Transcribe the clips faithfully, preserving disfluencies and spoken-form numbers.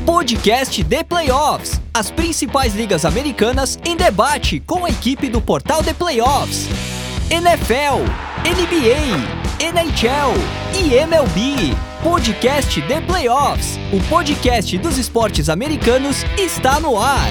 Podcast The Playoffs, as principais ligas americanas em debate com a equipe do portal The Playoffs. N F L, N B A, N H L e M L B. Podcast The Playoffs, o podcast dos esportes americanos, está no ar.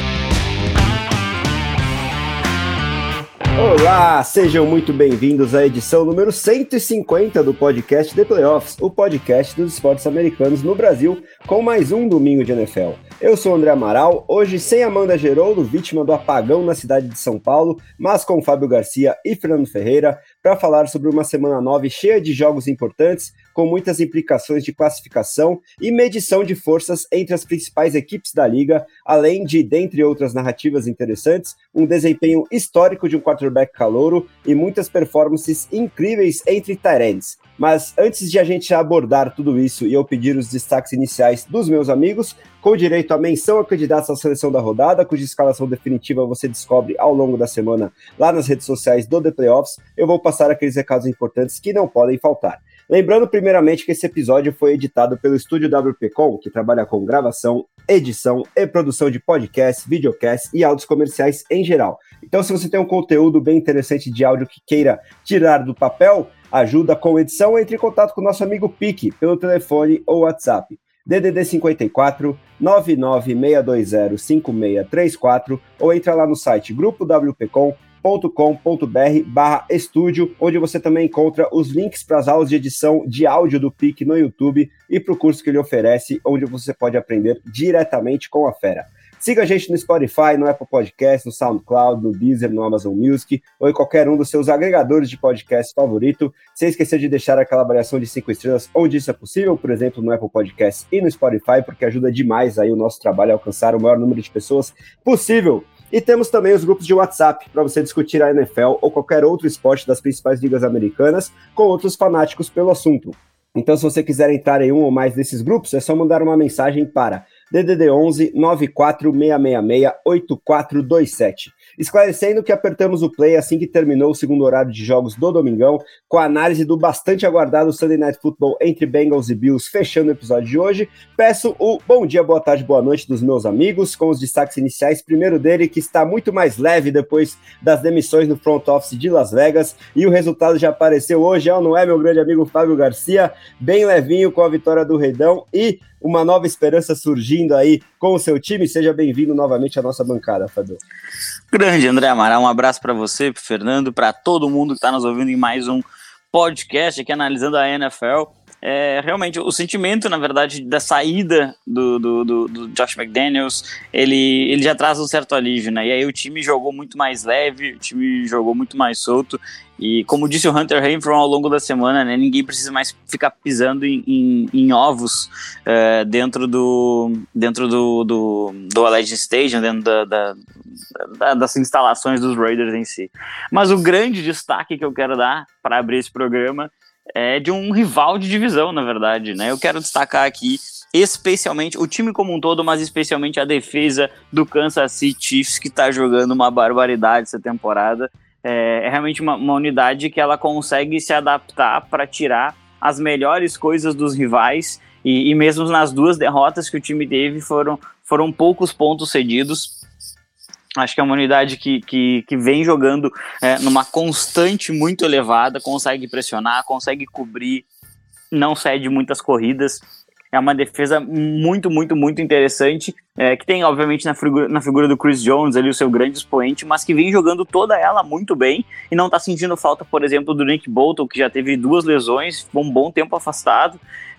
Olá, sejam muito bem-vindos à edição número cento e cinquenta do podcast The Playoffs, o podcast dos esportes americanos no Brasil, com mais um domingo de N F L. Eu sou o André Amaral, hoje sem Amanda Geroldo, vítima do apagão na cidade de São Paulo, mas com Fábio Garcia e Fernando Ferreira, para falar sobre uma semana nove cheia de jogos importantes, com muitas implicações de classificação e medição de forças entre as principais equipes da liga, além de, dentre outras narrativas interessantes, um desempenho histórico de um quarterback calouro e muitas performances incríveis entre tight ends. Mas antes de a gente abordar tudo isso e eu pedir os destaques iniciais dos meus amigos, com direito à menção a candidatos à seleção da rodada, cuja escalação definitiva você descobre ao longo da semana lá nas redes sociais do The Playoffs, eu vou passar aqueles recados importantes que não podem faltar. Lembrando primeiramente que esse episódio foi editado pelo Estúdio W P Com, que trabalha com gravação, edição e produção de podcasts, videocasts e áudios comerciais em geral. Então, se você tem um conteúdo bem interessante de áudio que queira tirar do papel, ajuda com edição, entre em contato com o nosso amigo Pique pelo telefone ou WhatsApp. D D D cinquenta e quatro, nove nove seis dois zero, cinco seis três quatro ou entra lá no site grupo w p com ponto com ponto b r barra estúdio, onde você também encontra os links para as aulas de edição de áudio do Pique no YouTube e para o curso que ele oferece, onde você pode aprender diretamente com a fera. Siga a gente no Spotify, no Apple Podcast, no SoundCloud, no Deezer, no Amazon Music ou em qualquer um dos seus agregadores de podcast favorito, sem esquecer de deixar aquela avaliação de cinco estrelas onde isso é possível, por exemplo, no Apple Podcast e no Spotify, porque ajuda demais aí o nosso trabalho a alcançar o maior número de pessoas possível. E temos também os grupos de WhatsApp para você discutir a N F L ou qualquer outro esporte das principais ligas americanas com outros fanáticos pelo assunto. Então, se você quiser entrar em um ou mais desses grupos, é só mandar uma mensagem para D D D onze, nove quatro seis seis seis, oito quatro dois sete. Esclarecendo que apertamos o play assim que terminou o segundo horário de jogos do Domingão, com a análise do bastante aguardado Sunday Night Football entre Bengals e Bills, fechando o episódio de hoje. Peço o bom dia, boa tarde, boa noite dos meus amigos, com os destaques iniciais. Primeiro dele, que está muito mais leve depois das demissões no front office de Las Vegas, e o resultado já apareceu hoje, é ou não é, meu grande amigo Fábio Garcia? Bem levinho com a vitória do Redão e uma nova esperança surgindo aí com o seu time. Seja bem-vindo novamente à nossa bancada, Fábio. Grande André Amaral, um abraço para você, para Fernando, para todo mundo que está nos ouvindo em mais um podcast aqui analisando a N F L. É, realmente, o sentimento, na verdade, da saída do, do, do, do Josh McDaniels, ele, ele já traz um certo alívio, né? E aí o time jogou muito mais leve, o time jogou muito mais solto, e como disse o Hunter Renfrow ao longo da semana, né, ninguém precisa mais ficar pisando em, em, em ovos é, dentro, do, dentro do, do, do Allegiant Stadium, dentro da, da, da, das instalações dos Raiders em si. Mas o grande destaque que eu quero dar para abrir esse programa é de um rival de divisão, na verdade, né? Eu quero destacar aqui especialmente o time como um todo, mas especialmente a defesa do Kansas City Chiefs, que tá jogando uma barbaridade essa temporada. É, é realmente uma, uma unidade que ela consegue se adaptar para tirar as melhores coisas dos rivais, e, e mesmo nas duas derrotas que o time teve, foram, foram poucos pontos cedidos. Acho que é uma unidade que, que, que vem jogando é, numa constante muito elevada, consegue pressionar, consegue cobrir, não cede muitas corridas. É uma defesa muito, muito, muito interessante, é, que tem, obviamente, na figura, na figura do Chris Jones, ali, o seu grande expoente, mas que vem jogando toda ela muito bem e não está sentindo falta, por exemplo, do Nick Bolton, que já teve duas lesões, ficou um bom tempo afastado,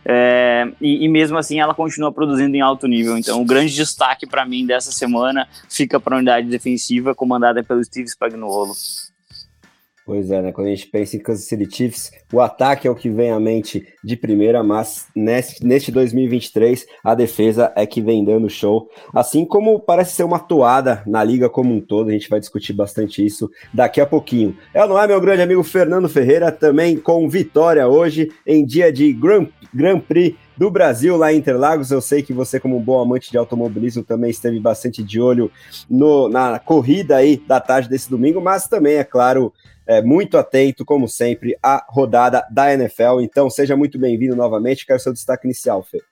é, e, e mesmo assim ela continua produzindo em alto nível. Então, o grande destaque para mim dessa semana fica para a unidade defensiva comandada pelo Steve Spagnuolo. Pois é, né? Quando a gente pensa em Kansas City Chiefs, o ataque é o que vem à mente de primeira, mas neste, neste dois mil e vinte e três, a defesa é que vem dando show. Assim como parece ser uma toada na liga como um todo, a gente vai discutir bastante isso daqui a pouquinho. É, não é, meu grande amigo Fernando Ferreira, também com vitória hoje, em dia de Grand, Grand Prix do Brasil lá em Interlagos. Eu sei que você, como um bom amante de automobilismo, também esteve bastante de olho no, na corrida aí da tarde desse domingo, mas também, é claro, é, muito atento, como sempre, à rodada da N F L. Então, seja muito bem-vindo novamente. Quero seu destaque inicial, Fê.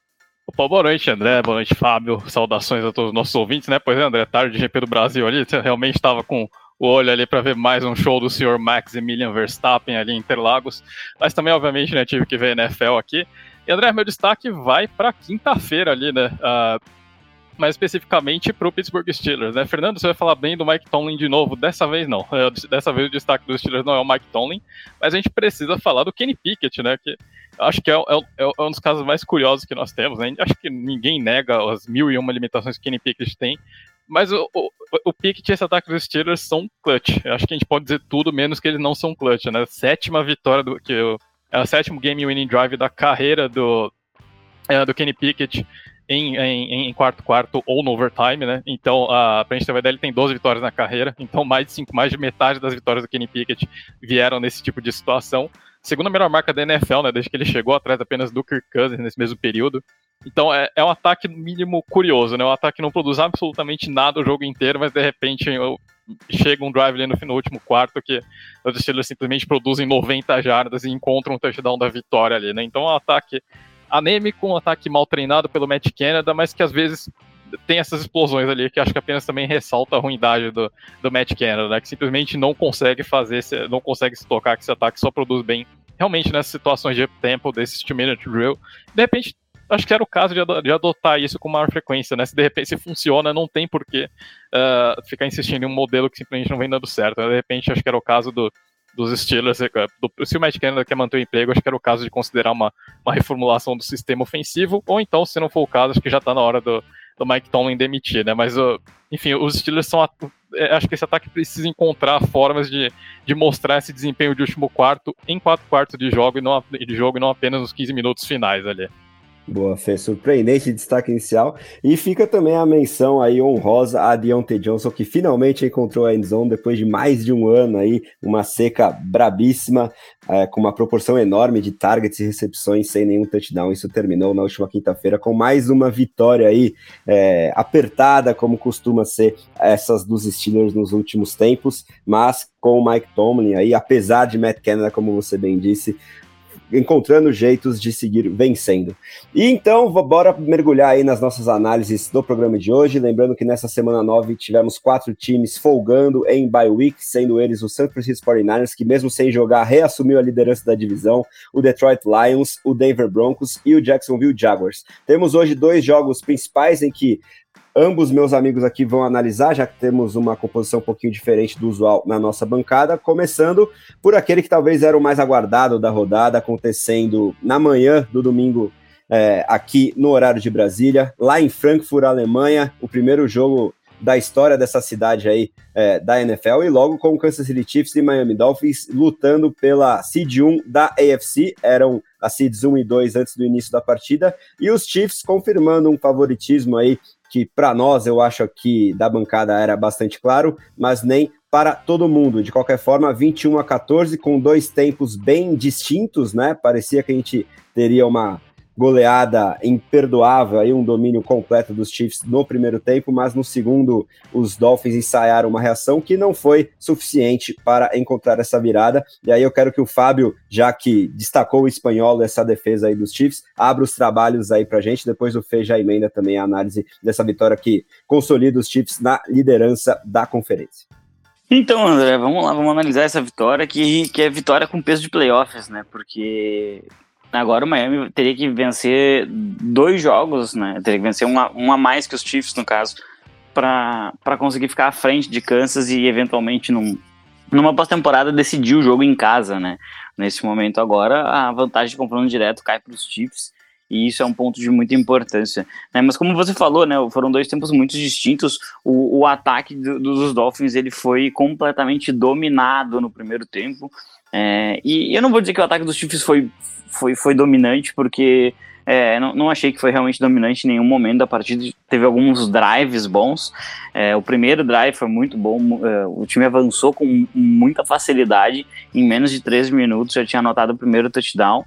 Opa, boa noite, André, boa noite, Fábio, saudações a todos os nossos ouvintes, né? Pois é, André, tarde de G P do Brasil ali, você realmente estava com o olho ali para ver mais um show do senhor Maximilian Verstappen ali em Interlagos, mas também, obviamente, né, tive que ver N F L aqui. E, André, meu destaque vai para quinta-feira ali, né? Uh, mais especificamente para o Pittsburgh Steelers, né? Fernando, você vai falar bem do Mike Tomlin de novo, dessa vez não. Dessa vez o destaque dos Steelers não é o Mike Tomlin, mas a gente precisa falar do Kenny Pickett, né? Que acho que é, é, é um dos casos mais curiosos que nós temos, né? Acho que ninguém nega as mil e uma limitações que o Kenny Pickett tem, mas o, o, o Pickett e esse ataque dos Steelers são clutch. Eu acho que a gente pode dizer tudo, menos que eles não são clutch, né? Sétima vitória, do, que o, é o sétimo game winning drive da carreira do, é, do Kenny Pickett em, em, em quarto quarto ou no overtime, né? Então, a, pra gente ter uma ideia, ele tem doze vitórias na carreira, então mais de, cinco, mais de metade das vitórias do Kenny Pickett vieram nesse tipo de situação. Segunda melhor marca da N F L, né, desde que ele chegou, atrás apenas do Kirk Cousins nesse mesmo período. Então é, é um ataque, no mínimo, curioso, né? Um ataque que não produz absolutamente nada o jogo inteiro, mas de repente eu, chega um drive ali no, no último quarto que os Steelers simplesmente produzem noventa jardas e encontram um touchdown da vitória ali, né? Então é um ataque anêmico, um ataque mal treinado pelo Matt Canada, mas que às vezes tem essas explosões ali, que acho que apenas também ressalta a ruindade do, do Matt Canada, né, que simplesmente não consegue fazer, não consegue se tocar que esse ataque só produz bem, realmente nessas situações de tempo, desse two-minute drill. De repente, acho que era o caso de, de adotar isso com maior frequência, né, se de repente se funciona, não tem por que uh, ficar insistindo em um modelo que simplesmente não vem dando certo, né? De repente acho que era o caso do dos Steelers, do, se o Matt Canada quer manter o emprego, acho que era o caso de considerar uma, uma reformulação do sistema ofensivo, ou então, se não for o caso, acho que já está na hora do, do Mike Tomlin demitir, né? Mas, uh, enfim, os Steelers são, acho que esse ataque precisa encontrar formas de, de mostrar esse desempenho de último quarto em quatro quartos de jogo e não, de jogo e não apenas nos quinze minutos finais ali. Boa, Fê, surpreendente destaque inicial. E fica também a menção aí honrosa a Deontay Johnson, que finalmente encontrou a endzone depois de mais de um ano aí, uma seca brabíssima, é, com uma proporção enorme de targets e recepções sem nenhum touchdown. Isso terminou na última quinta-feira com mais uma vitória aí, é, apertada, como costuma ser essas dos Steelers nos últimos tempos, mas com o Mike Tomlin aí, apesar de Matt Canada, como você bem disse, encontrando jeitos de seguir vencendo. E então, bora mergulhar aí nas nossas análises do programa de hoje, lembrando que nessa semana nove tivemos quatro times folgando em bye week, sendo eles o San Francisco forty-niners, que mesmo sem jogar reassumiu a liderança da divisão, o Detroit Lions, o Denver Broncos e o Jacksonville Jaguars. Temos hoje dois jogos principais em que ambos meus amigos aqui vão analisar, já que temos uma composição um pouquinho diferente do usual na nossa bancada, começando por aquele que talvez era o mais aguardado da rodada, acontecendo na manhã do domingo, é, aqui no horário de Brasília, lá em Frankfurt, Alemanha, o primeiro jogo da história dessa cidade aí, é, da N F L, e logo com o Kansas City Chiefs e Miami Dolphins lutando pela seed um da A F C, eram as seeds um e dois antes do início da partida, e os Chiefs confirmando um favoritismo aí, que para nós, eu acho que da bancada era bastante claro, mas nem para todo mundo. De qualquer forma, vinte e um a quatorze, com dois tempos bem distintos, né? Parecia que a gente teria uma goleada imperdoável, aí um domínio completo dos Chiefs no primeiro tempo, mas no segundo os Dolphins ensaiaram uma reação que não foi suficiente para encontrar essa virada, e aí eu quero que o Fábio, já que destacou o espanhol essa defesa aí dos Chiefs, abra os trabalhos aí pra gente, depois o Fê já emenda também a análise dessa vitória que consolida os Chiefs na liderança da conferência. Então, André, vamos lá, vamos analisar essa vitória, que, que é vitória com peso de playoffs, né, porque agora o Miami teria que vencer dois jogos, né? Teria que vencer um a, um a mais que os Chiefs, no caso, para conseguir ficar à frente de Kansas e, eventualmente, num, numa pós-temporada, decidir o jogo em casa, né? Nesse momento agora, a vantagem de confronto direto cai para os Chiefs, e isso é um ponto de muita importância, né? Mas como você falou, né, foram dois tempos muito distintos. O, o ataque do, dos Dolphins ele foi completamente dominado no primeiro tempo, é, e eu não vou dizer que o ataque dos Chiefs foi Foi, foi dominante, porque é, não, não achei que foi realmente dominante em nenhum momento da partida. Teve alguns drives bons. É, o primeiro drive foi muito bom. É, o time avançou com muita facilidade. Em menos de treze minutos já tinha anotado o primeiro touchdown.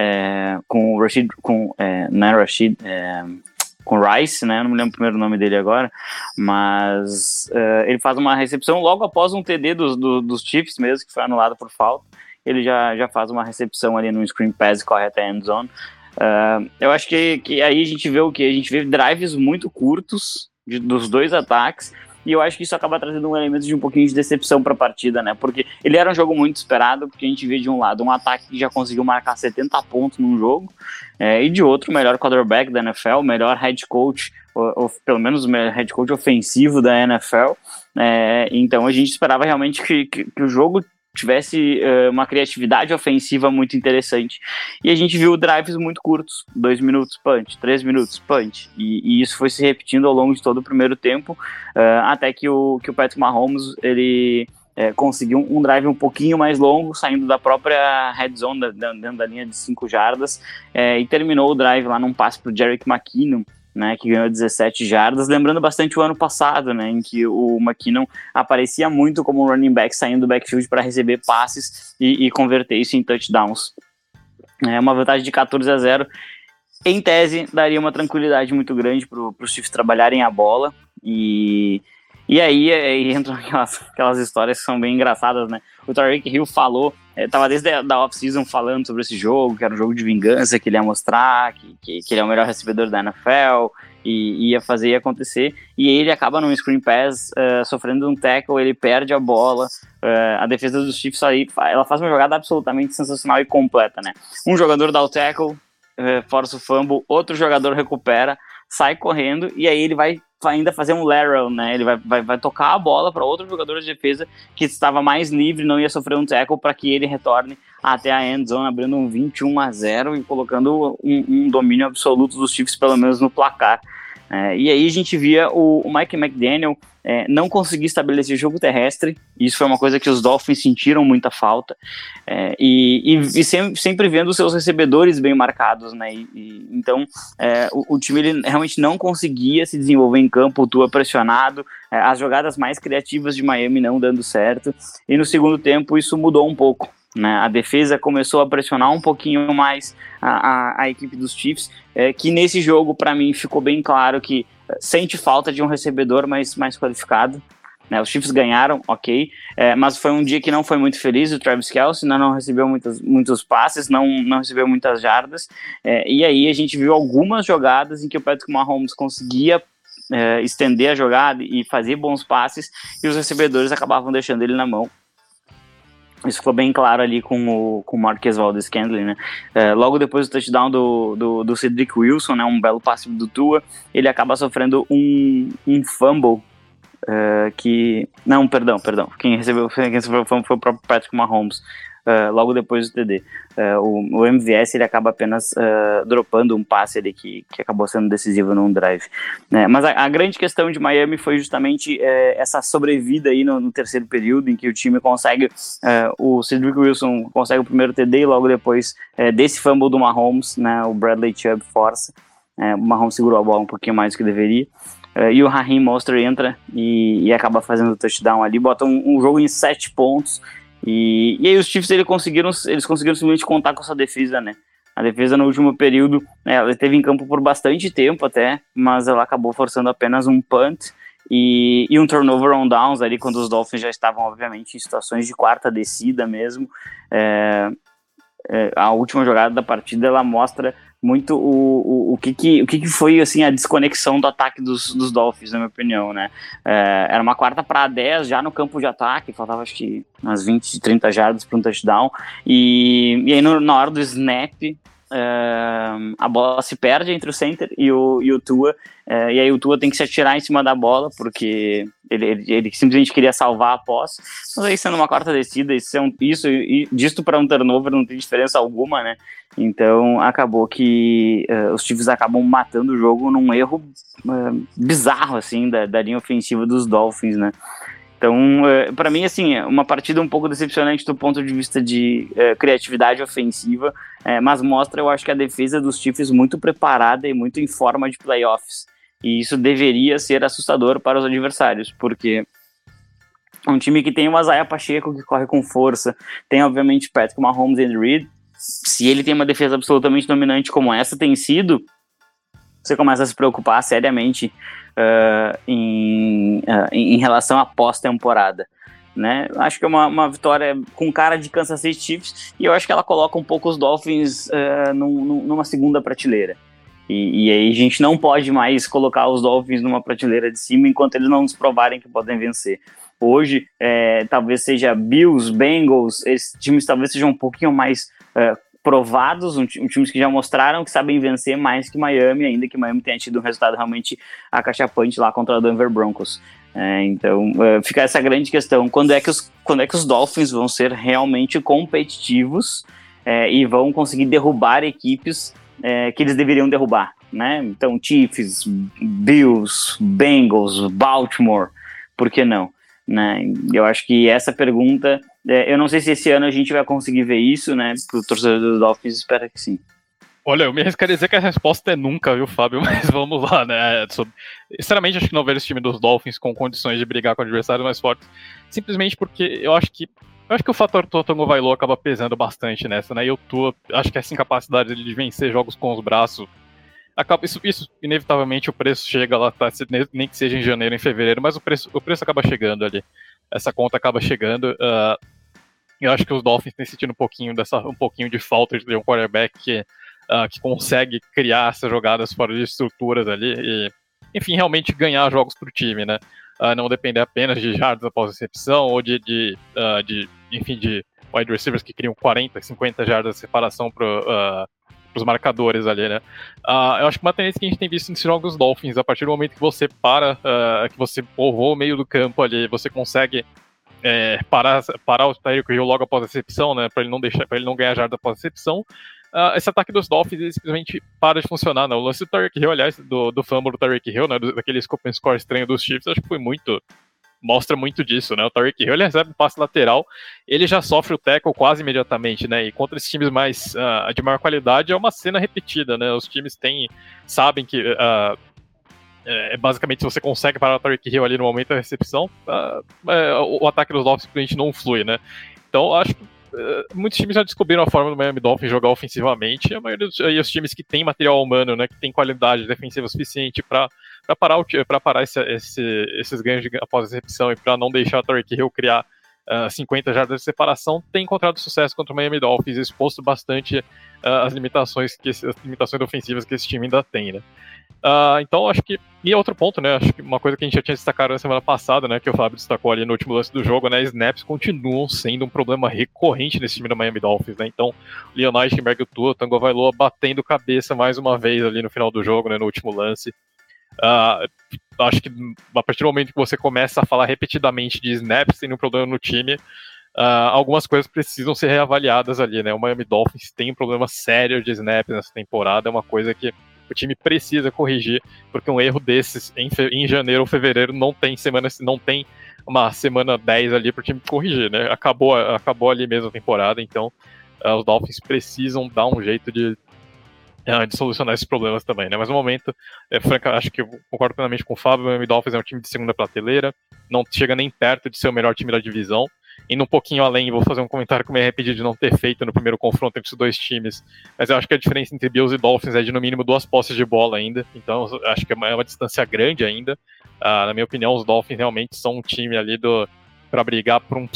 É, com o Rashid, com, é, não é Rashid, é, com Rice, né? Eu não me lembro o primeiro nome dele agora, mas é, ele faz uma recepção logo após um T D dos, do, dos Chiefs mesmo, que foi anulado por falta. Ele já, já faz uma recepção ali no screen pass e corre até a end zone. Uh, eu acho que, que aí a gente vê o quê? A gente vê drives muito curtos de, dos dois ataques, e eu acho que isso acaba trazendo um elemento de um pouquinho de decepção para a partida, né? Porque ele era um jogo muito esperado, porque a gente vê de um lado um ataque que já conseguiu marcar setenta pontos num jogo, é, e de outro, o melhor quarterback da N F L, o melhor head coach, ou, ou pelo menos o melhor head coach ofensivo da N F L. É, então a gente esperava realmente que, que, que o jogo tivesse uh, uma criatividade ofensiva muito interessante, e a gente viu drives muito curtos, dois minutos punch, três minutos punch, e, e isso foi se repetindo ao longo de todo o primeiro tempo, uh, até que o, que o Patrick Mahomes ele uh, conseguiu um, um drive um pouquinho mais longo, saindo da própria red zone, da, da, dentro da linha de cinco jardas, uh, e terminou o drive lá num passe para o Jerick McKinnon, né, que ganhou dezessete jardas, lembrando bastante o ano passado, né, em que o McKinnon aparecia muito como um running back saindo do backfield para receber passes e, e converter isso em touchdowns. É uma vantagem de catorze a zero, em tese, daria uma tranquilidade muito grande para os Chiefs trabalharem a bola, e, e aí, aí entram aquelas, aquelas histórias que são bem engraçadas, né? O Tyreek Hill falou, estava desde a da off-season falando sobre esse jogo, que era um jogo de vingança, que ele ia mostrar, que, que, que ele é o melhor recebedor da N F L, e ia fazer e acontecer, e ele acaba num screen pass, uh, sofrendo um tackle, ele perde a bola, uh, a defesa dos Chiefs aí, ela faz uma jogada absolutamente sensacional e completa, né? Um jogador dá o tackle, uh, força o fumble, outro jogador recupera, sai correndo, e aí ele vai ainda fazer um lateral, né? Ele vai, vai, vai tocar a bola para outro jogador de defesa que estava mais livre, não ia sofrer um tackle, para que ele retorne até a end zone, abrindo um vinte e um a zero e colocando um, um domínio absoluto dos Chiefs, pelo menos no placar. É, e aí a gente via o, o Mike McDaniel é, não conseguir estabelecer jogo terrestre. Isso foi uma coisa que os Dolphins sentiram muita falta, é, e, e, e sempre, sempre vendo os seus recebedores bem marcados, né? E, e, então é, o, o time ele realmente não conseguia se desenvolver em campo, o Tua pressionado, é, as jogadas mais criativas de Miami não dando certo, e no segundo tempo isso mudou um pouco, né? A defesa começou a pressionar um pouquinho mais a, a, a equipe dos Chiefs, é, que nesse jogo, para mim, ficou bem claro que sente falta de um recebedor mais, mais qualificado, né? Os Chiefs ganharam, ok, é, mas foi um dia que não foi muito feliz. O Travis Kelce não, não recebeu muitas, muitos passes, não, não recebeu muitas jardas, é, e aí a gente viu algumas jogadas em que o Patrick Mahomes conseguia é, estender a jogada e fazer bons passes, e os recebedores acabavam deixando ele na mão. Isso ficou bem claro ali com o, com o Marquez Valdes-Scantling, né? É, logo depois do touchdown do, do, do Cedric Wilson, né? Um belo passe do Tua, ele acaba sofrendo um, um fumble, é, que... Não, perdão, perdão. Quem recebeu, quem recebeu o fumble foi o próprio Patrick Mahomes, é, logo depois do T D. É, o, o M V S, ele acaba apenas uh, dropando um passe ali que, que acabou sendo decisivo num drive. É, mas a, a grande questão de Miami foi justamente é, essa sobrevida aí no, no terceiro período, em que o time consegue, uh, o Cedric Wilson consegue o primeiro T D, e logo depois uh, desse fumble do Mahomes, né, o Bradley Chubb força, uh, o Mahomes segurou a bola um pouquinho mais do que deveria, uh, e o Raheem Mostert entra e, e acaba fazendo o touchdown ali, bota um, um jogo em sete pontos. E, e aí os Chiefs eles conseguiram, eles conseguiram simplesmente contar com essa defesa, né? A defesa no último período, né, ela esteve em campo por bastante tempo até, mas ela acabou forçando apenas um punt e, e um turnover on downs ali, quando os Dolphins já estavam, obviamente, em situações de quarta descida mesmo. É, é, a última jogada da partida, ela mostra muito o, o, o, que, que, o que, que foi assim, a desconexão do ataque dos, dos Dolphins, na minha opinião, né? É, era uma quarta para dez já no campo de ataque, faltava acho que umas vinte, trinta jardas para um touchdown, e, e aí no, na hora do snap, é, a bola se perde entre o center e o, e o Tua, é, e aí o Tua tem que se atirar em cima da bola, porque ele, ele, ele simplesmente queria salvar a posse, mas aí sendo uma quarta descida, isso, é um, isso e disto para um turnover não tem diferença alguma, né? Então acabou que uh, os Chiefs acabam matando o jogo num erro uh, bizarro assim da, da linha ofensiva dos Dolphins, né? Então, uh, para mim, assim, é uma partida um pouco decepcionante do ponto de vista de uh, criatividade ofensiva, uh, mas mostra, eu acho que a defesa dos Chiefs muito preparada e muito em forma de playoffs, e isso deveria ser assustador para os adversários, porque um time que tem o Isaiah Pacheco que corre com força, tem obviamente Patrick Mahomes e Andy Reid. Se ele tem uma defesa absolutamente dominante como essa tem sido, você começa a se preocupar seriamente uh, em, uh, em relação à pós-temporada. né? Acho que é uma, uma vitória com cara de Kansas City Chiefs, e eu acho que ela coloca um pouco os Dolphins uh, num, numa segunda prateleira. E, e aí a gente não pode mais colocar os Dolphins numa prateleira de cima enquanto eles não nos provarem que podem vencer. Hoje, é, talvez seja Bills, Bengals, esses times talvez sejam um pouquinho mais uh, provados, um, um times que já mostraram que sabem vencer mais que Miami, ainda que Miami tenha tido um resultado realmente acachapante lá contra o Denver Broncos. É, então, uh, fica essa grande questão, quando é que os, quando é que os Dolphins vão ser realmente competitivos é, e vão conseguir derrubar equipes é, que eles deveriam derrubar, né? Então, Chiefs, Bills, Bengals, Baltimore, por que não? Né? Eu acho que essa pergunta, é, eu não sei se esse ano a gente vai conseguir ver isso, né? Pro torcedor dos Dolphins, espero que sim. Olha, eu me arriscaria dizer que a resposta é nunca, viu, Fábio? Mas vamos lá, né? Sinceramente, acho que não vejo esse time dos Dolphins com condições de brigar com adversários mais fortes, simplesmente porque eu acho que eu acho que o fator Tua Tagovailoa acaba pesando bastante nessa, né? E o Tua, acho que essa incapacidade de vencer jogos com os braços, acaba, isso, isso inevitavelmente o preço chega lá, tá, nem que seja em janeiro, em fevereiro, mas o preço, o preço acaba chegando ali. Essa conta acaba chegando. Uh, eu acho que os Dolphins têm sentido um pouquinho, dessa, um pouquinho de falta de um quarterback que Uh, que consegue criar essas jogadas fora de estruturas ali e, enfim, realmente ganhar jogos para o time, né? Uh, não depender apenas de jardas após recepção ou de, de, uh, de, enfim, de wide receivers que criam quarenta, cinquenta jardas de separação para uh, os marcadores ali, né? Uh, eu acho que uma tendência que a gente tem visto nesses jogos Dolphins, a partir do momento que você para, uh, que você povoa o meio do campo ali, você consegue é, parar, parar o Tyreek Hill logo após a recepção, né? Para ele não deixar, para ele não ganhar jarda após a recepção. Uh, esse ataque dos Dolphins ele simplesmente para de funcionar, né? O lance do Tyreek Hill, aliás, do, do fumble do Tyreek Hill, né? Do, daquele scope and score estranho dos Chiefs, acho que foi muito, mostra muito disso, né? O Tyreek Hill, ele recebe um passe lateral, ele já sofre o tackle quase imediatamente, né? E contra esses times mais, uh, de maior qualidade é uma cena repetida, né? Os times têm, sabem que uh, é, basicamente se você consegue parar o Tyreek Hill ali no momento da recepção, uh, é, o, o ataque dos Dolphins simplesmente não flui, né? Então, acho que Uh, muitos times já descobriram a forma do Miami Dolphins jogar ofensivamente, e a maioria dos e os times que tem material humano, né, que tem qualidade defensiva suficiente para parar, o, parar esse, esse, esses ganhos de, após a recepção e para não deixar o Tyreek Hill criar uh, cinquenta jardas de separação, tem encontrado sucesso contra o Miami Dolphins, exposto bastante uh, as limitações que as limitações ofensivas que esse time ainda tem, né? Uh, então, acho que. E outro ponto, né? Acho que uma coisa que a gente já tinha destacado na semana passada, né? Que o Fábio destacou ali no último lance do jogo, né? Snaps continuam sendo um problema recorrente nesse time do Miami Dolphins, né? Então, Leonard, Schimberg, o Tua, Tagovailoa batendo cabeça mais uma vez ali no final do jogo, né? No último lance. Uh, acho que a partir do momento que você começa a falar repetidamente de snaps, tendo um problema no time, uh, algumas coisas precisam ser reavaliadas ali, né? O Miami Dolphins tem um problema sério de snaps nessa temporada, é uma coisa que o time precisa corrigir, porque um erro desses em, fe- em janeiro ou fevereiro não tem semana, não tem uma semana dez ali para o time corrigir, né? Acabou, acabou ali mesmo a temporada, então uh, os Dolphins precisam dar um jeito de, uh, de solucionar esses problemas também, né? Mas no momento, é, franca, acho que eu concordo plenamente com o Fábio, o Miami Dolphins é um time de segunda prateleira, não chega nem perto de ser o melhor time da divisão. Indo um pouquinho além, vou fazer um comentário que eu me arrependi de não ter feito no primeiro confronto entre os dois times, mas eu acho que a diferença entre Bills e Dolphins é de no mínimo duas posses de bola ainda, então acho que é uma, é uma distância grande ainda. Uh, na minha opinião, os Dolphins realmente são um time ali do para brigar por um,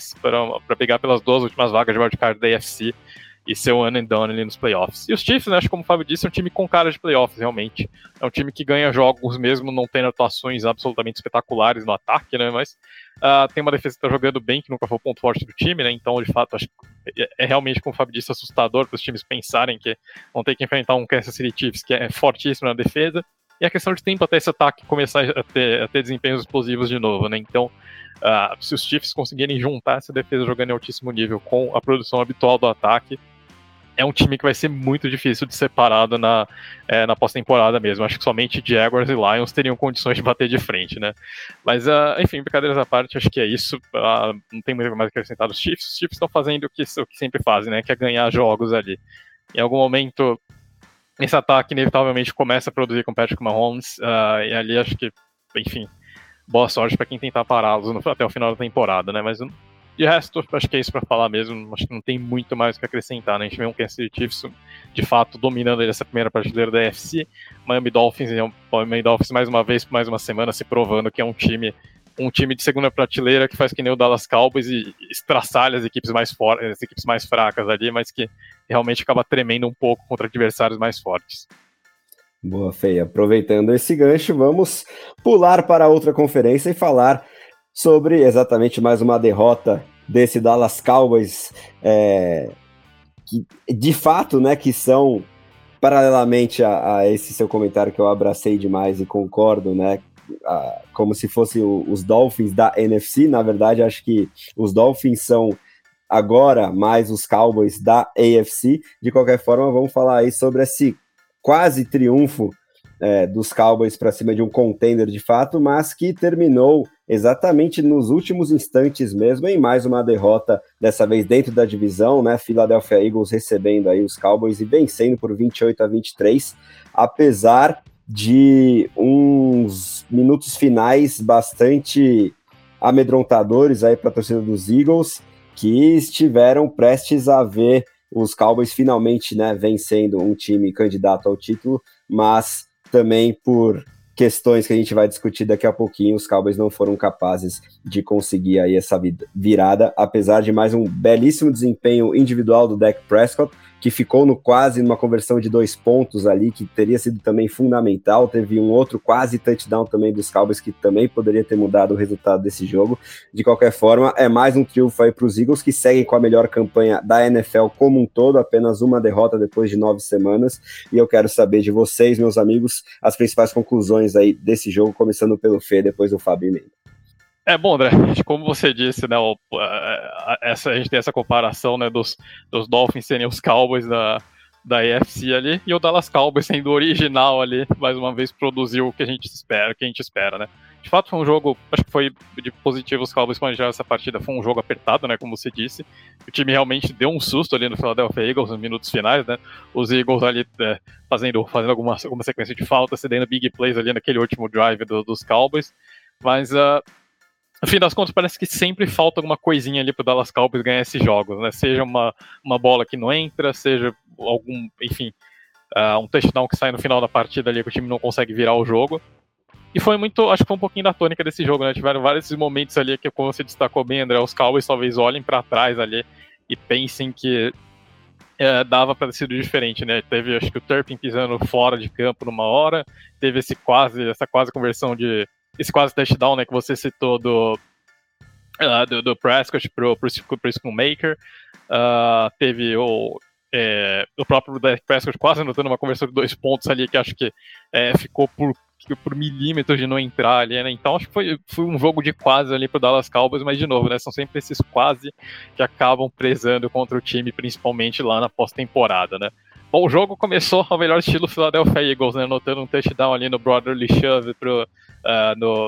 para brigar pelas duas últimas vagas de wildcard da A F C e ser um one and done ali nos playoffs. E os Chiefs, né, acho que como o Fábio disse, é um time com cara de playoffs, realmente. É um time que ganha jogos mesmo não tendo atuações absolutamente espetaculares no ataque, né, mas uh, tem uma defesa que tá jogando bem, que nunca foi o ponto forte do time, né, então, de fato, acho que é, é realmente, como o Fábio disse, assustador para os times pensarem que vão ter que enfrentar um Kansas City Chiefs que é fortíssimo na defesa, e a questão de tempo até esse ataque começar a ter, a ter desempenhos explosivos de novo, né, então, uh, se os Chiefs conseguirem juntar essa defesa jogando em altíssimo nível com a produção habitual do ataque, é um time que vai ser muito difícil de ser parado na, é, na pós-temporada mesmo. Acho que somente Jaguars e Lions teriam condições de bater de frente, né? Mas, uh, enfim, brincadeiras à parte, acho que é isso. Uh, não tem muito mais a acrescentar dos Chiefs. Os Chiefs estão fazendo o que, o que sempre fazem, né? Que é ganhar jogos ali. Em algum momento, esse ataque inevitavelmente começa a produzir com Patrick Mahomes. Uh, e ali acho que, enfim, boa sorte para quem tentar pará-los no, até o final da temporada, né? Mas de resto, acho que é isso para falar mesmo. Acho que não tem muito mais o que acrescentar, né? A gente vê um Kansas City Chiefs de fato dominando essa primeira prateleira da A F C. Miami Dolphins, Miami Dolphins mais uma vez por mais uma semana se provando que é um time um time de segunda prateleira que faz que nem o Dallas Cowboys e estraçalha as equipes mais fortes, as equipes mais fracas ali, mas que realmente acaba tremendo um pouco contra adversários mais fortes. Boa, Fei. Aproveitando esse gancho, vamos pular para outra conferência e falar sobre exatamente mais uma derrota desse Dallas Cowboys, é, que de fato, né, que são, paralelamente a, a esse seu comentário que eu abracei demais e concordo, né, a, como se fossem os Dolphins da N F C. Na verdade, acho que os Dolphins são agora mais os Cowboys da A F C. De qualquer forma, vamos falar aí sobre esse quase triunfo é, dos Cowboys para cima de um contender de fato, mas que terminou exatamente nos últimos instantes mesmo, em mais uma derrota, dessa vez dentro da divisão, né? Philadelphia Eagles recebendo aí os Cowboys e vencendo por vinte e oito a vinte e três, apesar de uns minutos finais bastante amedrontadores aí para a torcida dos Eagles, que estiveram prestes a ver os Cowboys finalmente, né, vencendo um time candidato ao título, mas também por questões que a gente vai discutir daqui a pouquinho, os Cowboys não foram capazes de conseguir aí essa virada, apesar de mais um belíssimo desempenho individual do Dak Prescott, que ficou no quase numa conversão de dois pontos ali, que teria sido também fundamental. Teve um outro quase touchdown também dos Cowboys, que também poderia ter mudado o resultado desse jogo. De qualquer forma, é mais um triunfo aí para os Eagles, que seguem com a melhor campanha da N F L como um todo, apenas uma derrota depois de nove semanas, e eu quero saber de vocês, meus amigos, as principais conclusões aí desse jogo, começando pelo Fê, depois o Fábio Mendes. É bom, André, como você disse, né, o, a, essa, a gente tem essa comparação, né, dos, dos Dolphins serem os Cowboys da, da A F C ali, e o Dallas Cowboys sendo original ali, mais uma vez produziu o que a gente espera, o que a gente espera, né. De fato foi um jogo, acho que foi de positivo os Cowboys planejaram essa partida, foi um jogo apertado, né, como você disse, o time realmente deu um susto ali no Philadelphia Eagles nos minutos finais, né, os Eagles ali é, fazendo, fazendo alguma, alguma sequência de falta, cedendo big plays ali naquele último drive do, dos Cowboys, mas uh, no fim das contas, parece que sempre falta alguma coisinha ali pro Dallas Cowboys ganhar esses jogos, né? Seja uma, uma bola que não entra, seja algum, enfim, uh, um touchdown que sai no final da partida ali que o time não consegue virar o jogo. E foi muito, acho que foi um pouquinho da tônica desse jogo, né? Tiveram vários momentos ali que, como você destacou bem, André, os Cowboys talvez olhem para trás ali e pensem que é, dava para ter sido diferente, né? Teve, acho que o Turpin pisando fora de campo numa hora, teve esse quase, essa quase conversão de esse quase touchdown, né, que você citou do, uh, do, do Prescott pro, pro, pro Schoonmaker, uh, teve o, é, o próprio Prescott quase anotando uma conversão de dois pontos ali, que acho que é, ficou por, por milímetros de não entrar ali, né, então acho que foi, foi um jogo de quase ali pro Dallas Cowboys, mas de novo, né, são sempre esses quase que acabam presando contra o time, principalmente lá na pós-temporada, né. Bom, o jogo começou ao melhor estilo Philadelphia Eagles, né, anotando um touchdown ali no Brotherly Shove pro, uh, no,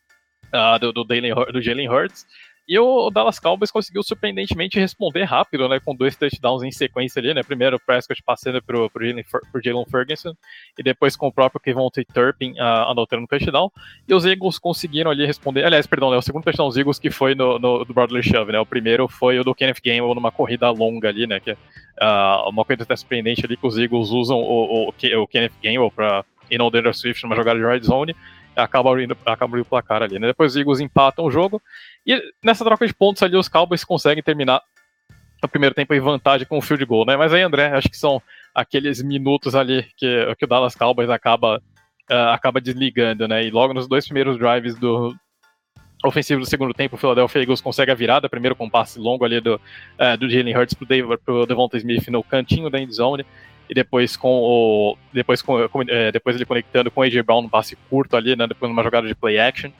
uh, do, do, do Jalen Hurts, e o Dallas Cowboys conseguiu surpreendentemente responder rápido, né, com dois touchdowns em sequência ali, né, primeiro o Prescott passando pro, pro, Jalen, pro Jalen Ferguson, e depois com o próprio Kevontae Turpin uh, anotando um touchdown, e os Eagles conseguiram ali responder, aliás, perdão, né, o segundo touchdown dos Eagles que foi no, no do Brotherly Shove, né, o primeiro foi o do Kenneth Gainwell numa corrida longa ali, né, que uh, uma coisa até surpreendente ali que os Eagles usam o, o, o Kenneth Gainwell para ir no Taylor Swift numa jogada de red zone, acaba abrindo, acaba abrindo o placar ali, né? Depois os Eagles empatam o jogo, e nessa troca de pontos ali os Cowboys conseguem terminar o primeiro tempo em vantagem com o field goal, né? Mas aí, André, acho que são aqueles minutos ali que, que o Dallas Cowboys acaba, uh, acaba desligando, né? E logo nos dois primeiros drives do ofensivo do segundo tempo, o Philadelphia Eagles consegue a virada, primeiro com um passe longo ali do, uh, do Jalen Hurts pro, Dave, pro Devonta Smith no cantinho da endzone, e depois com o depois, com, é, depois ele conectando com o A J Brown no passe curto ali, né, depois numa jogada de play action.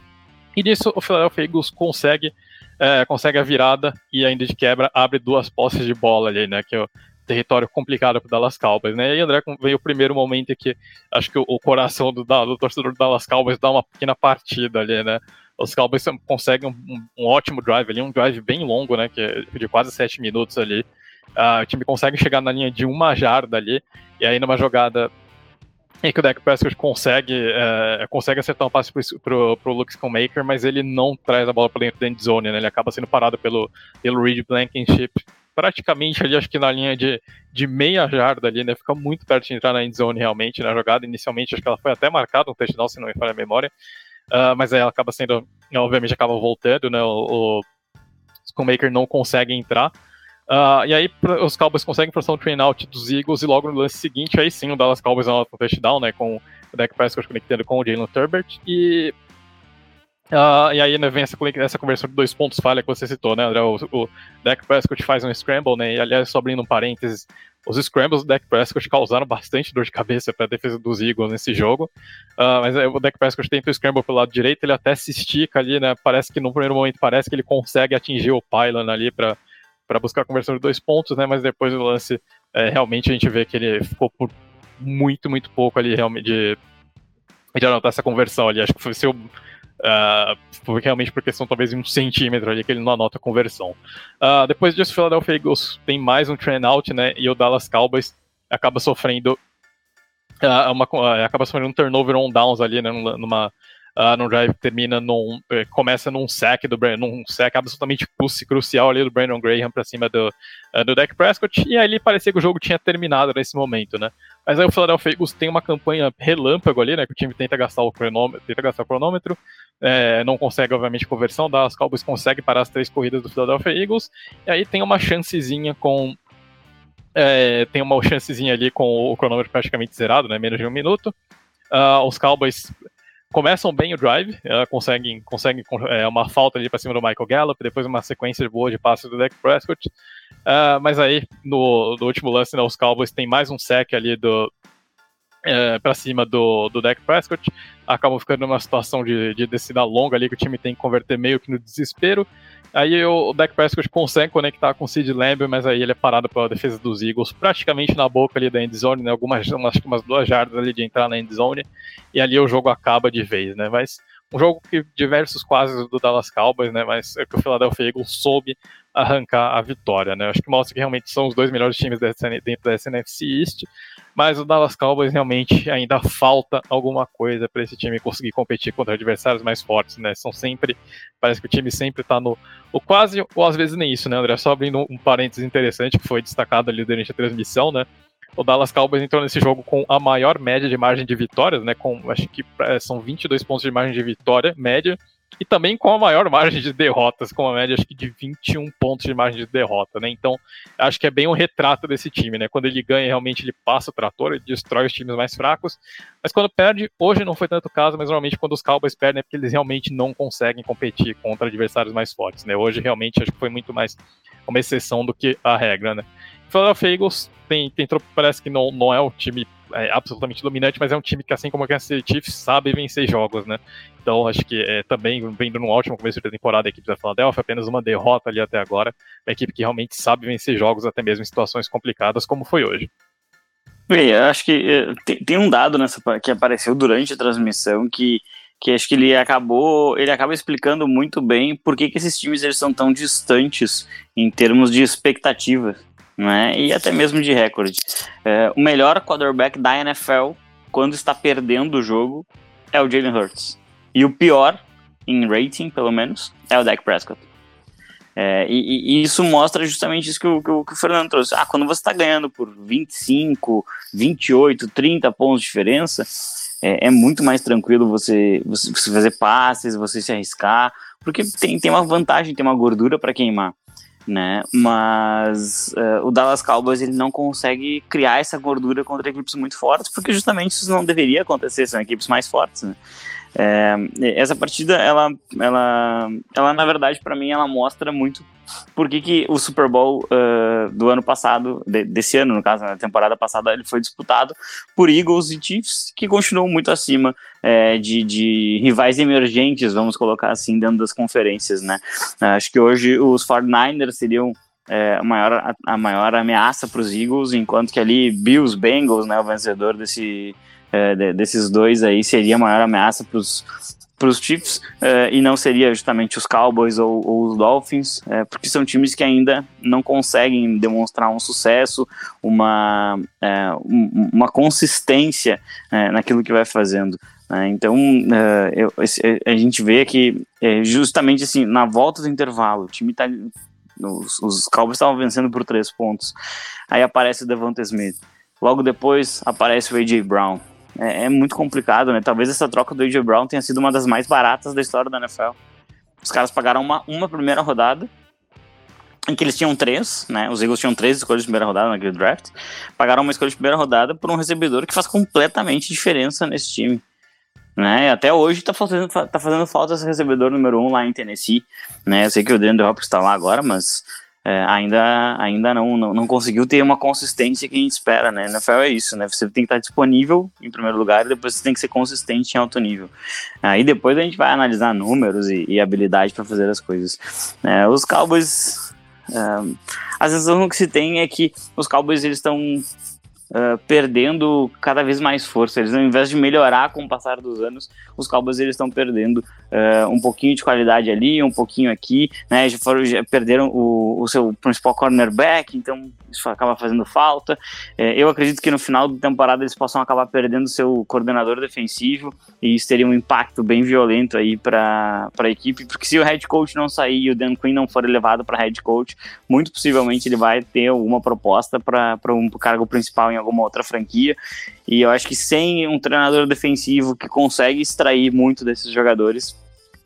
E nisso o Philadelphia Eagles consegue, é, consegue a virada e ainda de quebra abre duas posses de bola ali, né, que é o território complicado para o Dallas Cowboys, né? E André, veio o primeiro momento que acho que o, o coração do, do torcedor do Dallas Cowboys dá uma pequena partida ali, né? Os Cowboys conseguem um, um ótimo drive ali, um drive bem longo, né, que é de quase sete minutos ali. Uh, o time consegue chegar na linha de uma jarda ali, e aí numa jogada em que o Dak Prescott consegue, uh, consegue acertar um passe pro, pro, pro Luke Schoonmaker, mas ele não traz a bola para dentro da endzone, né? Ele acaba sendo parado pelo, pelo Reed Blankenship, praticamente ali, acho que na linha de, de meia jarda ali, né? Fica muito perto de entrar na endzone realmente na jogada. Inicialmente, acho que ela foi até marcada um touchdown, se não me falha a memória. uh, mas aí ela acaba sendo, obviamente acaba voltando, né, o, o Schoonmaker não consegue entrar, uh, e aí os Cowboys conseguem forçar um train out dos Eagles, e logo no lance seguinte, aí sim o Dallas Cowboys anota um touchdown, né, com o Dak Prescott conectando com o Jalen Tolbert, e Uh, e aí, né, vem essa, essa conversão de dois pontos falha que você citou, né, André? O, o Dak Prescott faz um scramble, né? E aliás, só abrindo um parênteses, os scrambles do Dak Prescott causaram bastante dor de cabeça para a defesa dos Eagles nesse jogo. Uh, mas aí, o Dak Prescott tenta o scramble pelo lado direito, ele até se estica ali, né? Parece que no primeiro momento parece que ele consegue atingir o pylon ali para para buscar a conversão de dois pontos, né? Mas depois do lance, é, realmente a gente vê que ele ficou por muito, muito pouco ali realmente de, de anotar essa conversão ali. Acho que foi seu. Uh, foi realmente por questão talvez de um centímetro ali que ele não anota a conversão. Uh, depois disso, o Philadelphia Eagles tem mais um train out, né, e o Dallas Cowboys acaba sofrendo uh, uma, uh, acaba sofrendo um turnover on downs ali, né, numa, uh, num drive que termina num, uh, começa num sack do num sack absolutamente crucial ali do Brandon Graham para cima do, uh, do Dak Prescott, e aí parecia que o jogo tinha terminado nesse momento, né. Mas aí o Philadelphia Eagles tem uma campanha relâmpago ali, né, que o time tenta gastar o cronômetro, tenta gastar o cronômetro, é, não consegue, obviamente, conversão, da os Cowboys conseguem parar as três corridas do Philadelphia Eagles, e aí tem uma chancezinha com... É, tem uma chancezinha ali com o cronômetro praticamente zerado, né, menos de um minuto. Uh, os Cowboys começam bem o drive, uh, conseguem, conseguem é, uma falta ali para cima do Michael Gallup, depois uma sequência boa de passes do Dak Prescott, uh, mas aí no, no último lance, né, os Cowboys tem mais um sack ali do, uh, para cima do, do Dak Prescott, acabam ficando numa situação de, de descida longa ali que o time tem que converter meio que no desespero. Aí o, o Dak Prescott consegue conectar com o CeeDee Lamb, mas aí ele é parado pela defesa dos Eagles, praticamente na boca ali da endzone, né, algumas, umas, umas duas jardas ali de entrar na endzone, e ali o jogo acaba de vez, né, mas um jogo que diversos quase do Dallas Cowboys, né, mas é que o Philadelphia Eagles soube arrancar a vitória, né, acho que mostra que realmente são os dois melhores times dessa, dentro da N F C East, mas o Dallas Cowboys realmente ainda falta alguma coisa para esse time conseguir competir contra adversários mais fortes, né, são sempre, parece que o time sempre está no, o quase, ou às vezes nem isso, né, André, só abrindo um, um parênteses interessante que foi destacado ali durante a transmissão, né, o Dallas Cowboys entrou nesse jogo com a maior média de margem de vitórias, né, com, acho que é, são vinte e dois pontos de margem de vitória média, e também com a maior margem de derrotas, com uma média acho que de vinte e um pontos de margem de derrota, né, então acho que é bem um retrato desse time, né, quando ele ganha realmente ele passa o trator, ele destrói os times mais fracos, mas quando perde, hoje não foi tanto o caso, mas normalmente quando os Cowboys perdem é porque eles realmente não conseguem competir contra adversários mais fortes, né, hoje realmente acho que foi muito mais uma exceção do que a regra, né. O Philadelphia Eagles tem, tem, parece que não, não é um time é, absolutamente dominante, mas é um time que, assim como o Kansas City Chiefs, sabe vencer jogos, né? Então, acho que é, também, vendo num ótimo começo de temporada, a equipe da Philadelphia, apenas uma derrota ali até agora, uma equipe que realmente sabe vencer jogos, até mesmo em situações complicadas, como foi hoje. Bem, eu acho que tem, tem um dado nessa, que apareceu durante a transmissão que que acho que ele acabou, ele acaba explicando muito bem por que, que esses times eles são tão distantes em termos de expectativas, né? E até mesmo de recorde. É, o melhor quarterback da N F L, quando está perdendo o jogo, é o Jalen Hurts. E o pior, em rating pelo menos, é o Dak Prescott. É, e, e isso mostra justamente isso que o, que o, que o Fernando trouxe. Ah, quando você está ganhando por vinte e cinco, vinte e oito, trinta pontos de diferença, é, é muito mais tranquilo você, você, você fazer passes, você se arriscar, porque tem, tem uma vantagem, tem uma gordura para queimar, né? Mas uh, o Dallas Cowboys ele não consegue criar essa gordura contra equipes muito fortes, porque justamente isso não deveria acontecer, são equipes mais fortes, né? É, essa partida, ela, ela, ela na verdade, para mim, ela mostra muito por que, que o Super Bowl uh, do ano passado, de, desse ano, no caso, na temporada passada, ele foi disputado por Eagles e Chiefs, que continuam muito acima é, de, de rivais emergentes, vamos colocar assim, dentro das conferências, né? Acho que hoje os forty-niners seriam é, a, maior, a, a maior ameaça para os Eagles, enquanto que ali Bills, Bengals, né, o vencedor desse... É, desses dois aí seria a maior ameaça para os Chiefs, é, e não seria justamente os Cowboys ou, ou os Dolphins, é, porque são times que ainda não conseguem demonstrar um sucesso, uma, é, um, uma consistência é, naquilo que vai fazendo. É, então é, eu, a gente vê que é, justamente assim, na volta do intervalo, o time está... Os, os Cowboys estavam vencendo por três pontos, aí aparece o Devonta Smith, logo depois aparece o A J Brown. é, é muito complicado, né? Talvez essa troca do A J Brown tenha sido uma das mais baratas da história da N F L. Os caras pagaram uma, uma primeira rodada, em que eles tinham três, né? Os Eagles tinham três escolhas de primeira rodada naquele draft. Pagaram uma escolha de primeira rodada por um recebedor que faz completamente diferença nesse time, né? E até hoje tá fazendo, tá fazendo falta esse recebedor número um lá em Tennessee, né? Eu sei que o DeAndre Hopkins tá lá agora, mas é, ainda, ainda não, não, não conseguiu ter uma consistência que a gente espera, né? Na N F L é isso, né? Você tem que estar disponível em primeiro lugar e depois você tem que ser consistente em alto nível. Aí depois a gente vai analisar números e, e habilidade para fazer as coisas. É, os Cowboys... Uh, a sensação que se tem é que os Cowboys eles estão uh, perdendo cada vez mais força. Eles, ao invés de melhorar com o passar dos anos, os Cowboys eles estão perdendo uh, um pouquinho de qualidade ali, um pouquinho aqui, né? Já, foram, já perderam o, o seu principal cornerback, então isso acaba fazendo falta. Uh, eu acredito que no final da temporada eles possam acabar perdendo o seu coordenador defensivo, e isso teria um impacto bem violento aí para a equipe, porque se o head coach não sair e o Dan Quinn não for elevado para head coach, muito possivelmente ele vai ter alguma proposta para um cargo principal em alguma outra franquia, e eu acho que sem um treinador defensivo que consegue extrair muito desses jogadores,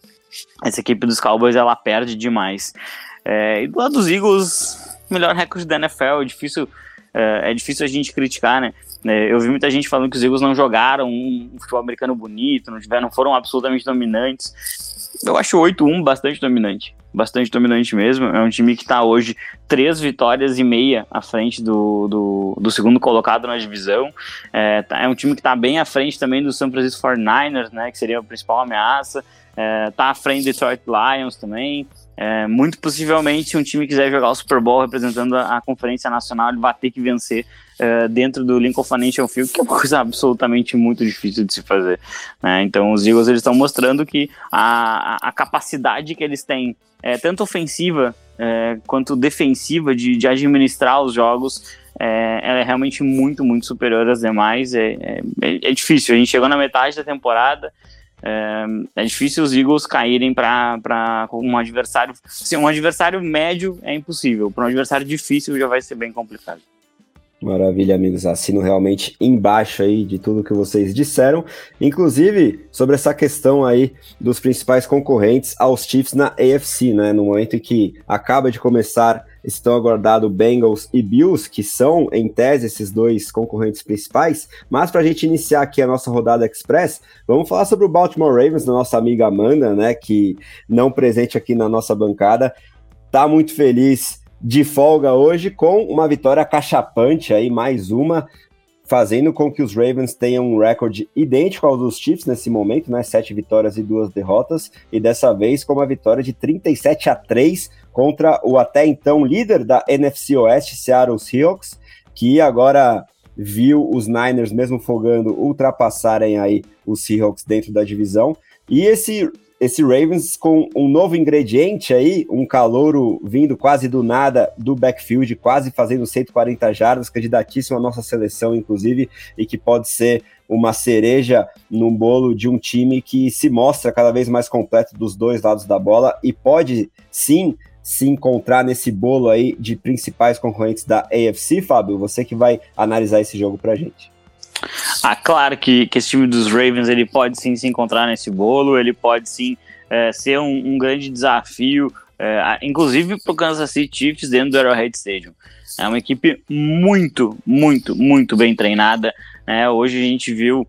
essa equipe dos Cowboys ela perde demais. É, e do lado dos Eagles, melhor recorde da N F L, é difícil, é, é difícil a gente criticar, né? Eu vi muita gente falando que os Eagles não jogaram um futebol americano bonito, não, tiveram, não foram absolutamente dominantes. Eu acho o oito a um bastante dominante, bastante dominante mesmo. É um time que está hoje três vitórias e meia à frente do, do, do segundo colocado na divisão. É, é um time que está bem à frente também do San Francisco forty-niners, né, que seria a principal ameaça. Está é, à frente do Detroit Lions também. É, muito possivelmente, se um time quiser jogar o Super Bowl representando a, a Conferência Nacional, ele vai ter que vencer uh, dentro do Lincoln Financial Field, que é uma coisa absolutamente muito difícil de se fazer, né? Então os Eagles estão mostrando que a, a, a capacidade que eles têm, é, tanto ofensiva é, quanto defensiva, de, de administrar os jogos, é, ela é realmente muito, muito superior às demais. É, é, é difícil, a gente chegou na metade da temporada. É, é difícil os Eagles caírem para um adversário. Assim, um adversário médio é impossível, para um adversário difícil já vai ser bem complicado. Maravilha, amigos, assino realmente embaixo aí de tudo que vocês disseram, inclusive sobre essa questão aí dos principais concorrentes aos Chiefs na A F C, né, no momento em que acaba de começar esse tão aguardado Bengals e Bills, que são, em tese, esses dois concorrentes principais. Mas para a gente iniciar aqui a nossa rodada express, vamos falar sobre o Baltimore Ravens, da nossa amiga Amanda, né, que não presente aqui na nossa bancada, tá muito feliz de folga hoje com uma vitória acachapante aí, mais uma, fazendo com que os Ravens tenham um recorde idêntico ao dos Chiefs nesse momento, né, sete vitórias e duas derrotas, e dessa vez com uma vitória de trinta e sete a três contra o até então líder da N F C Oeste, Seattle Seahawks, que agora viu os Niners, mesmo folgando, ultrapassarem aí os Seahawks dentro da divisão, e esse... Esse Ravens com um novo ingrediente aí, um calouro vindo quase do nada do backfield, quase fazendo cento e quarenta jardas, candidatíssimo à nossa seleção, inclusive, e que pode ser uma cereja no bolo de um time que se mostra cada vez mais completo dos dois lados da bola e pode, sim, se encontrar nesse bolo aí de principais concorrentes da A F C. Fábio, você que vai analisar esse jogo pra gente. Ah, claro que, que esse time dos Ravens ele pode sim se encontrar nesse bolo, ele pode sim é, ser um, um grande desafio, é, inclusive para o Kansas City Chiefs dentro do Arrowhead Stadium. É uma equipe muito, muito, muito bem treinada, né? Hoje a gente viu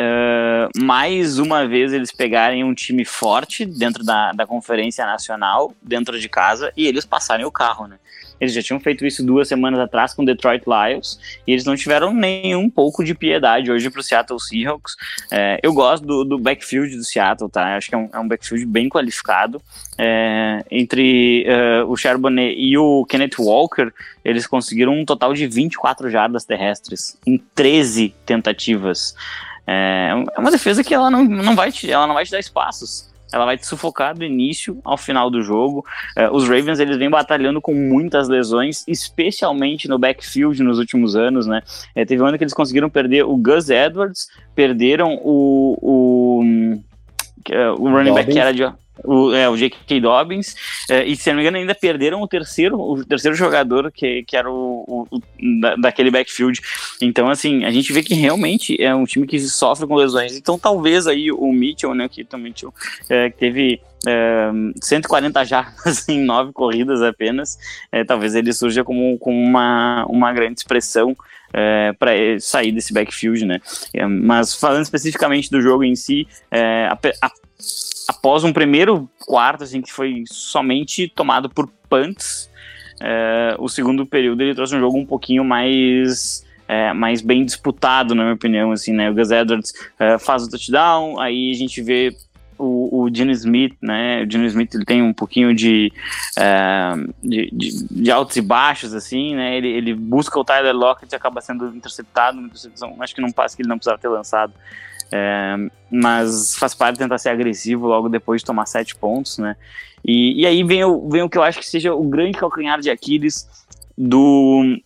é, mais uma vez eles pegarem um time forte dentro da, da Conferência Nacional, dentro de casa, e eles passarem o carro, né? Eles já tinham feito isso duas semanas atrás com o Detroit Lions e eles não tiveram nenhum pouco de piedade hoje para o Seattle Seahawks. É, eu gosto do, do backfield do Seattle, tá? Eu acho que é um, é um backfield bem qualificado. É, entre uh, o Charbonnet e o Kenneth Walker, eles conseguiram um total de vinte e quatro jardas terrestres em treze tentativas. É, é uma defesa que ela não, não, vai te, ela não vai te dar espaços. Ela vai te sufocar do início ao final do jogo. Uh, os Ravens eles vêm batalhando com muitas lesões, especialmente no backfield nos últimos anos, né? É, teve um ano que eles conseguiram perder o Gus Edwards, perderam o, o, o running back que era de... o, é, o J K. Dobbins, é, e se não me engano ainda perderam o terceiro, o terceiro jogador, que, que era o, o, o da, daquele backfield. Então, assim, a gente vê que realmente é um time que sofre com lesões. Então, talvez aí o Mitchell, né, que também é, teve é, cento e quarenta jardas em nove corridas apenas, é, talvez ele surja como, como uma, uma grande expressão É, para sair desse backfield, né? É, mas falando especificamente do jogo em si, é, a, a, após um primeiro quarto, assim, que foi somente tomado por punts, é, o segundo período ele trouxe um jogo um pouquinho mais, é, mais bem disputado, na minha opinião, assim, né? O Gus Edwards é, faz o touchdown, aí a gente vê o, o Geno Smith, né? O Geno Smith ele tem um pouquinho de, uh, de, de, de altos e baixos, assim, né? Ele, ele busca o Tyler Lockett e acaba sendo interceptado, uma interceptação, acho que num passe que ele não precisava ter lançado, é, mas faz parte de tentar ser agressivo logo depois de tomar sete pontos, né? E, e aí vem o, vem o que eu acho que seja o grande calcanhar de Aquiles do...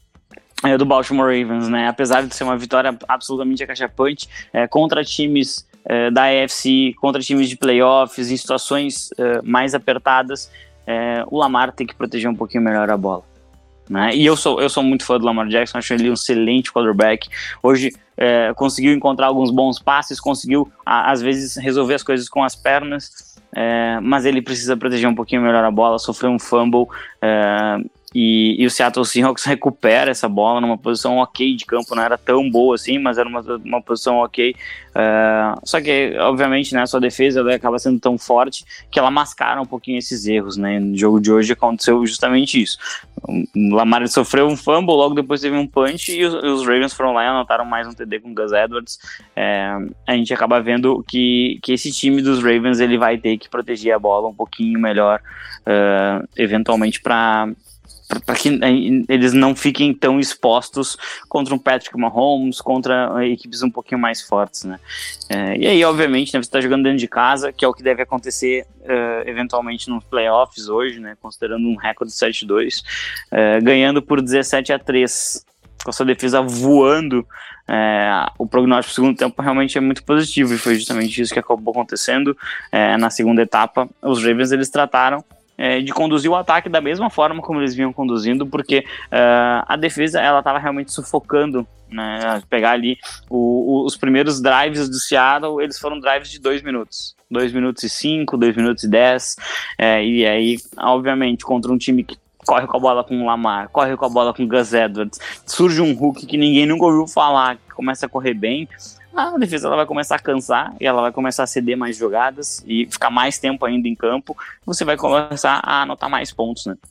É, do Baltimore Ravens, né? Apesar de ser uma vitória absolutamente acachapante é, contra times é, da A F C, contra times de playoffs, em situações é, mais apertadas, é, o Lamar tem que proteger um pouquinho melhor a bola, né? E eu sou, eu sou muito fã do Lamar Jackson, acho ele um excelente quarterback. Hoje é, conseguiu encontrar alguns bons passes, conseguiu a, às vezes resolver as coisas com as pernas, é, mas ele precisa proteger um pouquinho melhor a bola, sofreu um fumble, é, E, e o Seattle Seahawks recupera essa bola numa posição ok de campo, não era tão boa assim, mas era uma, uma posição ok. Uh, só que, obviamente, né, a sua defesa ela acaba sendo tão forte que ela mascara um pouquinho esses erros, né? No jogo de hoje aconteceu justamente isso. O Lamar sofreu um fumble, logo depois teve um punch e os, os Ravens foram lá e anotaram mais um T D com o Gus Edwards. É, a gente acaba vendo que, que esse time dos Ravens ele vai ter que proteger a bola um pouquinho melhor, uh, eventualmente para para que eles não fiquem tão expostos contra um Patrick Mahomes, contra equipes um pouquinho mais fortes, né? É, e aí, obviamente, né, você está jogando dentro de casa, que é o que deve acontecer uh, eventualmente nos playoffs hoje, né, considerando um recorde de sete a dois, uh, ganhando por dezessete a três, com a sua defesa voando. É, o prognóstico do segundo tempo realmente é muito positivo, e foi justamente isso que acabou acontecendo. É, na segunda etapa, os Ravens eles trataram de conduzir o ataque da mesma forma como eles vinham conduzindo, porque uh, a defesa ela estava realmente sufocando, né? Pegar ali o, o, os primeiros drives do Seattle, eles foram drives de dois minutos, dois minutos e cinco, dois minutos e dez, é, e aí, obviamente, contra um time que corre com a bola com o Lamar, corre com a bola com o Gus Edwards, surge um Hulk que ninguém nunca ouviu falar, que começa a correr bem, a defesa ela vai começar a cansar e ela vai começar a ceder mais jogadas e ficar mais tempo ainda em campo, você vai começar a anotar mais pontos, né?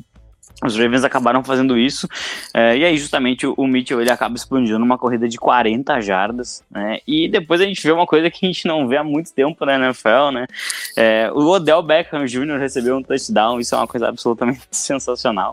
Os Ravens acabaram fazendo isso, é, e aí justamente o, o Mitchell ele acaba explodindo numa corrida de quarenta jardas, né? E depois a gente vê uma coisa que a gente não vê há muito tempo na N F L, né? É, o Odell Beckham Júnior recebeu um touchdown, isso é uma coisa absolutamente sensacional.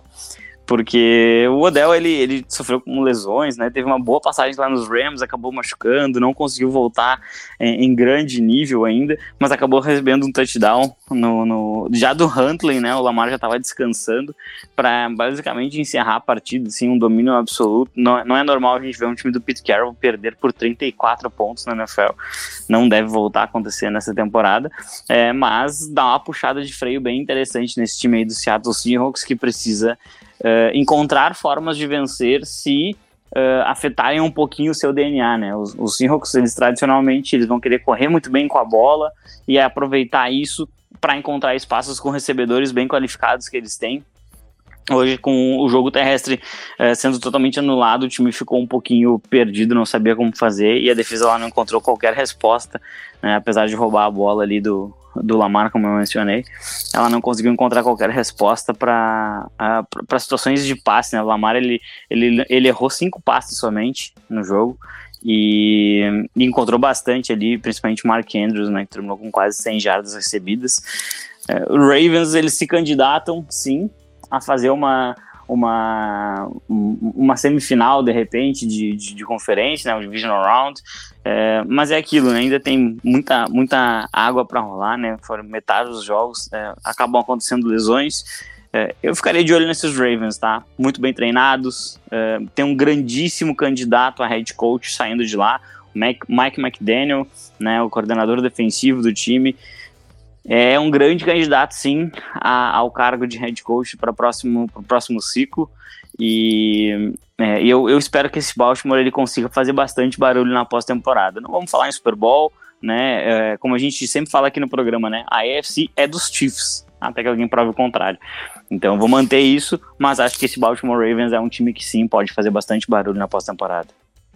Porque o Odell, ele, ele sofreu com lesões, né? Teve uma boa passagem lá nos Rams, acabou machucando, não conseguiu voltar em, em grande nível ainda, mas acabou recebendo um touchdown no, no, já do Huntley, né? O Lamar já estava descansando para basicamente encerrar a partida, assim, um domínio absoluto. Não, não é normal a gente ver um time do Pete Carroll perder por trinta e quatro pontos na N F L. Não deve voltar a acontecer nessa temporada, é, mas dá uma puxada de freio bem interessante nesse time aí do Seattle Seahawks, que precisa Uh, encontrar formas de vencer se uh, afetarem um pouquinho o seu D N A, né? Os, os Seahawks, eles tradicionalmente, eles vão querer correr muito bem com a bola e aproveitar isso para encontrar espaços com recebedores bem qualificados que eles têm. Hoje, com o jogo terrestre uh, sendo totalmente anulado, o time ficou um pouquinho perdido, não sabia como fazer, e a defesa lá não encontrou qualquer resposta, né? Apesar de roubar a bola ali do, do Lamar, como eu mencionei, ela não conseguiu encontrar qualquer resposta para uh, para situações de passe, né? O Lamar, ele, ele, ele errou cinco passes somente no jogo, e, e encontrou bastante ali, principalmente o Mark Andrews, né, que terminou com quase cem jardas recebidas. Uh, o Ravens, eles se candidatam, sim, a fazer uma, uma, uma semifinal, de repente, de, de, de conferência, né, um divisional round, é, mas é aquilo, né, ainda tem muita, muita água para rolar, né, foram metade dos jogos, é, acabam acontecendo lesões. É, eu ficaria de olho nesses Ravens, tá, muito bem treinados, é, tem um grandíssimo candidato a head coach saindo de lá, o Mike, Mike McDaniel, né, o coordenador defensivo do time. É um grande candidato, sim, a, ao cargo de head coach para o próximo, próximo ciclo. E é, eu, eu espero que esse Baltimore ele consiga fazer bastante barulho na pós-temporada. Não vamos falar em Super Bowl, né? É, como a gente sempre fala aqui no programa, né? A A F C é dos Chiefs, até que alguém prove o contrário. Então eu vou manter isso, mas acho que esse Baltimore Ravens é um time que sim pode fazer bastante barulho na pós-temporada.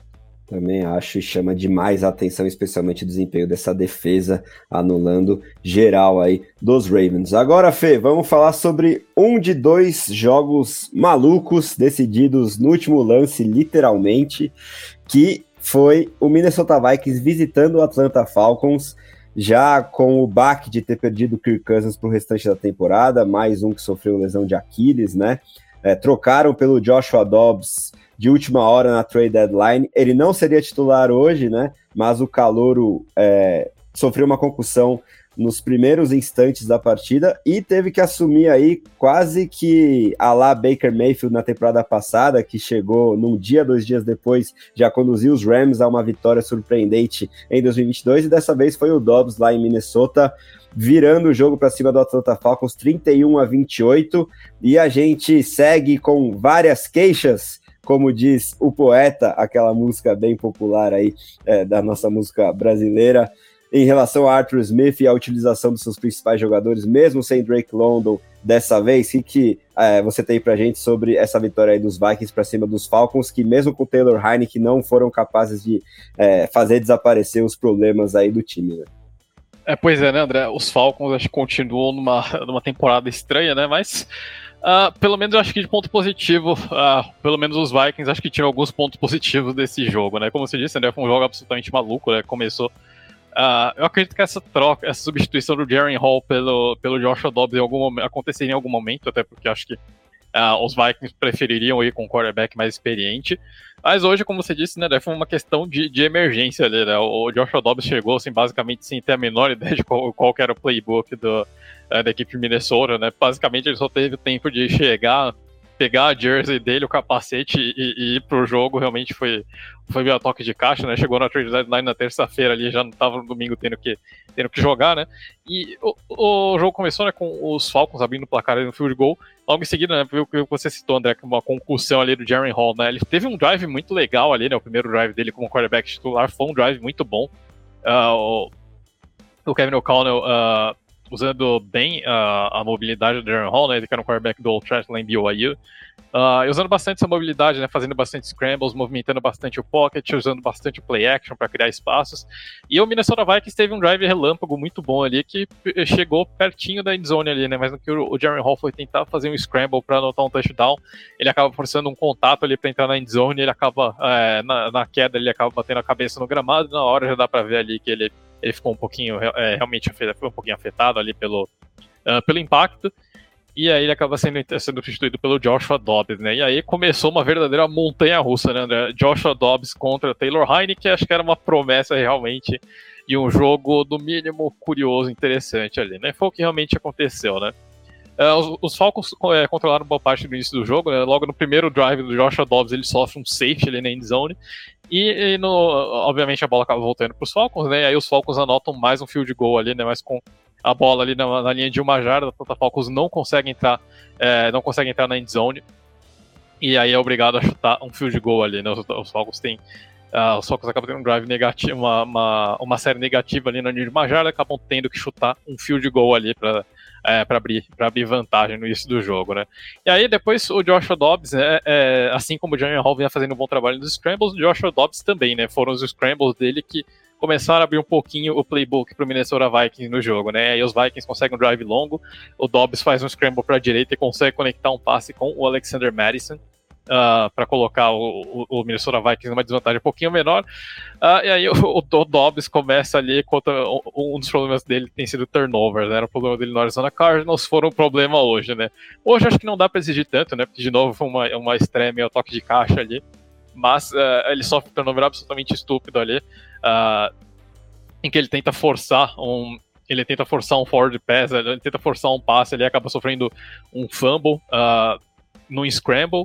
Também acho, e chama demais a atenção, especialmente o desempenho dessa defesa, anulando geral aí dos Ravens. Agora, Fê, vamos falar sobre um de dois jogos malucos decididos no último lance, literalmente, que foi o Minnesota Vikings visitando o Atlanta Falcons, já com o baque de ter perdido o Kirk Cousins para o restante da temporada, mais um que sofreu lesão de Aquiles, né? É, trocaram pelo Joshua Dobbs de última hora na trade deadline. Ele não seria titular hoje, né? Mas o calouro é, sofreu uma concussão nos primeiros instantes da partida e teve que assumir aí quase que a lá Baker Mayfield na temporada passada, que chegou num dia, dois dias depois, já conduziu os Rams a uma vitória surpreendente em dois mil e vinte e dois, e dessa vez foi o Dobbs lá em Minnesota, virando o jogo para cima do Atlanta Falcons trinta e um a vinte e oito, e a gente segue com várias queixas, como diz o poeta, aquela música bem popular aí é, da nossa música brasileira, em relação a Arthur Smith e a utilização dos seus principais jogadores, mesmo sem Drake London dessa vez. O que, que é, você tem pra gente sobre essa vitória aí dos Vikings para cima dos Falcons, que mesmo com o Taylor Heinicke não foram capazes de é, fazer desaparecer os problemas aí do time, né? É, pois é, né, André? Os Falcons acho que continuam numa, numa temporada estranha, né? Mas uh, pelo menos eu acho que de ponto positivo, uh, pelo menos os Vikings acho que tiram alguns pontos positivos desse jogo, né? Como você disse, André, foi um jogo absolutamente maluco, né? Começou. Uh, eu acredito que essa troca, essa substituição do Jaren Hall pelo, pelo Joshua Dobbs em algum momento, aconteceria em algum momento, até porque acho que uh, os Vikings prefeririam ir com um quarterback mais experiente. Mas hoje, como você disse, né, foi uma questão de, de emergência ali, né? O Joshua Dobbs chegou assim, basicamente sem ter a menor ideia de qual, qual era o playbook do, uh, da equipe de Minnesota, né? Basicamente ele só teve o tempo de chegar, pegar a jersey dele, o capacete e, e ir pro jogo. Realmente foi, foi meio a toque de caixa, né? Chegou na trade deadline na terça-feira ali, já não tava no domingo tendo que, tendo que jogar, né? E o, o jogo começou, né, com os Falcons abrindo o placar ali no field goal. Logo em seguida, né, viu o que você citou, André, com uma concussão ali do Jaren Hall, né? Ele teve um drive muito legal ali, né? O primeiro drive dele como quarterback titular foi um drive muito bom. Uh, o, o Kevin O'Connell uh, usando bem uh, a mobilidade do Jaren Hall, né? Ele que era um quarterback do Old Trafford lá em B Y U. Uh, usando bastante essa mobilidade, né, fazendo bastante scrambles, movimentando bastante o pocket, usando bastante o play action para criar espaços. E o Minnesota Vikings teve um drive relâmpago muito bom ali, que chegou pertinho da endzone ali, né, mas no que o, o Jaren Hall foi tentar fazer um scramble para anotar um touchdown, ele acaba forçando um contato ali para entrar na endzone, ele acaba, é, na, na queda, ele acaba batendo a cabeça no gramado, e na hora já dá para ver ali que ele, ele ficou um pouquinho, é, realmente foi um pouquinho afetado ali pelo, uh, pelo impacto. E aí ele acaba sendo, sendo substituído pelo Joshua Dobbs, né? E aí começou uma verdadeira montanha-russa, né, André? Joshua Dobbs contra Taylor Heinicke, acho que era uma promessa realmente e um jogo, no mínimo, curioso, interessante ali, né? Foi o que realmente aconteceu, né? Uh, os, os Falcons é, controlaram boa parte do início do jogo, né? Logo no primeiro drive do Joshua Dobbs, ele sofre um safety ali na endzone. E, e no, obviamente a bola acaba voltando para os Falcons, né? E aí os Falcons anotam mais um field goal ali, né? Mas com a bola ali na, na linha de uma jarda, o Atlanta Falcons não consegue entrar, é, não consegue entrar na endzone, e aí é obrigado a chutar um field goal ali, né? Os, os Falcons têm, uh, os Falcons acabam tendo um drive negativo, uma, uma, uma série negativa ali na linha de uma jarda, acabam tendo que chutar um field goal ali para é, para abrir, para abrir vantagem no início do jogo, né? E aí depois o Joshua Dobbs, é, é, assim como o Jaren Hall vinha fazendo um bom trabalho nos scrambles, o Joshua Dobbs também, né? Foram os scrambles dele que começaram a abrir um pouquinho o playbook para o Minnesota Vikings no jogo, né? Aí os Vikings conseguem um drive longo, o Dobbs faz um scramble para a direita e consegue conectar um passe com o Alexander Mattison uh, para colocar o, o, o Minnesota Vikings numa desvantagem um pouquinho menor. Uh, e aí o, o Dobbs começa ali contra um dos problemas dele tem sido turnover, né? Era o problema dele no Arizona Cardinals, foram um problema hoje, né? Hoje acho que não dá para exigir tanto, né? Porque de novo foi uma, uma estreia meio toque de caixa ali. Mas uh, ele sofre um turnover absolutamente estúpido ali, uh, em que ele tenta forçar um ele tenta forçar um forward pass, ele tenta forçar um passe, ele acaba sofrendo um fumble uh, no scramble,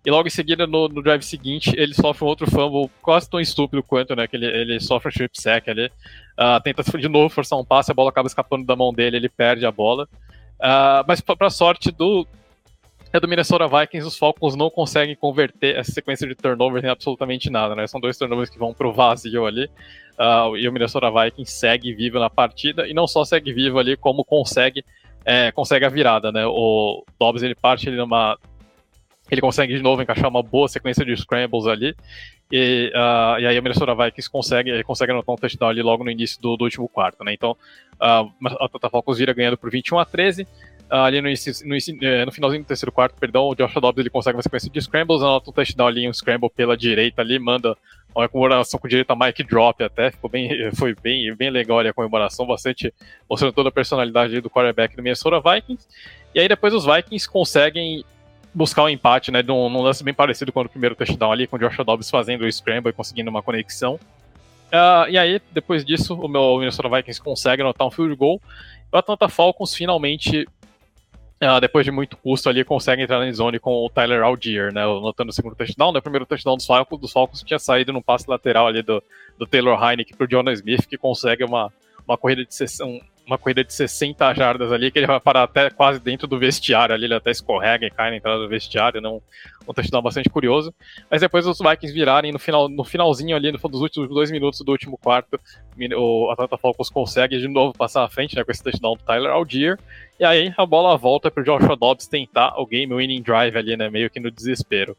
E logo em seguida, no, no drive seguinte, ele sofre um outro fumble quase tão estúpido quanto, né? Que ele, ele sofre um strip sack ali. Uh, tenta de novo forçar um passe, a bola acaba escapando da mão dele, ele perde a bola. Uh, mas para sorte do, é do Minnesota Vikings, os Falcons não conseguem converter essa sequência de turnovers em absolutamente nada, né? São dois turnovers que vão pro vazio ali. Uh, e o Minnesota Vikings segue vivo na partida, e não só segue vivo ali, como consegue, é, consegue a virada, né? O Dobbs, ele parte ele numa... Ele consegue de novo encaixar uma boa sequência de scrambles ali, e, uh, e aí o Minnesota Vikings consegue, consegue anotar um touchdown ali logo no início do, do último quarto, né? Então, uh, a Atlanta Falcons vira ganhando por vinte e um a treze. Uh, ali no, no, no finalzinho do terceiro quarto, perdão, o Josh Dobbs ele consegue uma sequência de scrambles, anota um touchdown ali, um scramble pela direita ali, manda uma comemoração com direito a mic drop até, ficou bem, foi bem, bem legal ali a comemoração, bastante mostrando toda a personalidade do quarterback do Minnesota Vikings. E aí depois os Vikings conseguem buscar um empate, né, num, num lance bem parecido com o primeiro touchdown ali, com o Josh Dobbs fazendo o scramble e conseguindo uma conexão. Uh, e aí, depois disso, o meu Minnesota Vikings consegue anotar um field goal. O Atlanta Falcons finalmente, uh, depois de muito custo ali, consegue entrar na zone com o Tyler Allgeier, né, anotando o segundo touchdown. Né, o primeiro touchdown dos Falcons, dos Falcons tinha saído num passe lateral ali do, do Taylor Heinicke pro Jonah Smith, que consegue uma, uma corrida de sessão, uma corrida de sessenta jardas ali, que ele vai parar até quase dentro do vestiário ali, ele até escorrega e cai na entrada do vestiário, né, um, um touchdown bastante curioso. Mas depois os Vikings virarem no, final, no finalzinho ali, no, nos últimos dois minutos do último quarto, o Atlanta Falcons consegue de novo passar à frente, né, com esse touchdown do Tyler Allgeier, e aí a bola volta pro Joshua Dobbs tentar o game-winning drive ali, né, meio que no desespero.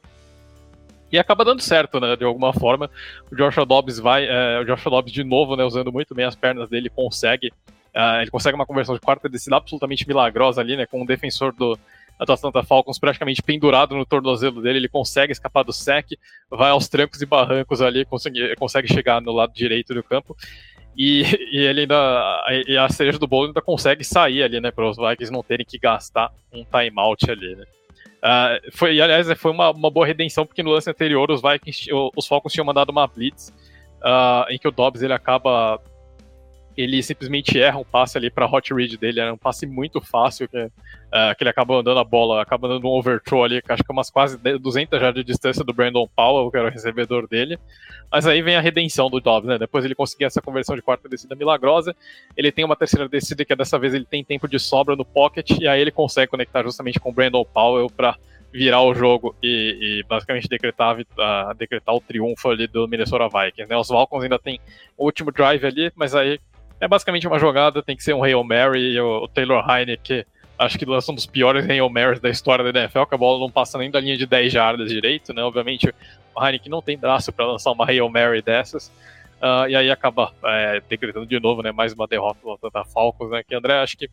E acaba dando certo, né, de alguma forma. O Joshua Dobbs vai, é, o Joshua Dobbs de novo, né, usando muito bem as pernas dele, consegue Uh, ele consegue uma conversão de quarta descida absolutamente milagrosa ali, né, com um defensor do, do Atlanta Falcons praticamente pendurado no tornozelo dele, ele consegue escapar do sec, vai aos trancos e barrancos ali, consegue, consegue chegar no lado direito do campo, e, e ele ainda, e a cereja do bolo ainda consegue sair ali, né, para os Vikings não terem que gastar um timeout ali, né. Uh, foi, aliás, foi uma, uma boa redenção, porque no lance anterior os Vikings, os Falcons tinham mandado uma blitz, uh, em que o Dobbs ele acaba... ele simplesmente erra um passe ali para hot read dele, era um passe muito fácil, que, uh, que ele acaba andando a bola, acaba dando um overthrow ali, que acho que é umas quase duzentas jardas de distância do Brandon Powell, que era o recebedor dele, mas aí vem a redenção do Dobbs, né, depois ele conseguir essa conversão de quarta descida milagrosa, ele tem uma terceira descida que dessa vez ele tem tempo de sobra no pocket, e aí ele consegue conectar justamente com o Brandon Powell para virar o jogo e, e basicamente decretar, uh, decretar o triunfo ali do Minnesota Vikings, né, os Falcons ainda tem o último drive ali, mas aí é basicamente uma jogada, tem que ser um Hail Mary, e o, o Taylor Heinicke, acho que lança um dos piores Hail Marys da história da N F L, que a bola não passa nem da linha de dez jardas direito, né, obviamente o Heinicke não tem braço para lançar uma Hail Mary dessas, uh, e aí acaba é, decretando de novo, né, mais uma derrota do Atlanta Falcons, né, que André, acho que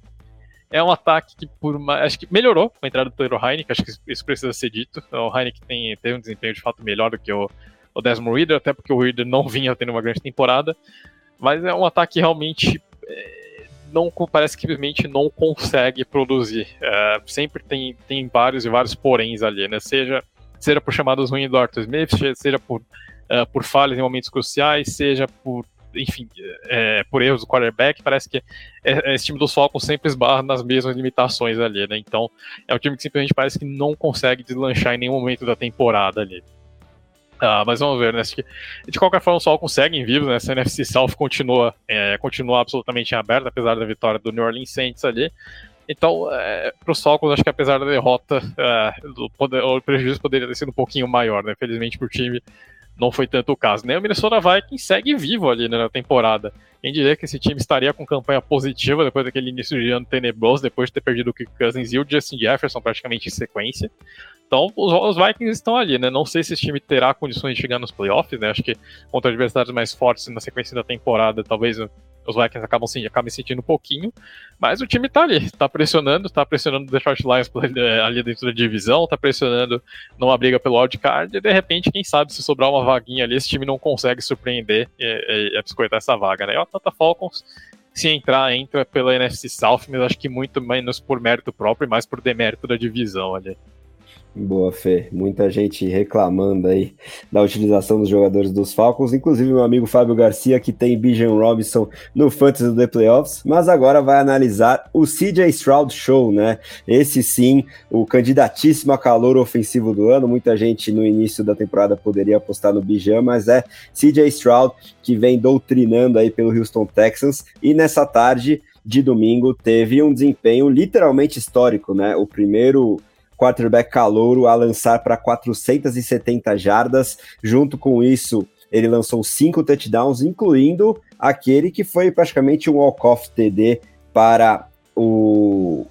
é um ataque que por uma, acho que melhorou com a entrada do Taylor Heinicke, acho que isso precisa ser dito, o Heinicke tem, tem um desempenho de fato melhor do que o, o Desmond Ridder, até porque o Ridder não vinha tendo uma grande temporada, mas é um ataque que realmente é, não, parece que simplesmente não consegue produzir. É, sempre tem, tem vários e vários poréns ali, né? Seja, seja por chamadas ruins do Arthur Smith, seja por, uh, por falhas em momentos cruciais, seja por, enfim, é, por erros do quarterback. Parece que é, esse time dos Falcons sempre esbarra nas mesmas limitações ali, né? Então é um time que simplesmente parece que não consegue deslanchar em nenhum momento da temporada ali. Ah, mas vamos ver, né? De qualquer forma, os Falcons seguem vivos, né? Essa N F C South continua, é, continua absolutamente aberta, apesar da vitória do New Orleans Saints ali. Então, é, para os Falcons, acho que apesar da derrota, é, do poder, o prejuízo poderia ter sido um pouquinho maior, né? Infelizmente, para o time, não foi tanto o caso, né? O Minnesota Vikings segue vivo ali, né, na temporada. Quem diria que esse time estaria com campanha positiva depois daquele início de ano tenebroso, depois de ter perdido o Kirk Cousins e o Justin Jefferson praticamente em sequência. Então, os, os Vikings estão ali, né? Não sei se esse time terá condições de chegar nos playoffs, né? Acho que contra adversários mais fortes na sequência da temporada, talvez os Vikings acabam, sim, acabem sentindo um pouquinho, mas o time tá ali, tá pressionando, tá pressionando o Detroit Lions ali dentro da divisão, tá pressionando numa briga pelo wildcard, e de repente, quem sabe, se sobrar uma vaguinha ali, esse time não consegue surpreender e, e, e biscoitar essa vaga, né? E o Atlanta Falcons, se entrar, entra pela N F C South, mas acho que muito menos por mérito próprio e mais por demérito da divisão ali. Boa, Fê. Muita gente reclamando aí da utilização dos jogadores dos Falcons, inclusive meu amigo Fábio Garcia, que tem Bijan Robinson no Fantasy do The Playoffs, mas agora vai analisar o C J Stroud Show, né? Esse sim, o candidatíssimo a calor ofensivo do ano. Muita gente no início da temporada poderia apostar no Bijan, mas é C J Stroud que vem doutrinando aí pelo Houston Texans, e nessa tarde de domingo teve um desempenho literalmente histórico, né? O primeiro quarterback calouro a lançar para quatrocentas e setenta jardas. Junto com isso, ele lançou cinco touchdowns, incluindo aquele que foi praticamente um walk-off T D para o,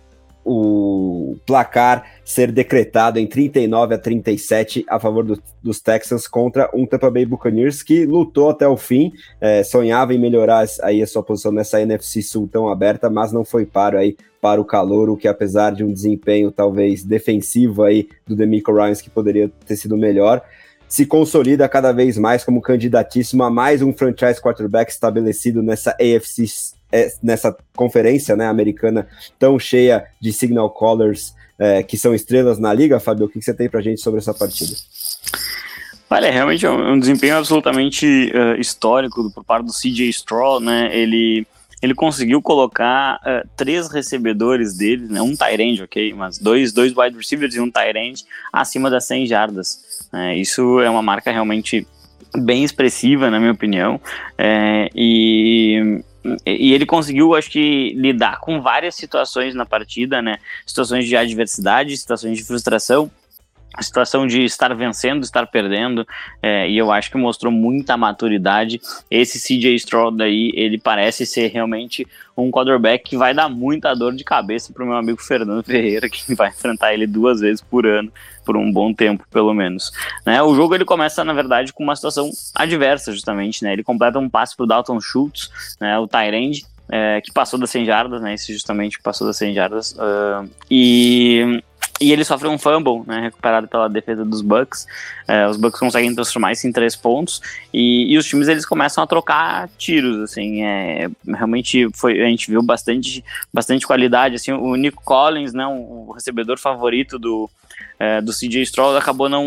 o placar ser decretado em trinta e nove a trinta e sete a favor do, dos Texans contra um Tampa Bay Buccaneers que lutou até o fim, é, sonhava em melhorar aí a sua posição nessa N F C Sul tão aberta, mas não foi páreo aí para o calouro, que apesar de um desempenho talvez defensivo aí do DeMeco Ryans, que poderia ter sido melhor, se consolida cada vez mais como candidatíssimo a mais um franchise quarterback estabelecido nessa A F C, nessa conferência, né, americana tão cheia de signal callers, é, que são estrelas na liga. Fábio, o que você tem pra gente sobre essa partida? Olha, realmente é um, um desempenho absolutamente uh, histórico por parte do C J Stroud, né? Ele Ele conseguiu colocar uh, três recebedores dele, né, um tight end, ok, mas dois, dois wide receivers e um tight end acima das cem jardas. É, isso é uma marca realmente bem expressiva, na minha opinião, é, e, e ele conseguiu, acho que, lidar com várias situações na partida, né, situações de adversidade, situações de frustração, a situação de estar vencendo, estar perdendo, é, e eu acho que mostrou muita maturidade. Esse C J Stroud aí, ele parece ser realmente um quarterback que vai dar muita dor de cabeça para o meu amigo Fernando Ferreira, que vai enfrentar ele duas vezes por ano, por um bom tempo, pelo menos. Né? O jogo ele começa, na verdade, com uma situação adversa, justamente, né? Ele completa um passe para o Dalton Schultz, né, o tight end, é, que passou das cem jardas, né? Esse justamente passou das cem jardas, uh, e... E ele sofre um fumble, né, recuperado pela defesa dos Bucks. É, os Bucks conseguem transformar isso em três pontos. E, e os times eles começam a trocar tiros. Assim, é, realmente foi, a gente viu bastante, bastante qualidade. Assim, o Nico Collins, né, um, o recebedor favorito do, é, do C J Stroud, acabou não...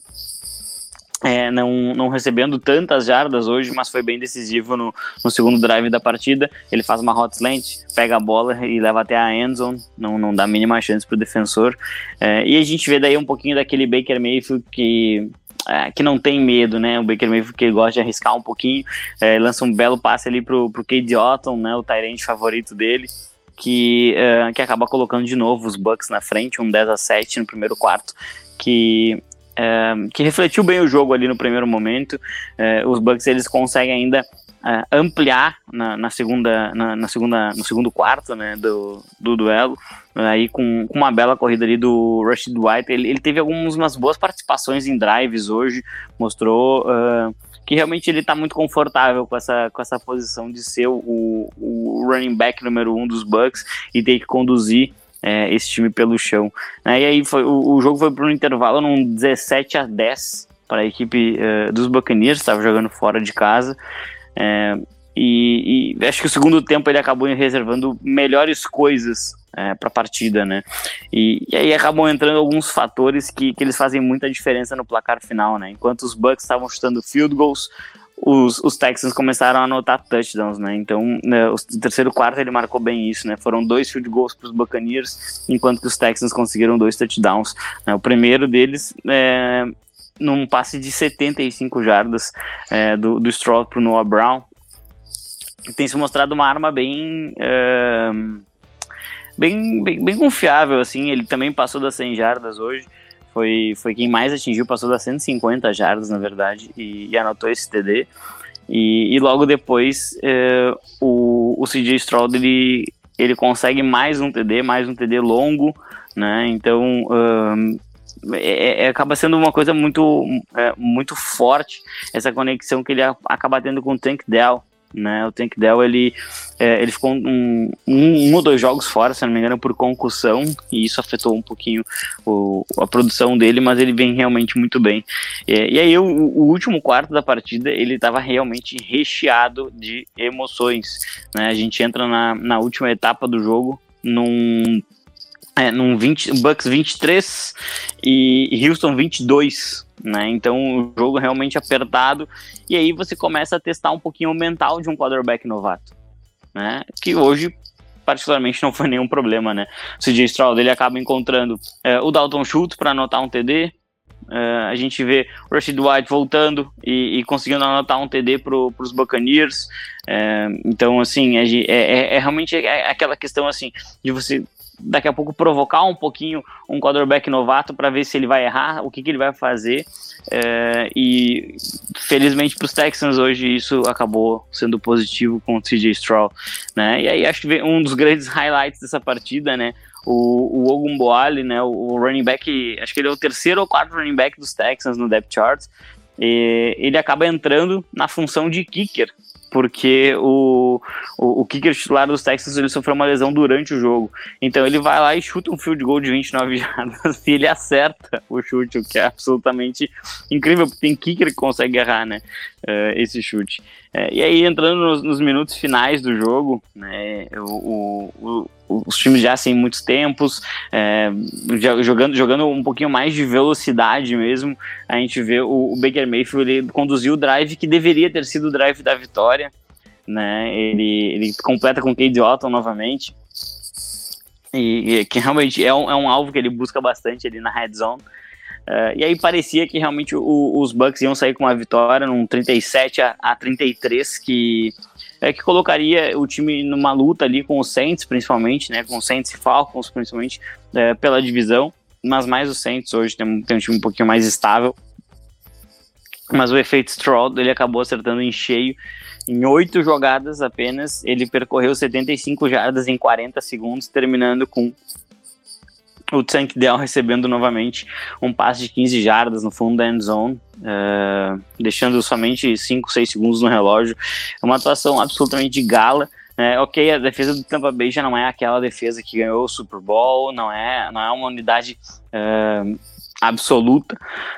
É, não, não recebendo tantas jardas hoje, mas foi bem decisivo no, no segundo drive da partida. Ele faz uma hot slant, pega a bola e leva até a end zone, não, não dá a mínima chance para o defensor. É, e a gente vê daí um pouquinho daquele Baker Mayfield que, é, que não tem medo, né? O Baker Mayfield que gosta de arriscar um pouquinho, é, lança um belo passe ali pro, pro Cade Otton, né, o tight end favorito dele, que, é, que acaba colocando de novo os Bucks na frente, um dez a sete no primeiro quarto, que... É, que refletiu bem o jogo ali no primeiro momento. É, os Bucks eles conseguem ainda é, ampliar na, na segunda, na, na segunda, no segundo quarto, né, do, do duelo, aí com, com uma bela corrida ali do Rashid White. Ele, ele teve algumas boas participações em drives hoje, mostrou uh, que realmente ele está muito confortável com essa, com essa posição de ser o, o running back número um dos Bucks e ter que conduzir É, esse time pelo chão, né? E aí foi, o, o jogo foi para um intervalo num dezessete a dez para a equipe uh, dos Buccaneers, estava jogando fora de casa, é, e, e acho que o segundo tempo ele acabou reservando melhores coisas é, para a partida, né? E, e aí acabam entrando alguns fatores que, que eles fazem muita diferença no placar final, né? Enquanto os Bucks estavam chutando field goals, Os, os Texans começaram a anotar touchdowns, né? Então, né, o terceiro quarto ele marcou bem isso, né? Foram dois field goals para os Buccaneers, enquanto que os Texans conseguiram dois touchdowns, né? O primeiro deles é num passe de setenta e cinco jardas é, do, do Stroud para o Noah Brown. Tem se mostrado uma arma bem, é, bem, bem, bem confiável, assim. Ele também passou das cem jardas hoje. Foi, foi quem mais atingiu, passou das cento e cinquenta jardas, na verdade, e, e anotou esse T D. E, e logo depois, é, o, o C J Stroud, ele, ele consegue mais um T D, mais um T D longo, né? Então, um, é, é, acaba sendo uma coisa muito, é, muito forte, essa conexão que ele acaba tendo com o Tank Dell, né? O Tank Dell, ele, é, ele ficou um, um, um ou dois jogos fora, se não me engano, por concussão, e isso afetou um pouquinho o, a produção dele, mas ele vem realmente muito bem. É, e aí o, o último quarto da partida, ele estava realmente recheado de emoções, né? A gente entra na, na última etapa do jogo num É, num vinte, Bucks vinte e três e Houston vinte e dois, né? Então o jogo realmente apertado, e aí você começa a testar um pouquinho o mental de um quarterback novato, né? Que hoje particularmente não foi nenhum problema, né? O C J Stroud, ele acaba encontrando é, o Dalton Schultz para anotar um T D. Uh, a gente vê o Rashid White voltando e, e conseguindo anotar um T D para os Buccaneers. Uh, então, assim, é, é, é realmente é aquela questão assim de você daqui a pouco provocar um pouquinho um quarterback novato para ver se ele vai errar, o que, que ele vai fazer. Uh, e felizmente para os Texans hoje isso acabou sendo positivo com o C J Stroud, né? E aí acho que um dos grandes highlights dessa partida, né? O, o Ogunbowale, né, o running back, acho que ele é o terceiro ou quarto running back dos Texans no depth chart, e ele acaba entrando na função de kicker, porque o, o, o kicker titular dos Texans, ele sofreu uma lesão durante o jogo, então ele vai lá e chuta um field goal de vinte e nove jardas e ele acerta o chute, o que é absolutamente incrível, porque tem kicker que consegue errar, né, uh, esse chute. Uh, e aí, entrando nos, nos minutos finais do jogo, né, o, o, o, os times já sem muitos tempos, é, jogando, jogando um pouquinho mais de velocidade mesmo, a gente vê o, o Baker Mayfield, ele conduziu o drive que deveria ter sido o drive da vitória, né, ele, ele completa com o Cade Otton novamente, e, e que realmente é um, é um alvo que ele busca bastante ali na red zone. Uh, e aí parecia que realmente o, os Bucks iam sair com uma vitória num trinta e sete a trinta e três, que, é, que colocaria o time numa luta ali com os Saints, principalmente, né, com os Saints e Falcons, principalmente, é, pela divisão, mas mais os Saints hoje tem, tem um time um pouquinho mais estável. Mas o efeito Stroud, ele acabou acertando em cheio. Em oito jogadas apenas, ele percorreu setenta e cinco jardas em quarenta segundos, terminando com o Tank Dell recebendo novamente um passe de quinze jardas no fundo da end zone, uh, deixando somente cinco, seis segundos no relógio. É uma atuação absolutamente de gala. É, ok, a defesa do Tampa Bay já não é aquela defesa que ganhou o Super Bowl, não é, não é uma unidade uh, absoluta,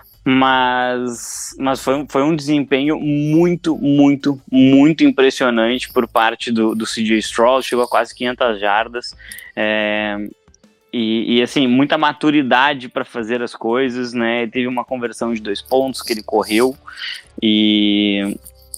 mas, mas foi, foi um desempenho muito, muito, muito impressionante por parte do, do C J Stroud, chegou a quase quinhentas jardas, é, E, e assim, muita maturidade para fazer as coisas, né? Teve uma conversão de dois pontos que ele correu, e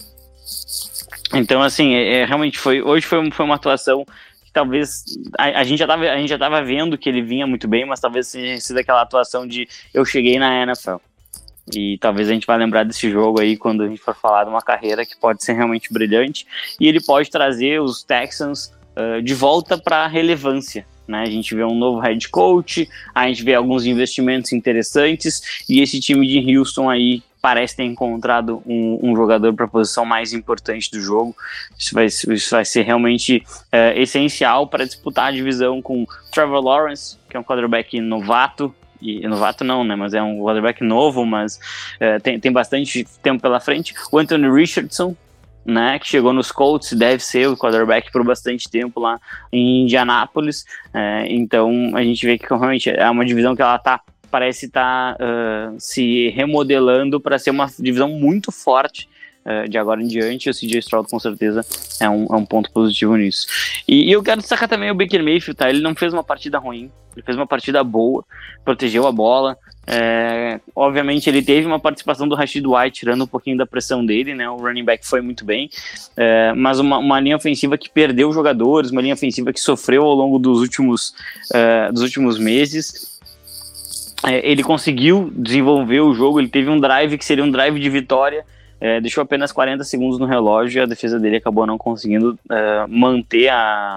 então assim, é, é, realmente foi, hoje foi, foi uma atuação que talvez a, a gente já tava, a gente já tava vendo que ele vinha muito bem, mas talvez tenha sido aquela atuação de eu cheguei na N F L. E talvez a gente vai lembrar desse jogo aí quando a gente for falar de uma carreira que pode ser realmente brilhante, e ele pode trazer os Texans uh, de volta para a relevância, né? A gente vê um novo head coach, a gente vê alguns investimentos interessantes, e esse time de Houston aí parece ter encontrado um, um jogador para a posição mais importante do jogo. Isso vai, isso vai ser realmente uh, essencial para disputar a divisão com Trevor Lawrence, que é um quarterback novato, e novato não, né, mas é um quarterback novo, mas uh, tem, tem bastante tempo pela frente. O Anthony Richardson, né, que chegou nos Colts, deve ser o quarterback por bastante tempo lá em Indianápolis. Uh, então a gente vê que realmente é uma divisão que ela tá, parece estar tá, uh, se remodelando para ser uma divisão muito forte uh, de agora em diante. O C J Stroud com certeza é um, é um ponto positivo nisso. E, e eu quero destacar também o Baker Mayfield, tá? Ele não fez uma partida ruim, ele fez uma partida boa, protegeu a bola. É, obviamente ele teve uma participação do Rashid White tirando um pouquinho da pressão dele, né? O running back foi muito bem, é, mas uma, uma linha ofensiva que perdeu jogadores, uma linha ofensiva que sofreu ao longo dos últimos, é, dos últimos meses. É, ele conseguiu desenvolver o jogo, ele teve um drive que seria um drive de vitória, é, deixou apenas quarenta segundos no relógio, e a defesa dele acabou não conseguindo é, manter a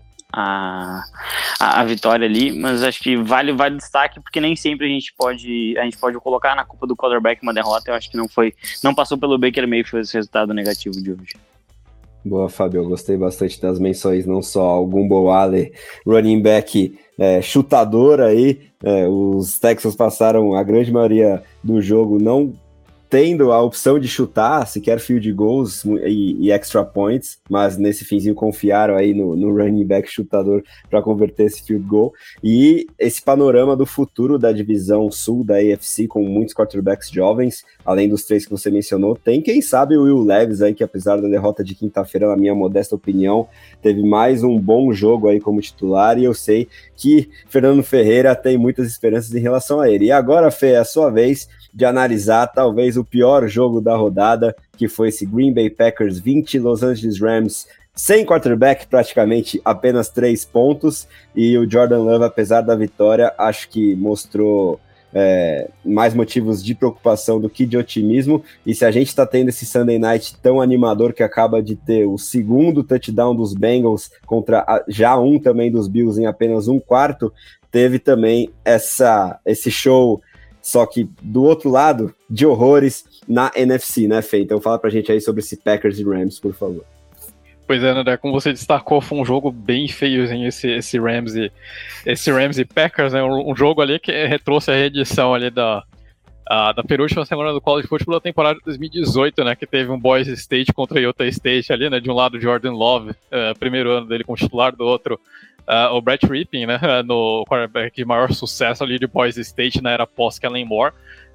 A, a, a vitória ali, mas acho que vale, vale destaque, porque nem sempre a gente pode a gente pode colocar na culpa do quarterback uma derrota. Eu acho que não foi, não passou pelo Baker Mayfield esse resultado negativo de hoje. Boa, Fábio, eu gostei bastante das menções, não só o Ogunbowale, running back é, chutador aí, é, os Texans passaram a grande maioria do jogo não tendo a opção de chutar, sequer field goals e, e extra points, mas nesse finzinho confiaram aí no, no running back chutador para converter esse field goal. E esse panorama do futuro da divisão sul da A F C, com muitos quarterbacks jovens, além dos três que você mencionou, tem quem sabe o Will Levis aí, que apesar da derrota de quinta-feira, na minha modesta opinião, teve mais um bom jogo aí como titular, e eu sei que Fernando Ferreira tem muitas esperanças em relação a ele. E agora, Fê, é a sua vez de analisar talvez o pior jogo da rodada, que foi esse Green Bay Packers vinte, Los Angeles Rams sem quarterback, praticamente apenas três pontos, e o Jordan Love, apesar da vitória, acho que mostrou é, mais motivos de preocupação do que de otimismo. E se a gente está tendo esse Sunday Night tão animador, que acaba de ter o segundo touchdown dos Bengals contra a, já um também dos Bills em apenas um quarto, teve também essa, esse show, só que do outro lado, de horrores na N F C, né, Fê? Então fala pra gente aí sobre esse Packers e Rams, por favor. Pois é, André, como você destacou, foi um jogo bem feiozinho esse, esse, Rams e, esse Rams e Packers, né? Um, um jogo ali que retrouxe a reedição ali da, a, da penúltima semana do College Football da temporada de dois mil e dezoito, né? Que teve um Boise State contra Utah State ali, né? De um lado, Jordan Love, uh, primeiro ano dele como titular, do outro, uh, o Brett Rippin, né? No quarterback de maior sucesso ali de Boise State na era pós-Kellen Moore.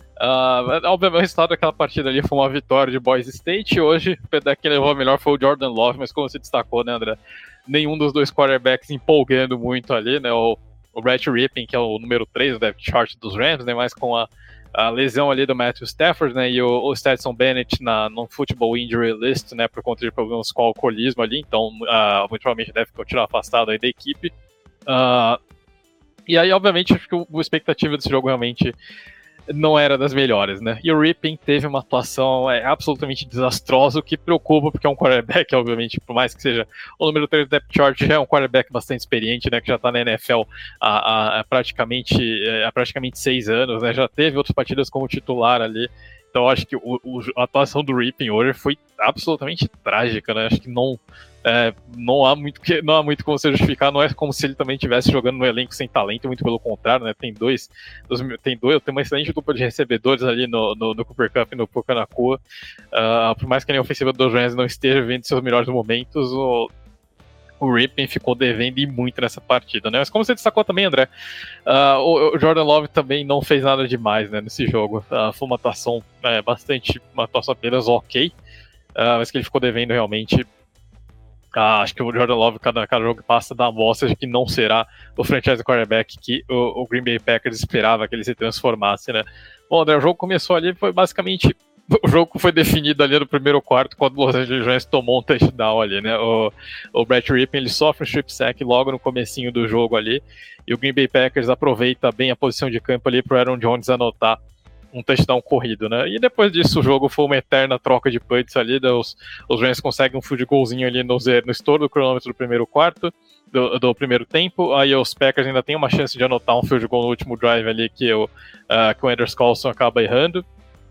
Uh, obviamente o resultado daquela partida ali foi uma vitória de Boise State. Hoje, quem levou a melhor foi o Jordan Love, mas como você destacou, né, André, nenhum dos dois quarterbacks empolgando muito ali, né, o, o Brett Rippin, que é o número três do depth chart dos Rams, né, mas com a, a lesão ali do Matthew Stafford, né, e o, o Stetson Bennett na non-football injury list, né, por conta de problemas com o alcoolismo ali, então uh, muito provavelmente deve continuar afastado aí da equipe. Uh, e aí, obviamente, acho que a expectativa desse jogo realmente não era das melhores, né? E o Rippin teve uma atuação é, absolutamente desastrosa, o que preocupa, porque é um quarterback, obviamente, por mais que seja o número três do depth chart, já é um quarterback bastante experiente, né? Que já tá na N F L há, há, há, praticamente, há praticamente seis anos, né? Já teve outras partidas como titular ali. Então, acho que o, o, a atuação do Rippin hoje foi absolutamente trágica, né? Acho que não, é, não, há muito, não há muito como se justificar. Não é como se ele também estivesse jogando no elenco sem talento, muito pelo contrário, né? Tem dois, tem dois, tem uma excelente dupla de recebedores ali no, no, no Cooper Kupp e no Puka Nacua. Uh, por mais que a linha ofensiva dos Rams não esteja vendo seus melhores momentos, o o Rippin ficou devendo e muito nessa partida, né? Mas como você destacou também, André, uh, o, o Jordan Love também não fez nada demais, né, nesse jogo. Uh, foi uma atuação é, bastante, uma atuação apenas ok, uh, mas que ele ficou devendo realmente. Uh, acho que o Jordan Love, cada, cada jogo que passa, dá amostra de que não será o franchise quarterback que o, o Green Bay Packers esperava que ele se transformasse, né? Bom, André, o jogo começou ali, foi basicamente... O jogo foi definido ali no primeiro quarto, quando o Los Angeles Rams tomou um touchdown ali, né? O, o Brett Rippin, ele sofre um strip sack logo no comecinho do jogo ali, e o Green Bay Packers aproveita bem a posição de campo ali pro Aaron Jones anotar um touchdown corrido, né? E depois disso o jogo foi uma eterna troca de punts ali, os, os Rams conseguem um field goalzinho ali no, no estouro do cronômetro do primeiro quarto, do, do primeiro tempo, aí os Packers ainda tem uma chance de anotar um field goal no último drive ali que o, uh, que o Anders Carlson acaba errando.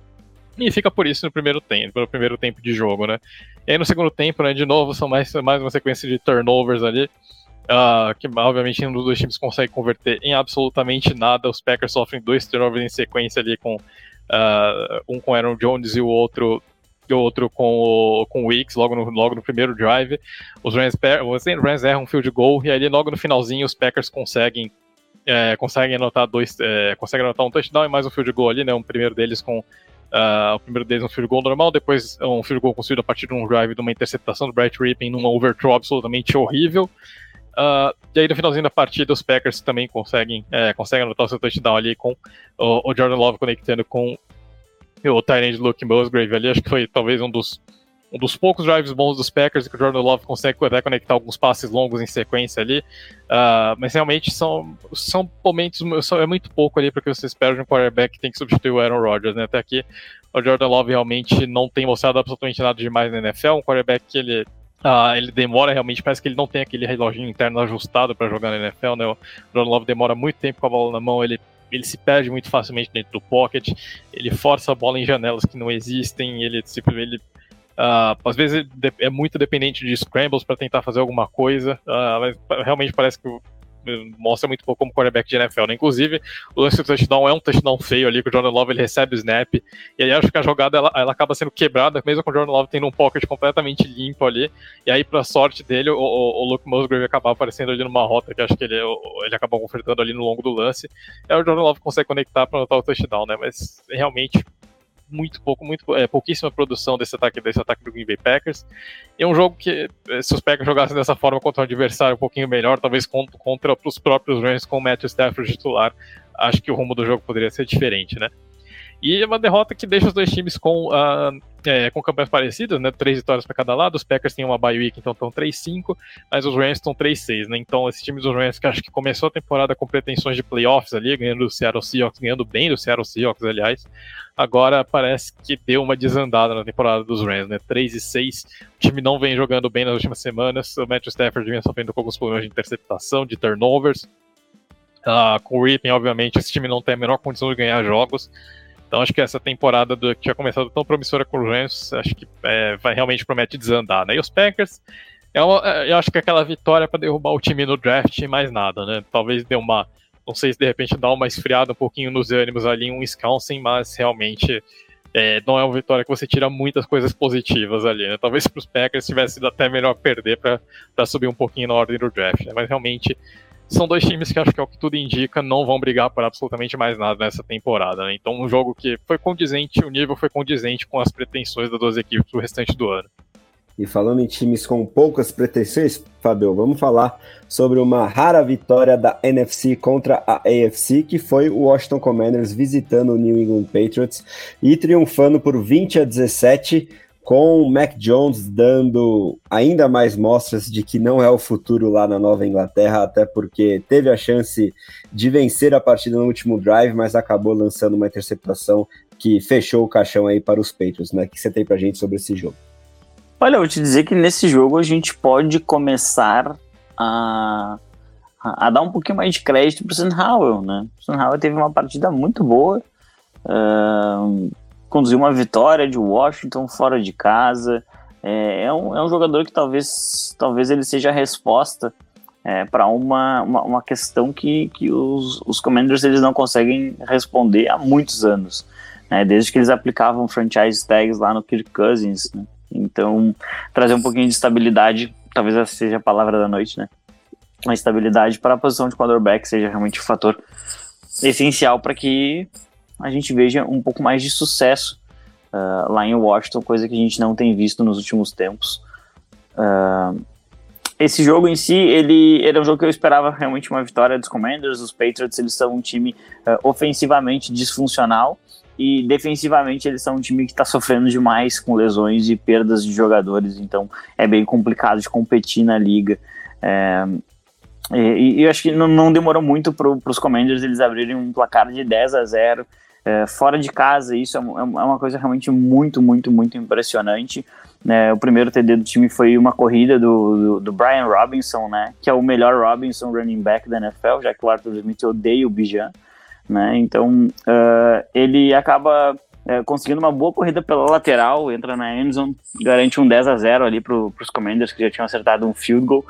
E fica por isso no primeiro tempo, no primeiro tempo de jogo, né? E aí no segundo tempo, né, de novo, são mais, mais uma sequência de turnovers ali, uh, que obviamente nenhum dos dois times consegue converter em absolutamente nada. Os Packers sofrem dois turnovers em sequência ali, com uh, um com Aaron Jones e o outro, e o outro com o, com o Weeks, logo no, logo no primeiro drive. Os Rams, os Rams erram um field goal, e aí logo no finalzinho os Packers conseguem é, conseguem anotar dois, é, conseguem anotar um touchdown e mais um field goal ali, né? Um primeiro deles com Uh, o primeiro deles um field goal normal, depois um field goal construído a partir de um drive de uma interceptação do Brett Rippin numa overthrow absolutamente horrível. Uh, e aí no finalzinho da partida os Packers também conseguem, é, conseguem anotar o seu touchdown ali com o, o Jordan Love conectando com o tight end Luke Musgrave ali. Acho que foi talvez um dos, um dos poucos drives bons dos Packers, que o Jordan Love consegue até conectar alguns passes longos em sequência ali, uh, mas realmente são, são momentos, são, é muito pouco ali porque você espera de um quarterback que tem que substituir o Aaron Rodgers, né? Até aqui o Jordan Love realmente não tem mostrado absolutamente nada demais na N F L, um quarterback que ele, uh, ele demora realmente, parece que ele não tem aquele reloginho interno ajustado para jogar na N F L, né? O Jordan Love demora muito tempo com a bola na mão, ele ele se perde muito facilmente dentro do pocket, ele força a bola em janelas que não existem, ele simplesmente... Ele, Uh, às vezes é muito dependente de scrambles para tentar fazer alguma coisa, uh, mas realmente parece que o, mostra muito pouco como quarterback de N F L, né? Inclusive, o lance do touchdown é um touchdown feio ali, que o Jordan Love ele recebe o snap, e aí acho que a jogada ela, ela acaba sendo quebrada, mesmo com o Jordan Love tendo um pocket completamente limpo ali, e aí pra sorte dele, o, o, o Luke Musgrave acaba aparecendo ali numa rota que acho que ele, ele acaba convertendo ali no longo do lance, e aí o Jordan Love consegue conectar pra anotar o touchdown, né? Mas realmente muito pouco, muito, é, pouquíssima produção desse ataque, desse ataque do Green Bay Packers. E é um jogo que, se os Packers jogassem dessa forma contra um adversário um pouquinho melhor, talvez contra, contra os próprios Rams com o Matthew Stafford titular, acho que o rumo do jogo poderia ser diferente, né? E é uma derrota que deixa os dois times com, uh, é, com campanhas parecidas, né? Três vitórias para cada lado. Os Packers têm uma bye week, então estão três cinco, mas os Rams estão três seis, né? Então esse time dos Rams, que acho que começou a temporada com pretensões de playoffs ali, ganhando do Seattle Seahawks, ganhando bem do Seattle Seahawks, aliás, agora parece que deu uma desandada na temporada dos Rams, né? três e seis, o time não vem jogando bem nas últimas semanas, o Matthew Stafford vem sofrendo com alguns problemas de interceptação, de turnovers. Uh, com o Ripping, obviamente, esse time não tem a menor condição de ganhar jogos. Então acho que essa temporada do, que tinha começado tão promissora com os Rams, acho que é, vai realmente promete desandar, né? E os Packers, é uma, eu acho que é aquela vitória para derrubar o time no draft e mais nada, né? Talvez dê uma, não sei se de repente dá uma esfriada um pouquinho nos ânimos ali em um Wisconsin, mas realmente é, não é uma vitória que você tira muitas coisas positivas ali, né? Talvez para os Packers tivesse sido até melhor perder para subir um pouquinho na ordem do draft, né? Mas realmente são dois times que acho que é o que tudo indica, não vão brigar por absolutamente mais nada nessa temporada, né? Então um jogo que foi condizente, o nível foi condizente com as pretensões das duas equipes pro restante do ano. E falando em times com poucas pretensões, Fabio, vamos falar sobre uma rara vitória da N F C contra a A F C, que foi o Washington Commanders visitando o New England Patriots e triunfando por vinte a dezessete, com o Mac Jones dando ainda mais mostras de que não é o futuro lá na Nova Inglaterra, até porque teve a chance de vencer a partida no último drive, mas acabou lançando uma interceptação que fechou o caixão aí para os Patriots, né? O que você tem pra gente sobre esse jogo? Olha, eu vou te dizer que nesse jogo a gente pode começar a, a dar um pouquinho mais de crédito pro Sam Howell, né? O Sam Howell teve uma partida muito boa, uh, conduziu uma vitória de Washington fora de casa. É, é, um, é um jogador que talvez, talvez ele seja a resposta é, para uma, uma, uma questão que, que os, os Commanders eles não conseguem responder há muitos anos, né? Desde que eles aplicavam franchise tags lá no Kirk Cousins, né? Então, trazer um pouquinho de estabilidade, talvez essa seja a palavra da noite, né? A estabilidade para a posição de quarterback seja realmente um fator essencial para que a gente veja um pouco mais de sucesso uh, lá em Washington, coisa que a gente não tem visto nos últimos tempos. Uh, esse jogo em si, ele era um jogo que eu esperava realmente uma vitória dos Commanders. Os Patriots, eles são um time uh, ofensivamente disfuncional e defensivamente eles são um time que está sofrendo demais com lesões e perdas de jogadores, então é bem complicado de competir na liga. É, e, e eu acho que não, não demorou muito para os Commanders eles abrirem um placar de dez a zero, É, fora de casa. Isso é, é uma coisa realmente muito, muito, muito impressionante. É, o primeiro T D do time foi uma corrida do, do, do Brian Robinson, né, que é o melhor Robinson running back da N F L, já que o Arthur Smith odeia o Bijan, né, então uh, ele acaba uh, conseguindo uma boa corrida pela lateral, entra na endzone, garante um dez a zero ali para os Commanders, que já tinham acertado um field goal.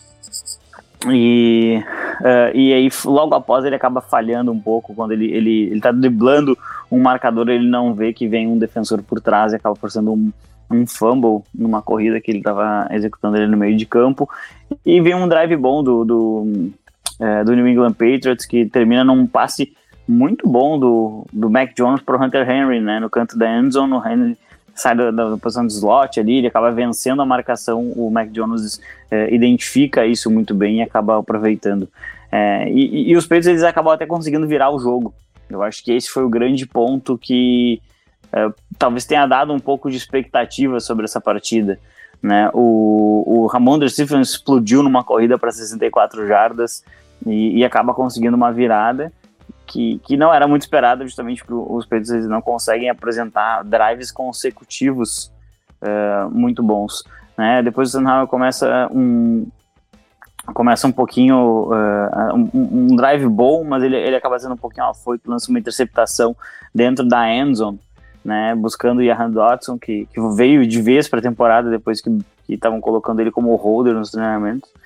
E, uh, e aí logo após ele acaba falhando um pouco, quando ele, ele, ele tá driblando um marcador, ele não vê que vem um defensor por trás e acaba forçando um, um fumble numa corrida que ele estava executando ele no meio de campo, e vem um drive bom do, do, uh, do New England Patriots, que termina num passe muito bom do, do Mac Jones pro Hunter Henry, né, no canto da endzone. O Henry sai da, da posição de slot ali, ele acaba vencendo a marcação, o Mac Jones é, identifica isso muito bem e acaba aproveitando. É, e, e os Patriots, eles acabam até conseguindo virar o jogo. Eu acho que esse foi o grande ponto que é, talvez tenha dado um pouco de expectativa sobre essa partida, né? O, o Ramondre Stephens explodiu numa corrida para sessenta e quatro jardas e, e acaba conseguindo uma virada Que, que não era muito esperado, justamente porque os Patriots eles não conseguem apresentar drives consecutivos uh, muito bons, né? Depois o Sam Howell começa um, começa um pouquinho, uh, um, um drive bom, mas ele, ele acaba sendo um pouquinho afoito, lança uma interceptação dentro da endzone, né? Buscando o Jahan Dotson, que, que veio de vez para a temporada depois que estavam colocando ele como holder nos treinamentos.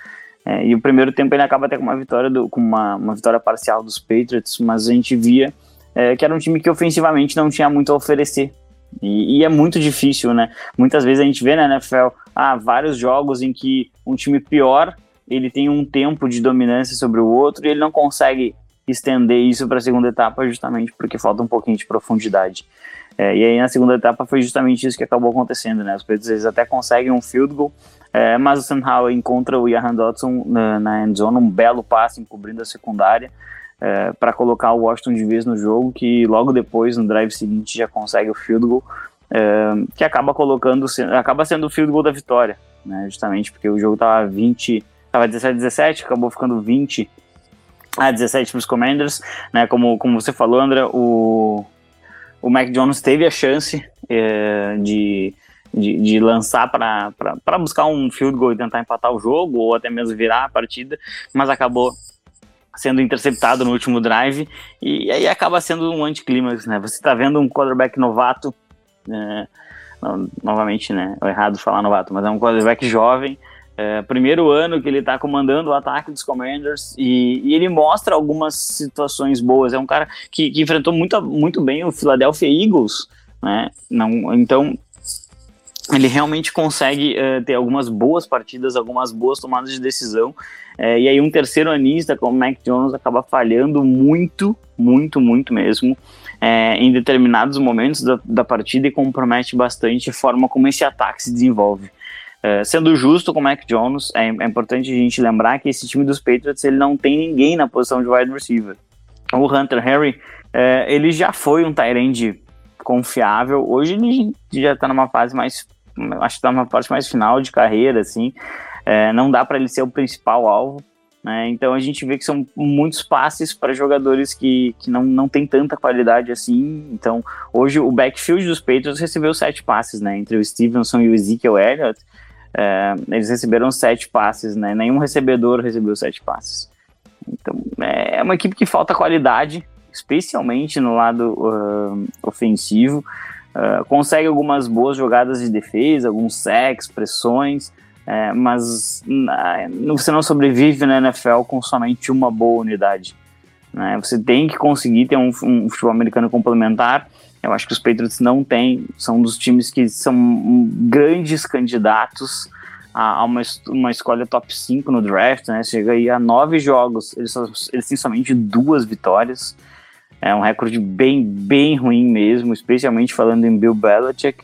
É, e o primeiro tempo ele acaba até com uma vitória, do, com uma, uma vitória parcial dos Patriots, mas a gente via é, que era um time que ofensivamente não tinha muito a oferecer. E, e é muito difícil, né? Muitas vezes a gente vê na N F L ah, vários jogos em que um time pior ele tem um tempo de dominância sobre o outro e ele não consegue estender isso para a segunda etapa justamente porque falta um pouquinho de profundidade. É, e aí na segunda etapa foi justamente isso que acabou acontecendo, né? Os Patriots eles até conseguem um field goal, é, mas o Sam Howell encontra o Jahan Dotson na, na end zone, um belo passe encobrindo a secundária é, para colocar o Washington de vez no jogo, que logo depois, no drive seguinte, já consegue o field goal, é, que acaba colocando, acaba sendo o field goal da vitória, né? Justamente porque o jogo estava vinte, estava dezessete a dezessete, acabou ficando vinte a dezessete para os Commanders, né? Como, como você falou, André, o O Mac Jones teve a chance é, de, de, de lançar para buscar um field goal e tentar empatar o jogo, ou até mesmo virar a partida, mas acabou sendo interceptado no último drive, e aí acaba sendo um anticlímax, né? Você está vendo um quarterback novato, é, no, novamente, né? É errado falar novato, mas é um quarterback jovem, É, primeiro ano que ele está comandando o ataque dos Commanders e, e ele mostra algumas situações boas. É um cara que, que enfrentou muito, muito bem o Philadelphia Eagles, né? Não, então ele realmente consegue uh, ter algumas boas partidas, algumas boas tomadas de decisão, é, e aí um terceiro anista como o Mac Jones acaba falhando muito, muito, muito mesmo é, em determinados momentos da, da partida e compromete bastante a forma como esse ataque se desenvolve. Uh, sendo justo com o Mac Jones, é, é importante a gente lembrar que esse time dos Patriots ele não tem ninguém na posição de wide receiver. O Hunter Henry, uh, ele já foi um tight end confiável, hoje ele já está numa fase mais, acho que está numa parte mais final de carreira, assim, uh, não dá para ele ser o principal alvo, né? Então a gente vê que são muitos passes para jogadores que, que não, não tem tanta qualidade assim. Então hoje o backfield dos Patriots recebeu sete passes, né? Entre o Stevenson e o Ezekiel Elliott, É, eles receberam sete passes, né? Nenhum recebedor recebeu sete passes. Então é uma equipe que falta qualidade, especialmente no lado uh, ofensivo. Uh, consegue algumas boas jogadas de defesa, alguns sacks, pressões, é, mas uh, você não sobrevive na N F L com somente uma boa unidade, né? Você tem que conseguir ter um, um futebol americano complementar. Eu acho que os Patriots não têm, são dos times que são grandes candidatos a, a uma, uma escolha top cinco no draft, né? Chega aí a nove jogos, eles, só, eles têm somente duas vitórias, é um recorde bem, bem ruim mesmo, especialmente falando em Bill Belichick.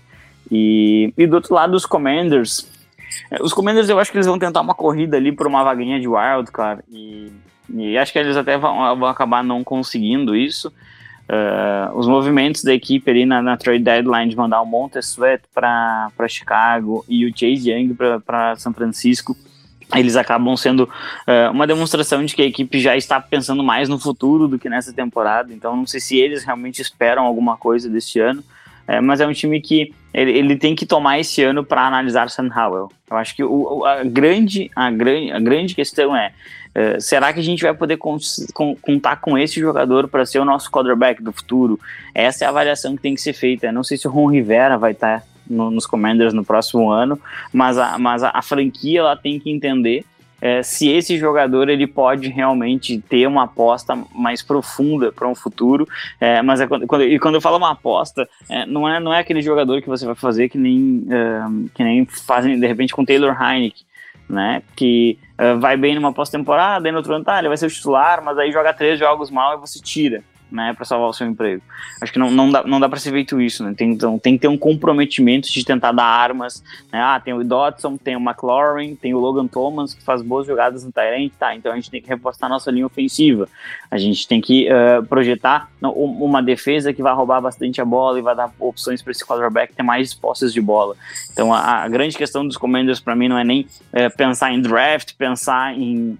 E, e do outro lado, os Commanders, os Commanders eu acho que eles vão tentar uma corrida ali por uma vaguinha de wild, cara, e, e acho que eles até vão, vão acabar não conseguindo isso. Uh, os movimentos da equipe ali na, na trade deadline de mandar o Montez Sweat para Chicago e o Chase Young para São Francisco, eles acabam sendo uh, uma demonstração de que a equipe já está pensando mais no futuro do que nessa temporada. Então não sei se eles realmente esperam alguma coisa deste ano, uh, mas é um time que ele, ele tem que tomar esse ano para analisar Sam Howell. Eu acho que o, a, grande, a, grande, a grande questão é Uh, será que a gente vai poder cons- com, contar com esse jogador para ser o nosso quarterback do futuro? Essa é a avaliação que tem que ser feita. Eu não sei se o Ron Rivera vai estar no, nos Commanders no próximo ano, mas a, mas a, a franquia ela tem que entender uh, se esse jogador ele pode realmente ter uma aposta mais profunda para um futuro. Uh, mas é quando, quando, e quando eu falo uma aposta, uh, não, é, não é aquele jogador que você vai fazer que nem, uh, que nem fazem de repente com Taylor Heinicke, né? Que Uh, vai bem numa pós-temporada, e no outro ano, tá, ele vai ser o titular, mas aí joga três jogos mal e você tira, né, para salvar o seu emprego. Acho que não, não dá, não dá para ser feito isso, né? Tem, então, tem que ter um comprometimento de tentar dar armas, né? Ah, tem o Dotson, tem o McLaurin, tem o Logan Thomas, que faz boas jogadas no tight end, tá, então a gente tem que reforçar a nossa linha ofensiva, a gente tem que uh, projetar uma defesa que vai roubar bastante a bola e vai dar opções para esse quarterback ter mais posses de bola. Então a, a grande questão dos Commanders para mim não é nem uh, pensar em draft, pensar em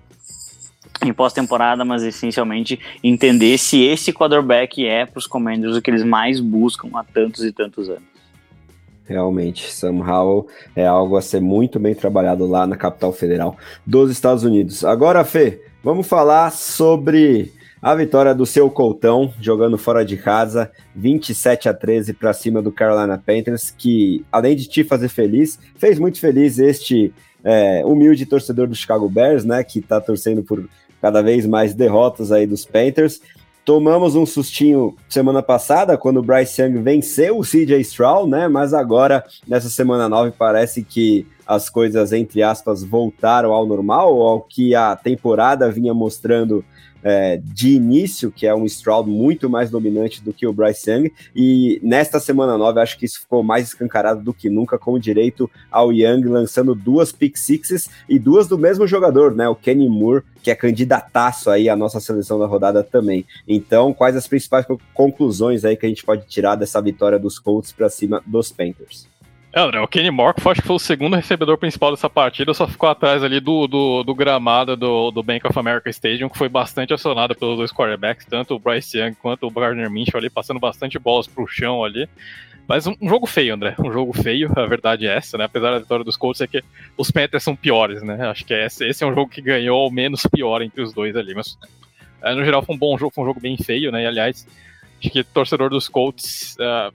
em pós-temporada, mas essencialmente entender se esse quarterback é para os Commanders o que eles mais buscam há tantos e tantos anos. Realmente, Sam Howell é algo a ser muito bem trabalhado lá na capital federal dos Estados Unidos. Agora, Fê, vamos falar sobre a vitória do seu Coltão, jogando fora de casa, vinte e sete a treze para cima do Carolina Panthers, que, além de te fazer feliz, fez muito feliz este é, humilde torcedor do Chicago Bears, né, que tá torcendo por cada vez mais derrotas aí dos Panthers. Tomamos um sustinho semana passada, quando o Bryce Young venceu o C J Stroud, né? Mas agora, nessa semana nove, parece que as coisas, entre aspas, voltaram ao normal, ao que a temporada vinha mostrando é, de início, que é um Stroud muito mais dominante do que o Bryce Young. E nesta semana nove, acho que isso ficou mais escancarado do que nunca, com direito ao Young lançando duas pick sixes e duas do mesmo jogador, né? O Kenny Moore, que é candidataço aí à nossa seleção da rodada também. Então, quais as principais conclusões aí que a gente pode tirar dessa vitória dos Colts para cima dos Panthers? É, André, o Kenny Moore, que acho que foi o segundo recebedor principal dessa partida, só ficou atrás ali do, do, do gramado do, do Bank of America Stadium, que foi bastante acionado pelos dois quarterbacks, tanto o Bryce Young quanto o Gardner Minshew ali, passando bastante bolas pro chão ali. Mas um, um jogo feio, André, um jogo feio, a verdade é essa, né? Apesar da vitória dos Colts, é que os Panthers são piores, né? Acho que esse, esse é um jogo que ganhou o menos pior entre os dois ali, mas é, no geral foi um bom jogo, foi um jogo bem feio, né? E aliás, acho que torcedor dos Colts... Uh,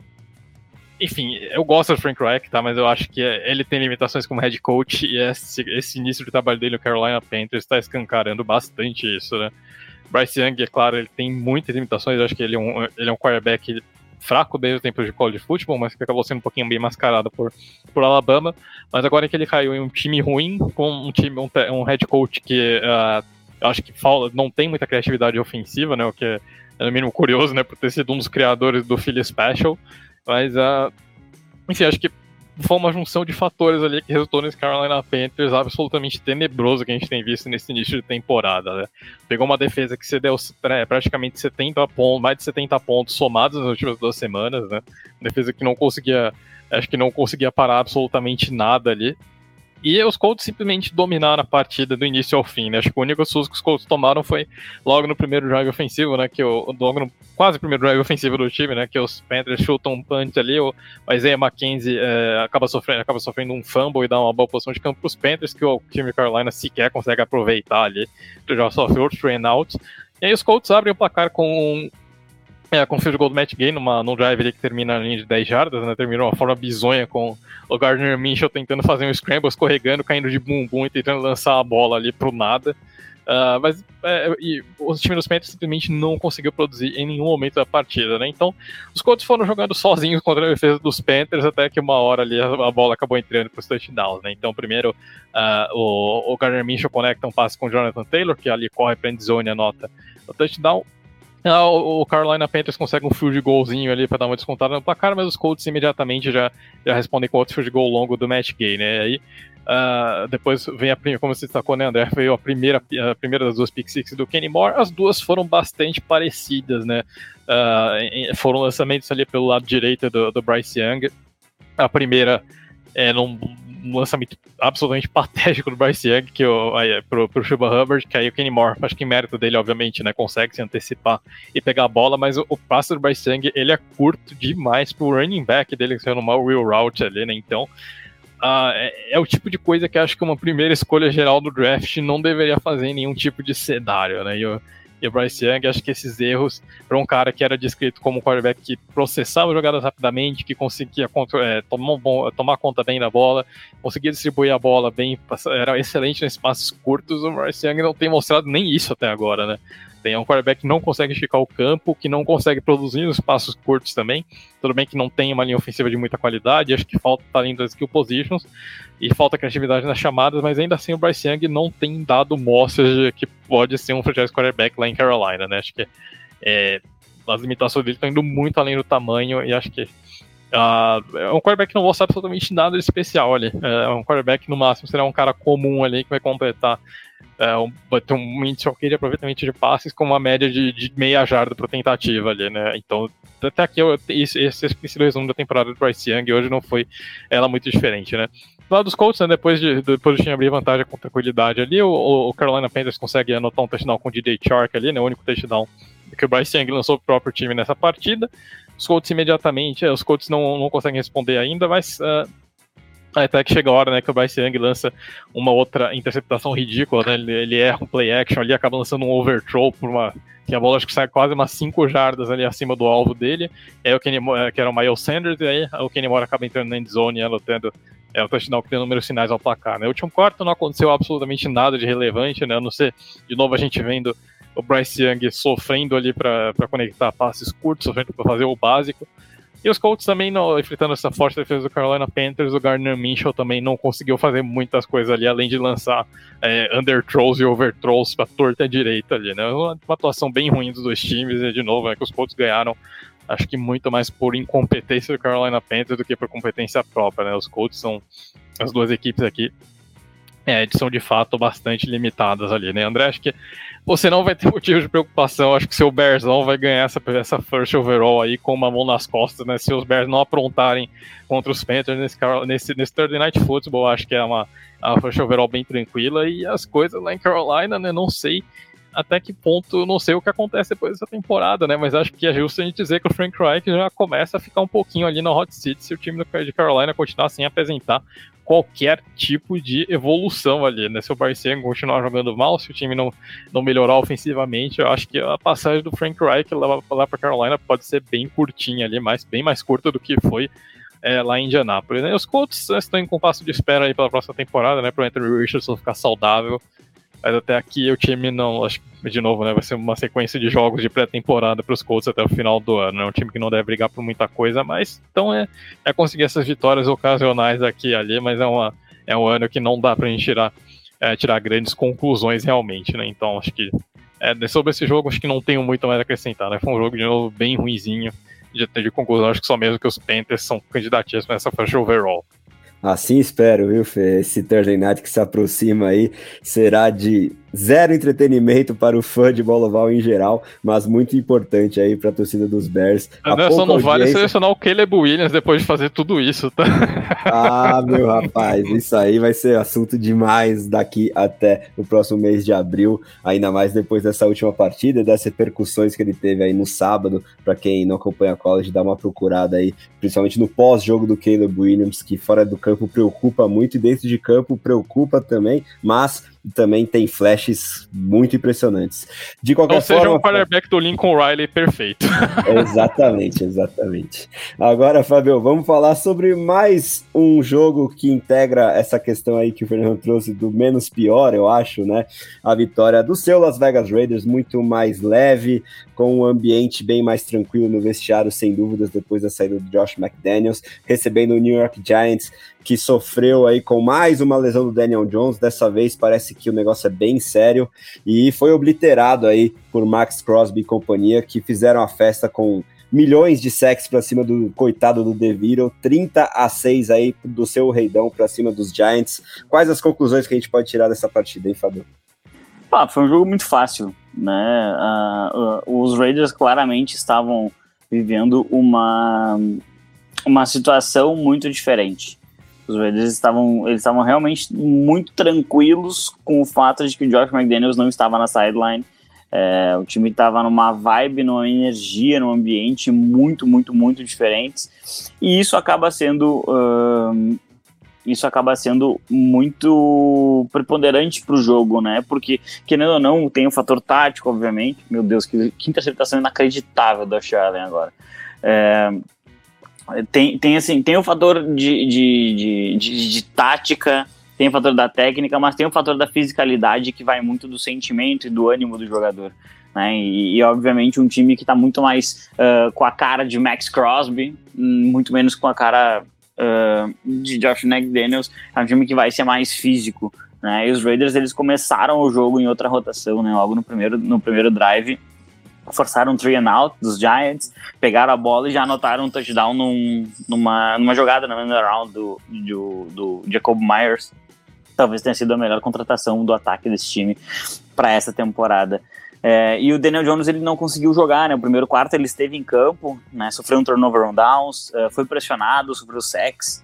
Enfim, eu gosto do Frank Reich, tá? Mas eu acho que ele tem limitações como head coach e esse, esse início de trabalho dele no Carolina Panthers está escancarando bastante isso, né? Bryce Young, é claro, ele tem muitas limitações. Eu acho que ele é um, ele é um quarterback fraco desde o tempo de college football, mas que acabou sendo um pouquinho bem mascarado por, por Alabama. Mas agora que ele caiu em um time ruim, com um time um, um head coach que uh, eu acho que fala, não tem muita criatividade ofensiva, né? O que é, é no mínimo curioso, né? Por ter sido um dos criadores do Philly Special. Mas, uh, enfim, acho que foi uma junção de fatores ali que resultou nesse Carolina Panthers absolutamente tenebroso que a gente tem visto nesse início de temporada, né? Pegou uma defesa que cedeu é, praticamente setenta pontos, mais de setenta pontos somados nas últimas duas semanas, né? Defesa que não conseguia, acho que não conseguia parar absolutamente nada ali. E os Colts simplesmente dominaram a partida do início ao fim, né? Acho que o único susto que os Colts tomaram foi logo no primeiro drive ofensivo, né? Que o, logo no quase primeiro drive ofensivo do time, né? Que os Panthers chutam um punch ali, o Isaiah McKenzie é, acaba, sofrendo, acaba sofrendo um fumble e dá uma boa posição de campo para os Panthers, que o time de Carolina sequer consegue aproveitar ali. Já sofre outro train out. E aí os Colts abrem o placar com um É, com o field goal do Matt Gay numa, num drive ali que termina na linha de dez jardas, né? Terminou uma forma bizonha com o Gardner Minshew tentando fazer um scramble, escorregando, caindo de bumbum e tentando lançar a bola ali pro nada. Uh, mas é, e o time dos Panthers simplesmente não conseguiu produzir em nenhum momento da partida, né? Então os Colts foram jogando sozinhos contra a defesa dos Panthers até que uma hora ali a, a bola acabou entrando para os touchdowns, né? Então primeiro uh, o, o Gardner Minshew conecta um passe com o Jonathan Taylor, que ali corre para a endzone e anota o touchdown. Ah, o Carolina Panthers consegue um field goalzinho ali para dar uma descontada no placar, mas os Colts imediatamente já, já respondem com outro field goal longo do Matt Gay, né? Aí uh, depois vem a primeira, como você destacou, né, André? Veio a primeira, a primeira das duas pick six do Kenny Moore. As duas foram bastante parecidas, né? Uh, foram lançamentos ali pelo lado direito do, do Bryce Young. A primeira é num um lançamento absolutamente patético do Bryce Young, que eu, aí, pro, pro Chuba Hubbard, que aí o Kenny Moore, acho que em mérito dele, obviamente, né, consegue se antecipar e pegar a bola, mas o, o passe do Bryce Young, ele é curto demais pro running back dele, que saiu numa real route ali, né, então uh, é, é o tipo de coisa que acho que uma primeira escolha geral do draft não deveria fazer em nenhum tipo de cenário, né, e eu E o Bryce Young, acho que esses erros para um cara que era descrito como um quarterback que processava jogadas rapidamente, que conseguia é, tomar, bom, tomar conta bem da bola, conseguia distribuir a bola bem, era excelente nos passos curtos. O Bryce Young não tem mostrado nem isso até agora, né? Tem um quarterback que não consegue esticar o campo, que não consegue produzir nos passos curtos também. Tudo bem que não tem uma linha ofensiva de muita qualidade, acho que falta talento das skill positions e falta criatividade nas chamadas, mas ainda assim o Bryce Young não tem dado mostras de que pode ser um franchise quarterback lá em Carolina, né? Acho que é, as limitações dele estão indo muito além do tamanho e acho que uh, é um quarterback que não mostra absolutamente nada de especial ali. É um quarterback, no máximo, será um cara comum ali que vai completar É, um, vai ter um índice ok de aproveitamento de passes com uma média de, de meia jarda por tentativa ali, né? Então, até aqui, eu, esse, esse tem sido o resumo da temporada do Bryce Young e hoje não foi ela muito diferente, né? Do lado dos Colts, né, depois, de, depois do time abrir vantagem com tranquilidade ali, o, o Carolina Panthers consegue anotar um touchdown com o D J Chark ali, né? O único touchdown que o Bryce Young lançou pro próprio time nessa partida. Os Colts imediatamente, os Colts não, não conseguem responder ainda, mas... Uh, até que chega a hora, né, que o Bryce Young lança uma outra interceptação ridícula, né, ele, ele erra um play action ali, acaba lançando um overthrow por uma, que a bola acho que sai quase umas cinco jardas ali acima do alvo dele, aí o Kenny, que era o Miles Sanders, e aí o Kenny Moore acaba entrando na endzone e anotando é o touchdown que tem números finais ao placar, né? O último quarto não aconteceu absolutamente nada de relevante, né? A não ser, de novo, a gente vendo o Bryce Young sofrendo ali para conectar passes curtos, sofrendo para fazer o básico. E os Colts também, não, enfrentando essa forte defesa do Carolina Panthers, o Gardner Minshew também não conseguiu fazer muitas coisas ali, além de lançar é, underthrows e overthrows para torta direita ali, né? Uma, uma atuação bem ruim dos dois times, e de novo, é que os Colts ganharam, acho que muito mais por incompetência do Carolina Panthers do que por competência própria, né? Os Colts são as duas equipes aqui, é, são de fato bastante limitadas ali, né, André? Acho que você não vai ter motivo de preocupação, acho que seu Bearsão vai ganhar essa, essa first overall aí com uma mão nas costas, né, se os Bears não aprontarem contra os Panthers nesse, nesse, nesse Thursday Night Football, acho que é uma, uma first overall bem tranquila, e as coisas lá em Carolina, né, não sei até que ponto, não sei o que acontece depois dessa temporada, né, mas acho que é justo a gente dizer que o Frank Reich já começa a ficar um pouquinho ali no hot seat se o time de Carolina continuar sem apresentar qualquer tipo de evolução ali, né? Se o Bryce Young continuar jogando mal, se o time não, não melhorar ofensivamente, eu acho que a passagem do Frank Reich lá, lá para Carolina pode ser bem curtinha ali, mais, bem mais curta do que foi é, lá em Indianápolis, né? Os Colts estão em compasso de espera aí pela próxima temporada, né? Para o Anthony Richardson ficar saudável, mas até aqui o time não, acho que de novo, né, vai ser uma sequência de jogos de pré-temporada para os Colts até o final do ano. É um time que não deve brigar por muita coisa, mas então é, é conseguir essas vitórias ocasionais aqui e ali, mas é, uma, é um ano que não dá para a gente tirar, é, tirar grandes conclusões realmente, né? Então acho que é, sobre esse jogo acho que não tenho muito mais a acrescentar, né? Foi um jogo de novo bem ruinzinho de, de conclusão, acho que só mesmo que os Panthers são candidatíssimos nessa first overall. Assim espero, viu, Fê? Esse Thursday Night que se aproxima aí será de zero entretenimento para o fã de bola oval em geral, mas muito importante aí para a torcida dos Bears. Não, só não audiência... vale selecionar o Caleb Williams depois de fazer tudo isso, tá? Ah, meu rapaz, isso aí vai ser assunto demais daqui até o próximo mês de abril, ainda mais depois dessa última partida e das repercussões que ele teve aí no sábado. Para quem não acompanha a college, dá uma procurada aí, principalmente no pós-jogo do Caleb Williams, que fora do campo preocupa muito e dentro de campo preocupa também, mas também tem flashes muito impressionantes. De qualquer Ou seja, forma, um quarterback do Lincoln Riley perfeito. Exatamente, exatamente. Agora, Fábio, vamos falar sobre mais um jogo que integra essa questão aí que o Fernando trouxe do menos pior, eu acho, né? A vitória do seu Las Vegas Raiders, muito mais leve, com um ambiente bem mais tranquilo no vestiário, sem dúvidas, depois da saída do Josh McDaniels, recebendo o New York Giants, que sofreu aí com mais uma lesão do Daniel Jones. Dessa vez parece que o negócio é bem sério, e foi obliterado aí por Max Crosby e companhia, que fizeram a festa com milhões de sacks para cima do coitado do DeVito, trinta a seis aí do seu Reidão para cima dos Giants. Quais as conclusões que a gente pode tirar dessa partida, hein, Fábio? Ah, foi um jogo muito fácil, né? Uh, uh, os Raiders claramente estavam vivendo uma, uma situação muito diferente. Os Raiders estavam, eles estavam realmente muito tranquilos com o fato de que o Josh McDaniels não estava na sideline. É, o time estava numa vibe, numa energia, num ambiente muito, muito, muito diferentes. E isso acaba sendo, uh, isso acaba sendo muito preponderante para o jogo, né? Porque, querendo ou não, tem o fator tático, obviamente. Meu Deus, que, que interceptação inacreditável do Josh Allen agora. É, Tem, tem, assim, tem o fator de, de, de, de, de tática, tem o fator da técnica, mas tem o fator da fisicalidade, que vai muito do sentimento e do ânimo do jogador, né? E, e obviamente um time que está muito mais uh, com a cara de Max Crosby, muito menos com a cara uh, de Josh McDaniels. É um time que vai ser mais físico, né? E os Raiders, eles começaram o jogo em outra rotação, né? Logo no primeiro, no primeiro drive, forçaram um three and out dos Giants, pegaram a bola e já anotaram um touchdown num, numa, numa jogada na end around do, do, do Jacob Myers. Talvez tenha sido a melhor contratação do ataque desse time para essa temporada. É, e o Daniel Jones, ele não conseguiu jogar, né? O primeiro quarto ele esteve em campo, né? Sofreu um turnover on downs, uh, foi pressionado, sofreu sacks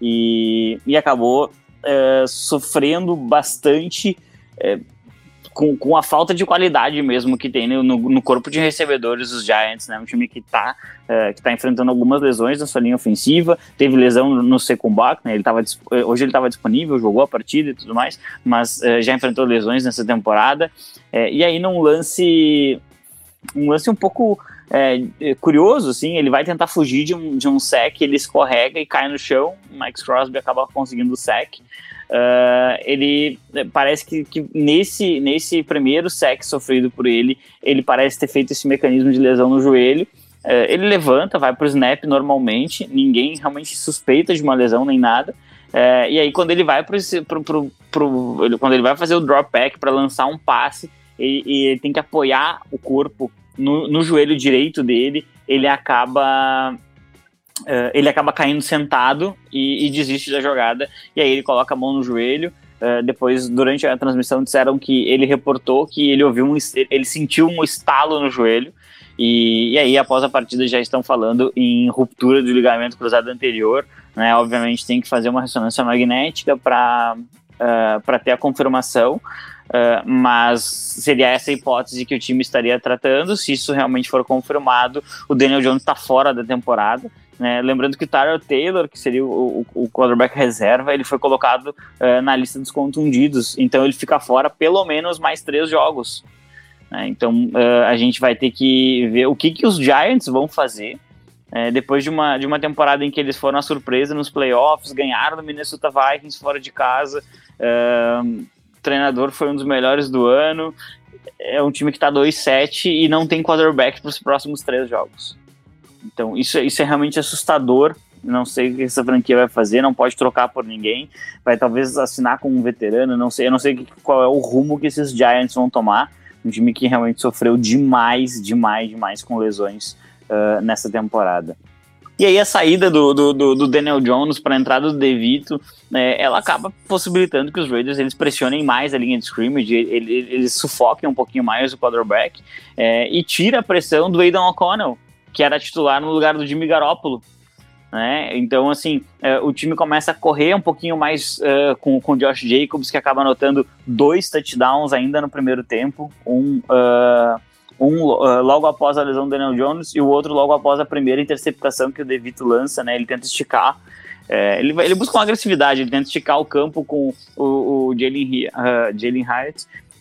e, e acabou uh, sofrendo bastante uh, Com, com a falta de qualidade mesmo que tem no, no corpo de recebedores dos Giants, né? Um time que está uh, que tá enfrentando algumas lesões na sua linha ofensiva, teve lesão no, no secundaire, né? Ele tava, hoje ele estava disponível, jogou a partida e tudo mais, mas uh, já enfrentou lesões nessa temporada, uh, e aí num lance um lance um pouco é, é curioso, assim, ele vai tentar fugir de um, de um sack, ele escorrega e cai no chão, o Max Crosby acaba conseguindo o sack. Uh, ele parece que, que nesse, nesse primeiro sack sofrido por ele, ele parece ter feito esse mecanismo de lesão no joelho. Uh, ele levanta, vai pro snap normalmente, ninguém realmente suspeita de uma lesão nem nada. Uh, e aí quando ele vai pro, pro, pro, pro ele, quando ele vai fazer o drop back para lançar um passe, e ele tem que apoiar o corpo no, no joelho direito dele, ele acaba Uh, ele acaba caindo sentado e, e desiste da jogada, e aí ele coloca a mão no joelho. Uh, depois, durante a transmissão, disseram que ele reportou que ele ouviu um, ele sentiu um estalo no joelho, e, e aí após a partida já estão falando em ruptura do ligamento cruzado anterior, né? Obviamente tem que fazer uma ressonância magnética para uh, para ter a confirmação, uh, mas seria essa a hipótese que o time estaria tratando. Se isso realmente for confirmado, o Daniel Jones está fora da temporada. Né, lembrando que o Tyrell Taylor, que seria o, o, o quarterback reserva, ele foi colocado uh, na lista dos contundidos, então ele fica fora pelo menos mais três jogos. Né, então uh, a gente vai ter que ver o que, que os Giants vão fazer uh, depois de uma, de uma temporada em que eles foram a surpresa nos playoffs, ganharam do Minnesota Vikings fora de casa, uh, o treinador foi um dos melhores do ano, é um time que está dois sete e não tem quarterback para os próximos três jogos. Então isso, isso é realmente assustador. Não sei o que essa franquia vai fazer, não pode trocar por ninguém, vai talvez assinar com um veterano, não sei, eu não sei qual é o rumo que esses Giants vão tomar. Um time que realmente sofreu demais, demais, demais com lesões uh, nessa temporada. E aí a saída do, do, do Daniel Jones para a entrada do DeVito, é, ela acaba possibilitando que os Raiders eles pressionem mais a linha de scrimmage, eles, eles sufoquem um pouquinho mais o quarterback, é, e tira a pressão do Aidan O'Connell, que era titular no lugar do Jimmy Garoppolo. Né? Então, assim, uh, o time começa a correr um pouquinho mais uh, com, com o Josh Jacobs, que acaba anotando dois touchdowns ainda no primeiro tempo, um, uh, um uh, logo após a lesão do Daniel Jones e o outro logo após a primeira interceptação que o DeVito lança, né? Ele tenta esticar, uh, ele, ele busca uma agressividade, ele tenta esticar o campo com o, o Jalen uh, Jalen Hyatt,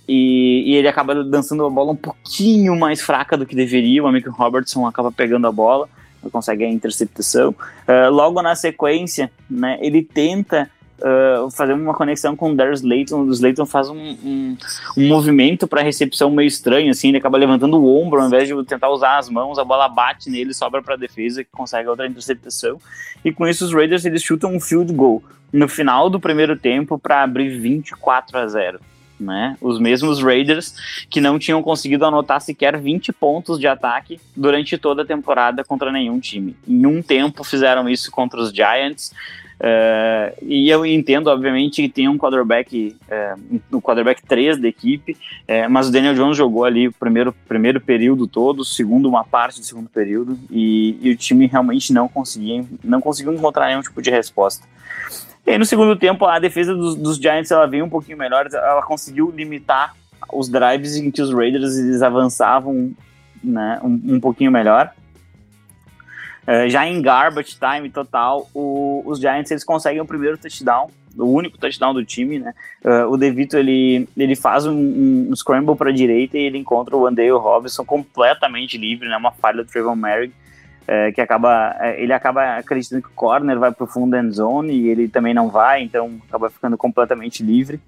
E, e ele acaba dançando a bola um pouquinho mais fraca do que deveria. O Amico Robertson acaba pegando a bola, consegue a interceptação. Uh, logo na sequência, né, ele tenta uh, fazer uma conexão com o Darius Slayton. O Slayton faz um, um, um movimento para recepção meio estranho, assim, ele acaba levantando o ombro ao invés de tentar usar as mãos, a bola bate nele, sobra para a defesa, que consegue outra interceptação. E com isso os Raiders eles chutam um field goal no final do primeiro tempo para abrir vinte e quatro a zero. Né? Os mesmos Raiders que não tinham conseguido anotar sequer vinte pontos de ataque durante toda a temporada contra nenhum time. Em um tempo fizeram isso contra os Giants, uh, e eu entendo, obviamente, que tem um quarterback, uh, um quarterback três da equipe, uh, mas o Daniel Jones jogou ali o primeiro, primeiro período todo, o segundo uma parte do segundo período, e, e o time realmente não conseguia, não conseguiu encontrar nenhum tipo de resposta. E aí no segundo tempo a defesa dos, dos Giants ela veio um pouquinho melhor, ela conseguiu limitar os drives em que os Raiders eles avançavam, né, um, um pouquinho melhor. Uh, já em garbage time total, o, os Giants eles conseguem o primeiro touchdown, o único touchdown do time, né? Uh, o DeVito ele, ele faz um, um, um scramble para a direita e ele encontra o Andale Robinson completamente livre, né, uma falha do Trayvon Merrick. É, que acaba, é, ele acaba acreditando que o corner vai pro fundo da end zone e ele também não vai, então acaba ficando completamente livre.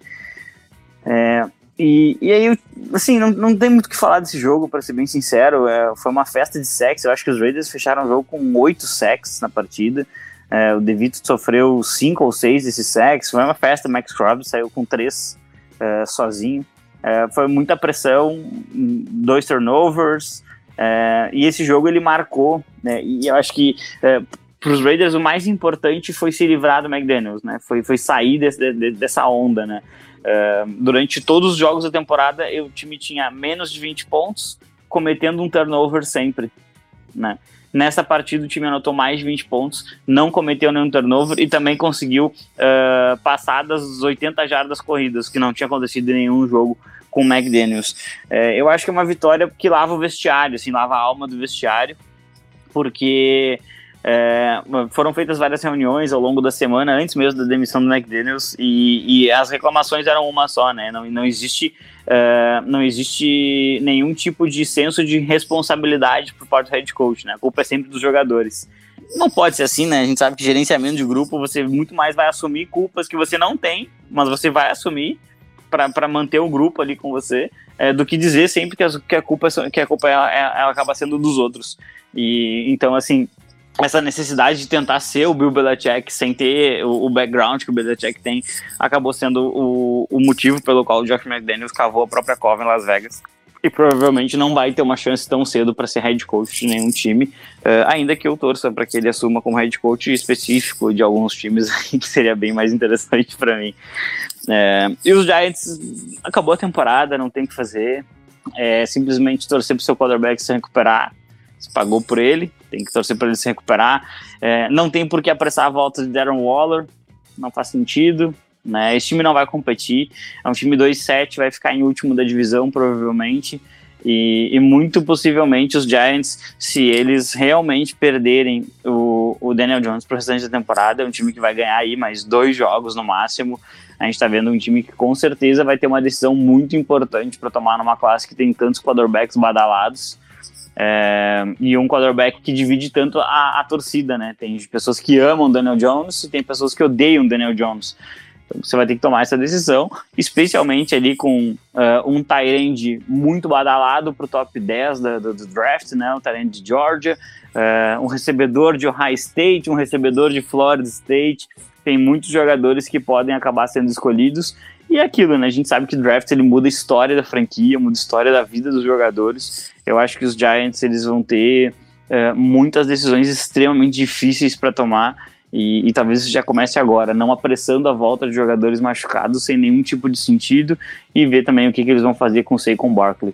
É, e, e aí, assim, não, não tem muito o que falar desse jogo, para ser bem sincero. É, foi uma festa de sacks. Eu acho que os Raiders fecharam o jogo com oito sacks na partida. É, o DeVito sofreu cinco ou seis desses sacks. Foi uma festa. O Max Crosby saiu com três é, sozinho. É, foi muita pressão, dois turnovers. É, e esse jogo ele marcou, né, e eu acho que é, para os Raiders o mais importante foi se livrar do McDaniels, né, foi, foi sair desse, de, dessa onda, né. É, durante todos os jogos da temporada o time tinha menos de vinte pontos, cometendo um turnover sempre, né. Nessa partida o time anotou mais de vinte pontos, não cometeu nenhum turnover e também conseguiu uh, passar das oitenta jardas corridas, que não tinha acontecido em nenhum jogo com o McDaniels. É, eu acho que é uma vitória que lava o vestiário, assim, lava a alma do vestiário, porque é, foram feitas várias reuniões ao longo da semana, antes mesmo da demissão do McDaniels, e, e as reclamações eram uma só, né? Não, não existe uh, não existe nenhum tipo de senso de responsabilidade por parte do head coach, né? A culpa é sempre dos jogadores. Não pode ser assim, né? A gente sabe que gerenciamento de grupo, você muito mais vai assumir culpas que você não tem, mas você vai assumir para manter o grupo ali com você, é, do que dizer sempre que a, que a culpa, que a culpa ela, ela acaba sendo dos outros. E então, assim, essa necessidade de tentar ser o Bill Belichick sem ter o, o background que o Belichick tem, acabou sendo o, o motivo pelo qual o Josh McDaniels cavou a própria cova em Las Vegas. E provavelmente não vai ter uma chance tão cedo para ser head coach de nenhum time, uh, ainda que eu torça para que ele assuma como head coach específico de alguns times aí, que seria bem mais interessante para mim. Uh, e os Giants, acabou a temporada, não tem o que fazer, é simplesmente torcer para o seu quarterback se recuperar. Você pagou por ele, tem que torcer para ele se recuperar. Uh, não tem por que apressar a volta de Darren Waller, não faz sentido. Né? Esse time não vai competir, é um time dois sete, vai ficar em último da divisão provavelmente, e, e muito possivelmente os Giants, se eles realmente perderem o, o Daniel Jones pro restante da temporada, é um time que vai ganhar aí mais dois jogos no máximo. A gente tá vendo um time que com certeza vai ter uma decisão muito importante para tomar numa classe que tem tantos quarterbacks badalados, é, e um quarterback que divide tanto a, a torcida, né? Tem pessoas que amam Daniel Jones e tem pessoas que odeiam Daniel Jones. Então você vai ter que tomar essa decisão, especialmente ali com uh, um tight end muito badalado para o top dez do, do, do draft, né? Um tight end de Georgia, uh, um recebedor de Ohio State, um recebedor de Florida State. Tem muitos jogadores que podem acabar sendo escolhidos. E é aquilo, né? A gente sabe que o draft ele muda a história da franquia, muda a história da vida dos jogadores. Eu acho que os Giants eles vão ter uh, muitas decisões extremamente difíceis para tomar. E, e talvez isso já comece agora, não apressando a volta de jogadores machucados sem nenhum tipo de sentido, e ver também o que, que eles vão fazer com o Saquon Barkley.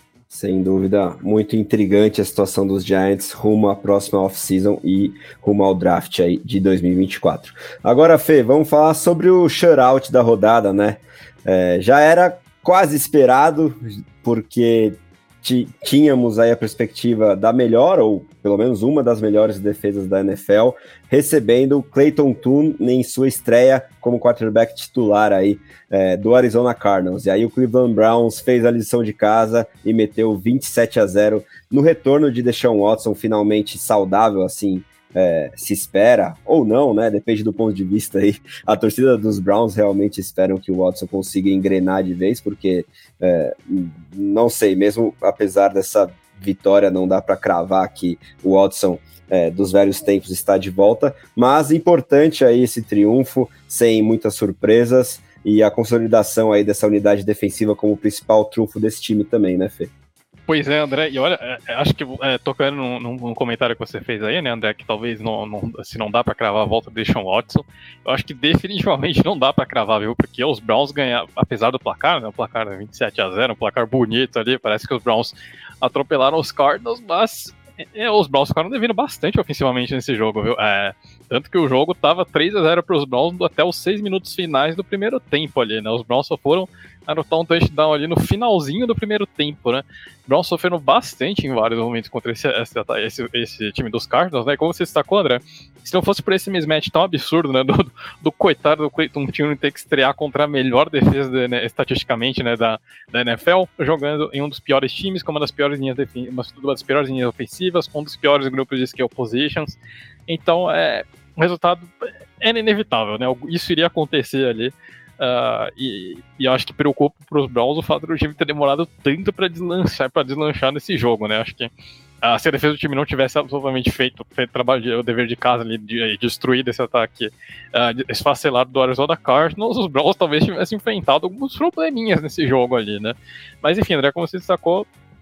Sem dúvida, muito intrigante a situação dos Giants rumo à próxima off-season e rumo ao draft aí de dois mil e vinte e quatro. Agora, Fê, vamos falar sobre o shutout da rodada, né? É, já era quase esperado, porque t- tínhamos aí a perspectiva da melhor, ou pelo menos uma das melhores defesas da N F L, recebendo Clayton Tune em sua estreia como quarterback titular aí, é, do Arizona Cardinals. E aí o Cleveland Browns fez a lição de casa e meteu vinte e sete a zero no retorno de Deshaun Watson, finalmente saudável, assim, é, se espera, ou não, né? Depende do ponto de vista aí. A torcida dos Browns realmente esperam que o Watson consiga engrenar de vez, porque é, não sei, mesmo apesar dessa vitória, não dá para cravar que o Watson é, dos velhos tempos está de volta, mas importante aí esse triunfo, sem muitas surpresas, e a consolidação aí dessa unidade defensiva como o principal trunfo desse time também, né, Fê? Pois é, André, e olha, é, acho que é, tocando num, num comentário que você fez aí, né, André, que talvez não, não, se não dá para cravar a volta do Deshaun Watson, eu acho que definitivamente não dá para cravar, viu, porque os Browns ganharam, apesar do placar, né, o placar é vinte e sete a zero, um placar bonito ali, parece que os Browns atropelaram os Cardinals, mas é, os Browns ficaram devendo bastante ofensivamente nesse jogo, viu, é, tanto que o jogo tava três a zero para os Browns até os seis minutos finais do primeiro tempo ali, né, os Browns só foram anotar um touchdown ali no finalzinho do primeiro tempo, né? O Browns sofrendo bastante em vários momentos contra esse, esse, esse time dos Cardinals, né? Como você destacou, André, se não fosse por esse mismatch tão absurdo, né? Do, do coitado do Clayton Tune ter que estrear contra a melhor defesa, de, né, estatisticamente, né, da, da N F L, jogando em um dos piores times, com uma das piores linhas, defen- uma das piores linhas ofensivas, com um dos piores grupos de skill positions. Então, é, o resultado é inevitável, né? Isso iria acontecer ali. Uh, e, e eu acho que preocupa para os Browns o fato do time ter demorado tanto para deslanchar, para deslanchar nesse jogo, né? Acho que uh, se a defesa do time não tivesse absolutamente feito, feito trabalho de, o dever de casa ali, de, de destruir esse ataque uh, esfacelado do Arizona Cardinals, os Browns talvez tivessem enfrentado alguns probleminhas nesse jogo ali, né? Mas enfim, André, como você destacou,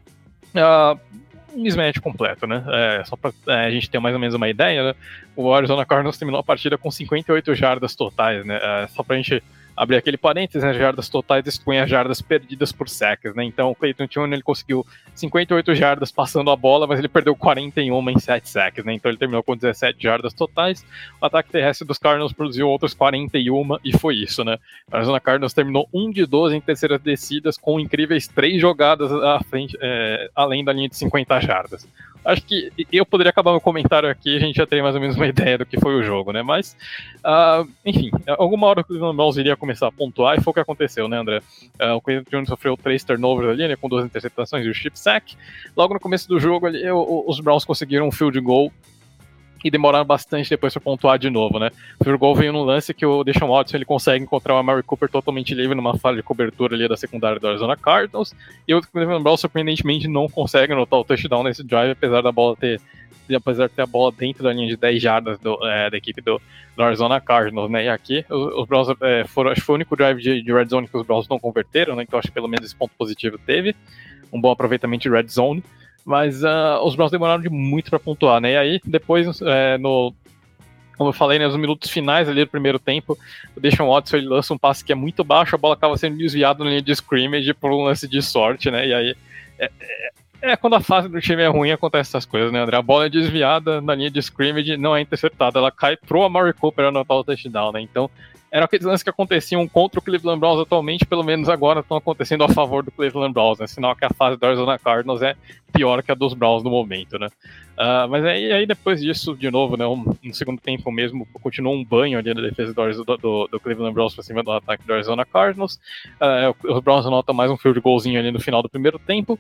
uh, um mismatch completo, né? É, só para é, a gente ter mais ou menos uma ideia, né? O Arizona Cardinals terminou a partida com cinquenta e oito jardas totais, né? É, só para a gente abrir aquele parênteses, né, jardas totais excluem as jardas perdidas por sacks, né, então o Clayton Tune ele conseguiu cinquenta e oito jardas passando a bola, mas ele perdeu quarenta e uma em sete sacks, né, então ele terminou com dezessete jardas totais, o ataque terrestre dos Cardinals produziu outros quarenta e um e foi isso, né, a Arizona Cardinals terminou um de doze em terceiras descidas com incríveis três jogadas à frente, é, além da linha de cinquenta jardas. acho que eu poderia acabar meu comentário aqui, a gente já teria mais ou menos uma ideia do que foi o jogo, né? Mas, uh, enfim, alguma hora o Cleveland Browns iria começar a pontuar e foi o que aconteceu, né, André? Uh, o Cleveland Browns sofreu três turnovers ali, né, com duas interceptações e o chip sack. Logo no começo do jogo ali, os Browns conseguiram um field goal e demoraram bastante depois para pontuar de novo, né? O field goal veio num lance que o Deshaun Watson ele consegue encontrar o Amari Cooper totalmente livre numa falha de cobertura ali da secundária do Arizona Cardinals, e o Cleveland Browns surpreendentemente não consegue anotar o touchdown nesse drive, apesar da bola ter apesar de ter a bola dentro da linha de dez jardas do, é, da equipe do, do Arizona Cardinals, né? E aqui os, os Browns é, foram, acho que foi o único drive de, de red zone que os Browns não converteram, né? Então acho que pelo menos esse ponto positivo teve um bom aproveitamento de red zone. Mas uh, os Browns demoraram de muito para pontuar, né? E aí, depois, é, no, como eu falei, né, nos minutos finais ali do primeiro tempo, o Deshaun Watson ele lança um passe que é muito baixo, a bola acaba sendo desviada na linha de scrimmage por um lance de sorte, né? E aí, é, é, é quando a fase do time é ruim, acontece essas coisas, né, André? A bola é desviada na linha de scrimmage, não é interceptada, ela cai pro Amari Cooper anotar o touchdown, né? Então, eram aqueles lances que aconteciam contra o Cleveland Browns atualmente, pelo menos agora estão acontecendo a favor do Cleveland Browns, né? Sinal que a fase do Arizona Cardinals é pior que a dos Browns no momento, né? Uh, mas aí, aí depois disso, de novo, né, um, no segundo tempo mesmo, continuou um banho ali na defesa do, do, do Cleveland Browns para cima do ataque do Arizona Cardinals. Uh, os Browns anotam mais um field goalzinho ali no final do primeiro tempo.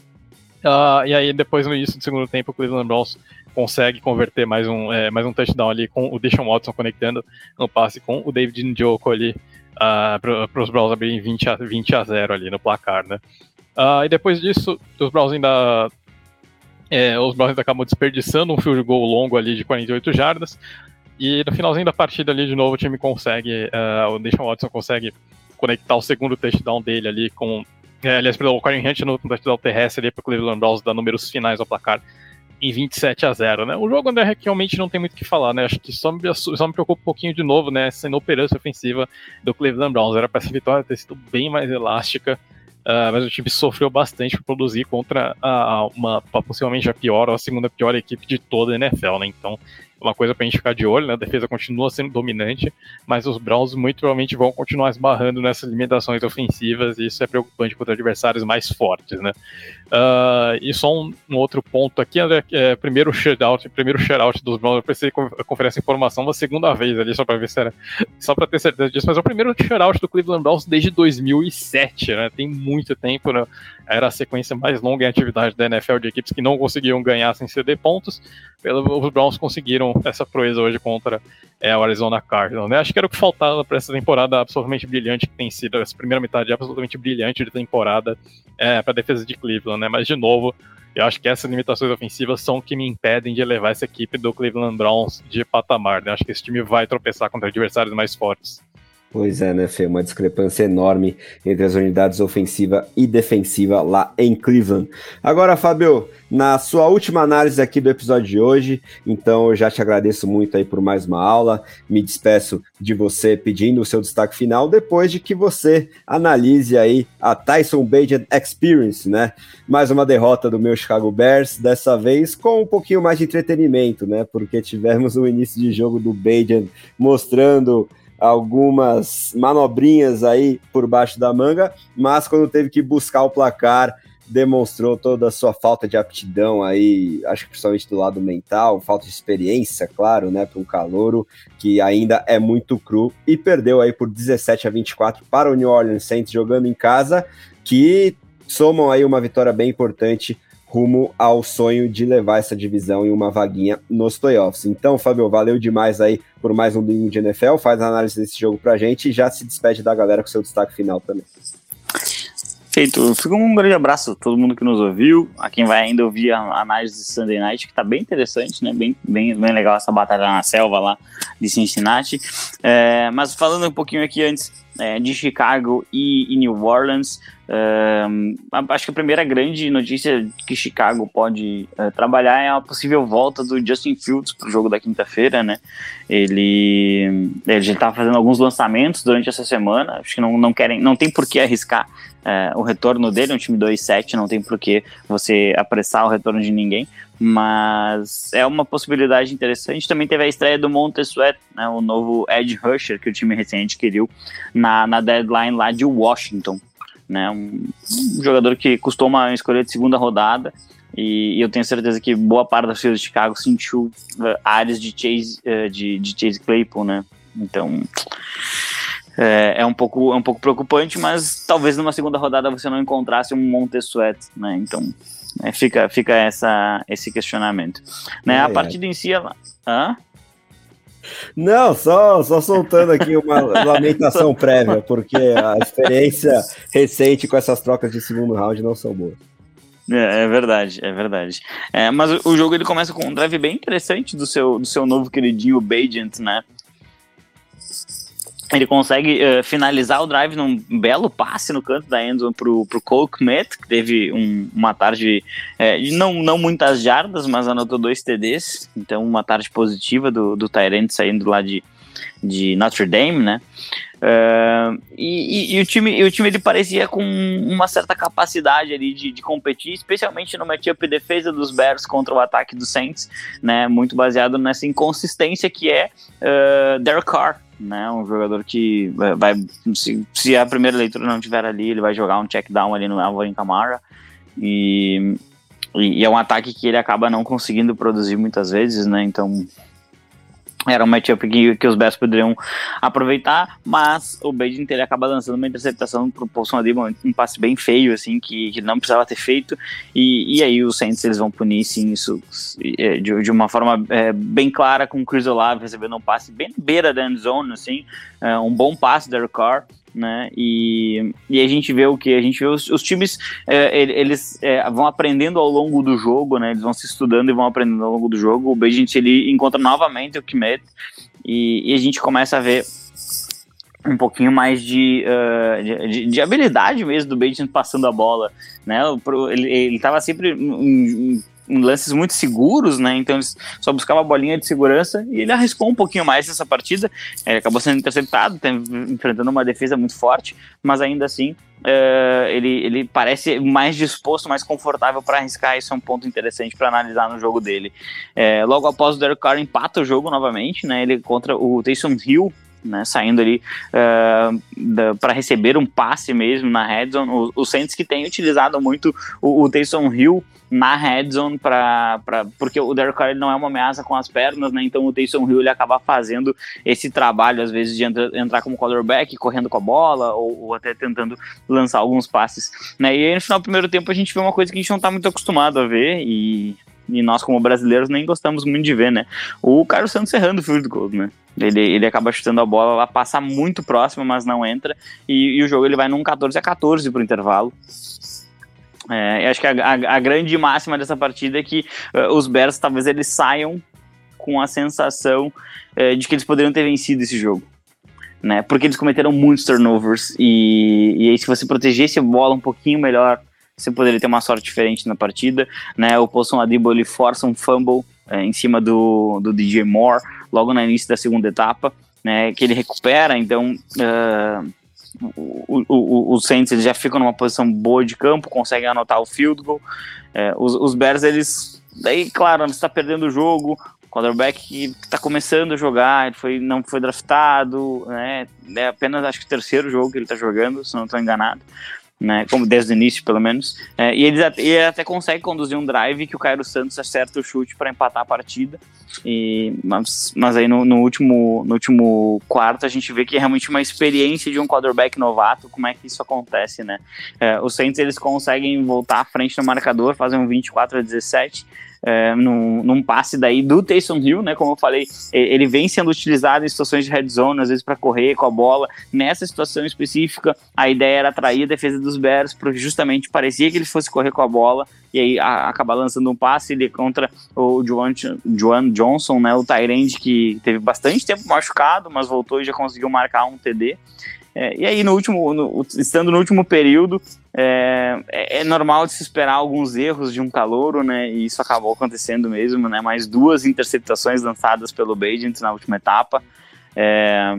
Uh, e aí depois no início do segundo tempo, o Cleveland Browns consegue converter mais um, é, mais um touchdown ali com o Deshaun Watson conectando no passe com o David Njoku ali uh, para os Browns abrirem vinte a zero ali no placar, né? Uh, e depois disso, os Browns ainda é, os Browns ainda acabam desperdiçando um field goal longo ali de quarenta e oito jardas, e no finalzinho da partida ali de novo o time consegue, uh, o Deshaun Watson consegue conectar o segundo touchdown dele ali com, é, aliás, pelo Kareem Hunt no touchdown terrestre ali para o Cleveland Browns dar números finais ao placar em vinte e sete a zero, né? O jogo, André, realmente não tem muito o que falar, né? Acho que só me, só me preocupa um pouquinho de novo, né? Essa inoperância ofensiva do Cleveland Browns. Era para essa vitória ter sido bem mais elástica, uh, mas o time sofreu bastante para produzir contra a, uma, possivelmente a pior ou a segunda pior equipe de toda a N F L, né? Então, uma coisa pra gente ficar de olho, né? A defesa continua sendo dominante, mas os Browns muito provavelmente vão continuar esbarrando nessas limitações ofensivas, e isso é preocupante contra adversários mais fortes, né? Uh, e só um, um outro ponto aqui, André, é, primeiro shutout, primeiro shutout dos Browns, eu precisei conferir essa informação uma segunda vez ali, só pra ver se era, só pra ter certeza disso, mas é o primeiro shutout do Cleveland Browns desde dois mil e sete, né? Tem muito tempo, né? Era a sequência mais longa em atividade da N F L de equipes que não conseguiam ganhar sem ceder pontos. Os Browns conseguiram essa proeza hoje contra é, o Arizona Cardinals, né? Acho que era o que faltava para essa temporada absolutamente brilhante que tem sido, essa primeira metade absolutamente brilhante de temporada é, para a defesa de Cleveland, né? Mas, de novo, eu acho que essas limitações ofensivas são o que me impedem de elevar essa equipe do Cleveland Browns de patamar, né? Acho que esse time vai tropeçar contra adversários mais fortes. Pois é, né, Fê? Uma discrepância enorme entre as unidades ofensiva e defensiva lá em Cleveland. Agora, Fábio, na sua última análise aqui do episódio de hoje, então eu já te agradeço muito aí por mais uma aula, me despeço de você pedindo o seu destaque final, depois de que você analise aí a Tyson Bagent Experience, né? Mais uma derrota do meu Chicago Bears, dessa vez com um pouquinho mais de entretenimento, né? Porque tivemos um início de jogo do Bagent mostrando algumas manobrinhas aí por baixo da manga, mas quando teve que buscar o placar, demonstrou toda a sua falta de aptidão aí, acho que principalmente do lado mental, falta de experiência, claro, né, para um calouro que ainda é muito cru, e perdeu aí por dezessete a vinte e quatro para o New Orleans Saints jogando em casa, que somam aí uma vitória bem importante rumo ao sonho de levar essa divisão em uma vaguinha nos playoffs. Então, Fábio, valeu demais aí por mais um domingo de N F L, faz a análise desse jogo pra gente e já se despede da galera com seu destaque final também. Feito, fica um grande abraço a todo mundo que nos ouviu, a quem vai ainda ouvir a análise de Sunday Night, que tá bem interessante, né, bem, bem, bem legal essa batalha na selva lá de Cincinnati, é, mas falando um pouquinho aqui antes é, de Chicago e, e New Orleans, é, acho que a primeira grande notícia que Chicago pode é, trabalhar é a possível volta do Justin Fields pro jogo da quinta-feira, né, ele, ele já tá fazendo alguns lançamentos durante essa semana, acho que não, não querem, não tem por que arriscar É, o retorno dele, um time dois sete, não tem por que você apressar o retorno de ninguém, mas é uma possibilidade interessante. Também teve a estreia do Montez Sweat, né, o novo edge rusher que o time recém adquiriu na, na deadline lá de Washington, né, um, um jogador que custou uma escolha de segunda rodada, E, e eu tenho certeza que boa parte da torcida de Chicago sentiu uh, áreas de Chase, uh, de, de Chase Claypool, né? Então é, é, um pouco, é um pouco preocupante, mas talvez numa segunda rodada você não encontrasse um Montez Sweat, né? Então é, fica, fica essa, esse questionamento, né? É, a partida é. em si, ela... Hã? Não, só, só soltando aqui uma lamentação prévia, porque a experiência recente com essas trocas de segundo round não são boas. É, é verdade, é verdade. É, mas o, o jogo ele começa com um drive bem interessante do seu, do seu novo queridinho Bagent, né? Ele consegue uh, finalizar o drive num belo passe no canto da endzone pro, pro Cole Kmet, que teve um, uma tarde é, de não, não muitas jardas, mas anotou dois T Ds, então uma tarde positiva do, do Tyrant saindo lá de, de Notre Dame, né? Uh, e, e, e o time, e o time ele parecia com uma certa capacidade ali de, de competir, especialmente no matchup defesa dos Bears contra o ataque dos Saints, né? Muito baseado nessa inconsistência que é uh, Derek Carr, né, um jogador que vai, se, se a primeira leitura não estiver ali, ele vai jogar um check down ali no Alvin Kamara, e, e, e é um ataque que ele acaba não conseguindo produzir muitas vezes, né, então era um matchup que, que os Bears poderiam aproveitar, mas o Bagent ele acaba lançando uma interceptação pro Paulson Adebo, um passe bem feio, assim, que, que não precisava ter feito, e, e aí os Saints eles vão punir, sim, isso de, de uma forma é, bem clara, com o Chris Olave recebendo um passe bem beira da end zone, assim, é, um bom passe da Derek Carr, né, e, e a gente vê o que? A gente vê os, os times, é, eles é, vão aprendendo ao longo do jogo, né, eles vão se estudando e vão aprendendo ao longo do jogo. O Bagent ele encontra novamente o Kmet, e, e a gente começa a ver um pouquinho mais de, uh, de, de habilidade mesmo do Bagent passando a bola, né, ele, ele tava sempre em, em em lances muito seguros, né, então ele só buscava a bolinha de segurança, e ele arriscou um pouquinho mais nessa partida, ele acabou sendo interceptado, enfrentando uma defesa muito forte, mas ainda assim, uh, ele, ele parece mais disposto, mais confortável para arriscar. Isso é um ponto interessante para analisar no jogo dele. Uh, logo após o Derek Carr empata o jogo novamente, né, ele contra o Taysom Hill, né, saindo ali uh, para receber um passe mesmo na red zone. O, o Saints que tem utilizado muito o, o Taysom Hill na red zone, pra, pra, porque o Derek Carr ele não é uma ameaça com as pernas, né, então o Taysom Hill ele acaba fazendo esse trabalho, às vezes, de entra, entrar como quarterback, correndo com a bola, ou, ou até tentando lançar alguns passes, né, e aí no final do primeiro tempo a gente vê uma coisa que a gente não está muito acostumado a ver, e, e nós como brasileiros nem gostamos muito de ver, né, o Carlos Santos errando o field goal, né. Ele, ele acaba chutando a bola, ela passa muito próxima, mas não entra, e, e o jogo ele vai num catorze a catorze pro intervalo. É, eu acho que a, a, a grande máxima dessa partida é que uh, os Bears talvez eles saiam com a sensação uh, de que eles poderiam ter vencido esse jogo, né? Porque eles cometeram muitos turnovers, e, e aí se você protegesse a bola um pouquinho melhor, você poderia ter uma sorte diferente na partida, né? O Paulson Adebo ele força um fumble uh, em cima do, do D J Moore logo no início da segunda etapa, né? Que ele recupera, então uh, o, o, o Saints eles já ficam numa posição boa de campo, conseguem anotar o field goal. É, os, os Bears, eles, daí claro, você está perdendo o jogo, o quarterback que está começando a jogar, ele foi, não foi draftado, né, é apenas acho que o terceiro jogo que ele está jogando, se não estou enganado, né, como desde o início pelo menos, é, e ele até, ele até consegue conduzir um drive que o Cairo Santos acerta o chute para empatar a partida, e, mas, mas aí no, no, último, no último quarto a gente vê que é realmente uma experiência de um quarterback novato, como é que isso acontece, né, é, os Saints eles conseguem voltar à frente no marcador, fazem um vinte e quatro a dezessete, É, num, num passe daí do Taysom Hill, né, como eu falei, ele vem sendo utilizado em situações de red zone, às vezes para correr com a bola. Nessa situação específica, a ideia era atrair a defesa dos Bears, porque justamente parecia que ele fosse correr com a bola, e aí a, acabar lançando um passe ele contra o Juwan, Juwan Johnson, né, o tight end que teve bastante tempo machucado, mas voltou e já conseguiu marcar um T D. É, e aí, no último, no, estando no último período, é, é, é normal de se esperar alguns erros de um calouro, né? E isso acabou acontecendo mesmo, né? Mais duas interceptações lançadas pelo Bagent na última etapa. É,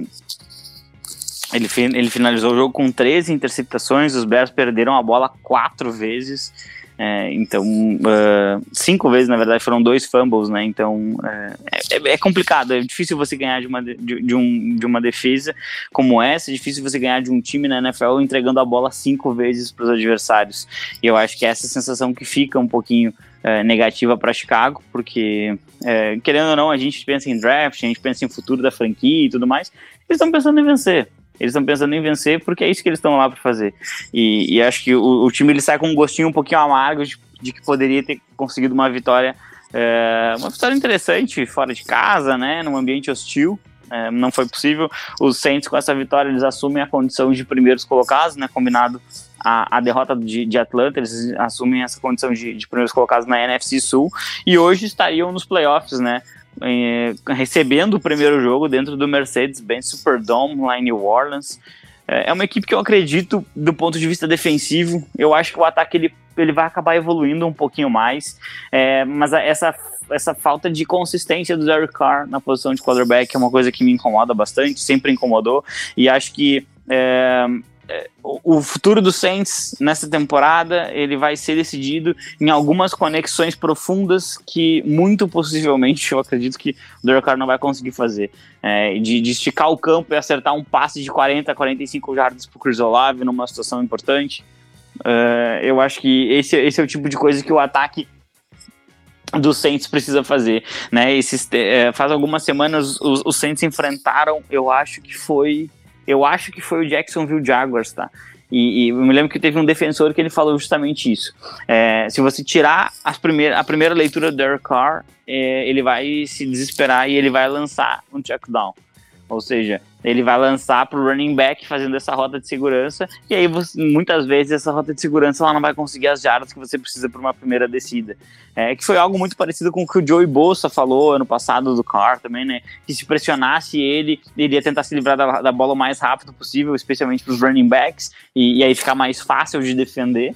ele, ele finalizou o jogo com treze interceptações, os Bears perderam a bola quatro vezes. É, então, uh, cinco vezes, na verdade, foram dois fumbles, né? Então, é, é, é complicado, é difícil você ganhar de uma, de, de, um, de uma defesa como essa, é difícil você ganhar de um time na N F L entregando a bola cinco vezes para os adversários. E eu acho que é essa sensação que fica um pouquinho é, negativa para Chicago, porque, é, querendo ou não, a gente pensa em draft, a gente pensa em futuro da franquia e tudo mais, eles estão pensando em vencer. Eles estão pensando em vencer porque é isso que eles estão lá para fazer. E, e acho que o, o time ele sai com um gostinho um pouquinho amargo de, de que poderia ter conseguido uma vitória, é, uma vitória interessante fora de casa, né, num ambiente hostil. É, não foi possível. Os Saints, com essa vitória, eles assumem a condição de primeiros colocados, né, combinado a, a derrota de, de Atlanta, eles assumem essa condição de, de primeiros colocados na N F C Sul, e hoje estariam nos playoffs, né, é, recebendo o primeiro jogo dentro do Mercedes-Benz Superdome, lá em New Orleans. É, é uma equipe que eu acredito, do ponto de vista defensivo, eu acho que o ataque ele, ele vai acabar evoluindo um pouquinho mais, é, mas essa essa falta de consistência do Derek Carr na posição de quarterback é uma coisa que me incomoda bastante, sempre incomodou, e acho que é, é, o futuro do Saints nessa temporada ele vai ser decidido em algumas conexões profundas que muito possivelmente eu acredito que o Derek Carr não vai conseguir fazer, é, de, de esticar o campo e acertar um passe de quarenta, quarenta e cinco jardas para o Chris Olave numa situação importante. É, eu acho que esse, esse é o tipo de coisa que o ataque do Saints precisa fazer, né? Esses, é, faz algumas semanas os, os Saints enfrentaram, eu acho que foi eu acho que foi o Jacksonville Jaguars, tá? E, e eu me lembro que teve um defensor que ele falou justamente isso. É, se você tirar as primeir, a primeira leitura do Derek Carr, é, ele vai se desesperar e ele vai lançar um check down. Ou seja, ele vai lançar para o running back fazendo essa rota de segurança, e aí você, muitas vezes essa rota de segurança ela não vai conseguir as jardas que você precisa para uma primeira descida. É, que foi algo muito parecido com o que o Joey Bosa falou ano passado do Carr também, né? Que se pressionasse ele, ele ia tentar se livrar da, da bola o mais rápido possível, especialmente para os running backs, e, e aí ficar mais fácil de defender.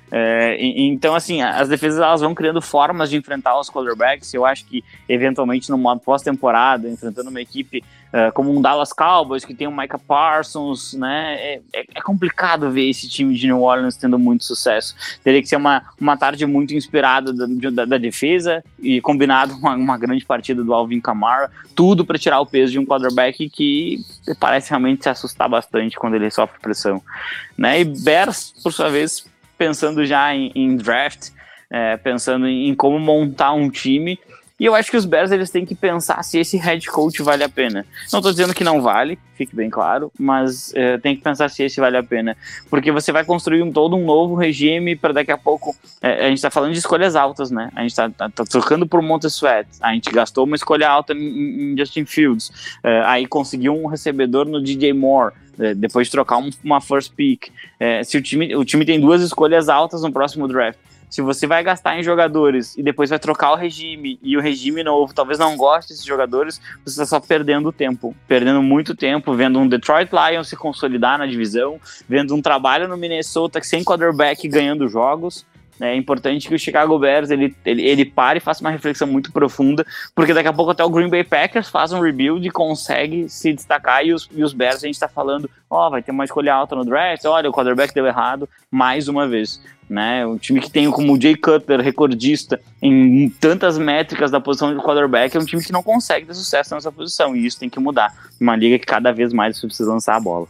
É, e, então, assim, as defesas elas vão criando formas de enfrentar os quarterbacks. Eu acho que, eventualmente, numa pós-temporada, enfrentando uma equipe uh, como um Dallas Cowboys, que tem o Micah Parsons, né, é, é, é complicado ver esse time de New Orleans tendo muito sucesso. Teria que ser uma, uma tarde muito inspirada da, da, da defesa e combinado uma, uma grande partida do Alvin Kamara, tudo para tirar o peso de um quarterback que parece realmente se assustar bastante quando ele sofre pressão, né? E Bears, por sua vez, pensando já em, em draft, é, pensando em, em como montar um time, e eu acho que os Bears eles têm que pensar se esse head coach vale a pena. Não estou dizendo que não vale, fique bem claro, mas é, tem que pensar se esse vale a pena, porque você vai construir um, todo um novo regime para daqui a pouco, é, a gente está falando de escolhas altas, né? A gente está tá, tá trocando por Montez Sweat, a gente gastou uma escolha alta em, em Justin Fields, é, aí conseguiu um recebedor no D J Moore, depois de trocar um, uma first pick. É, se o time, o time tem duas escolhas altas no próximo draft, se você vai gastar em jogadores e depois vai trocar o regime, e o regime novo talvez não goste desses jogadores, você está só perdendo tempo, perdendo muito tempo, vendo um Detroit Lions se consolidar na divisão, vendo um trabalho no Minnesota sem quarterback ganhando jogos. É importante que o Chicago Bears ele, ele, ele pare e faça uma reflexão muito profunda, porque daqui a pouco até o Green Bay Packers faz um rebuild e consegue se destacar, e os, e os Bears a gente está falando, ó, oh, vai ter uma escolha alta no draft, olha, o quarterback deu errado mais uma vez, né? O time que tem como o Jay Cutler, recordista em tantas métricas da posição de quarterback, é um time que não consegue ter sucesso nessa posição, e isso tem que mudar. Uma liga que cada vez mais você precisa lançar a bola.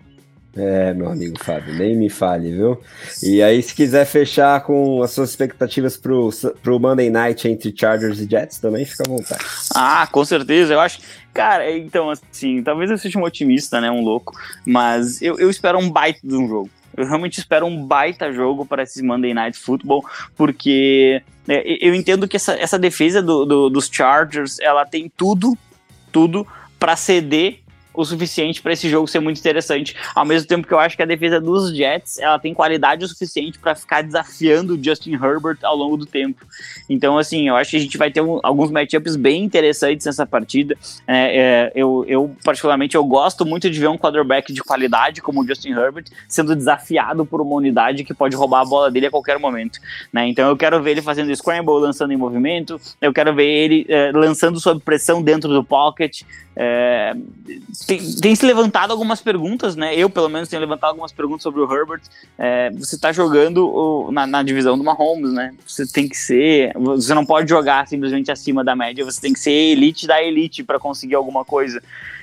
É, meu amigo Fábio, nem me fale, viu? E aí, se quiser fechar com as suas expectativas pro, pro Monday Night entre Chargers e Jets, também fica à vontade. Ah, com certeza, eu acho... Cara, então, assim, talvez eu seja um otimista, né, um louco, mas eu, eu espero um baita de um jogo. Eu realmente espero um baita jogo para esse Monday Night Football, porque é, eu entendo que essa, essa defesa do, do, dos Chargers, ela tem tudo, tudo para ceder o suficiente para esse jogo ser muito interessante, ao mesmo tempo que eu acho que a defesa dos Jets ela tem qualidade o suficiente para ficar desafiando o Justin Herbert ao longo do tempo. Então, assim, eu acho que a gente vai ter um, alguns matchups bem interessantes nessa partida. É, é, eu, eu, particularmente, eu gosto muito de ver um quarterback de qualidade como o Justin Herbert sendo desafiado por uma unidade que pode roubar a bola dele a qualquer momento, né? Então eu quero ver ele fazendo scramble, lançando em movimento, eu quero ver ele é, lançando sob pressão dentro do pocket. É, tem, tem se levantado algumas perguntas, né? Eu, pelo menos, tenho levantado algumas perguntas sobre o Herbert. É, você está jogando o, na, na divisão do Mahomes, né? Você tem que ser... Você não pode jogar simplesmente acima da média, você tem que ser elite da elite para conseguir alguma coisa.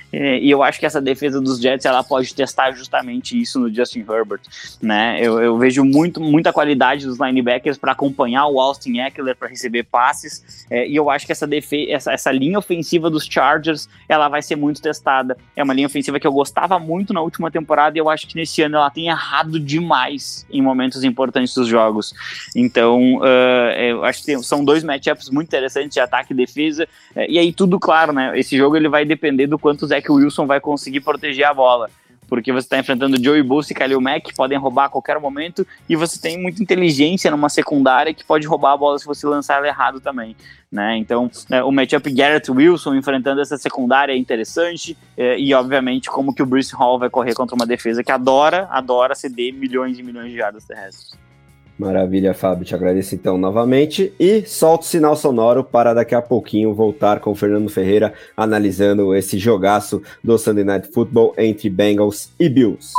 é, e eu acho que essa defesa dos Jets, ela pode testar justamente isso no Justin Herbert, né? Eu, eu vejo muito, muita qualidade dos linebackers para acompanhar o Austin Ekeler, para receber passes, é, e eu acho que essa, defe- essa, essa linha ofensiva dos Chargers, ela vai ser muito testada. É uma linha ofensiva que eu gostava muito na última temporada, e eu acho que nesse ano ela tem errado demais em momentos importantes dos jogos. Então, uh, eu acho que tem, são dois matchups muito interessantes de ataque e defesa, uh, e aí tudo claro, né? Esse jogo ele vai depender do quanto o Zach Wilson vai conseguir proteger a bola, porque você está enfrentando Joey Bosa e Khalil Mack, que podem roubar a qualquer momento, e você tem muita inteligência numa secundária que pode roubar a bola se você lançar ela errado também, né? Então, né, o matchup Garrett Wilson enfrentando essa secundária é interessante, é, e obviamente como que o Breece Hall vai correr contra uma defesa que adora, adora ceder milhões e milhões de jardas terrestres. Maravilha, Fábio, te agradeço então novamente e solta o sinal sonoro para daqui a pouquinho voltar com o Fernando Ferreira analisando esse jogaço do Sunday Night Football entre Bengals e Bills.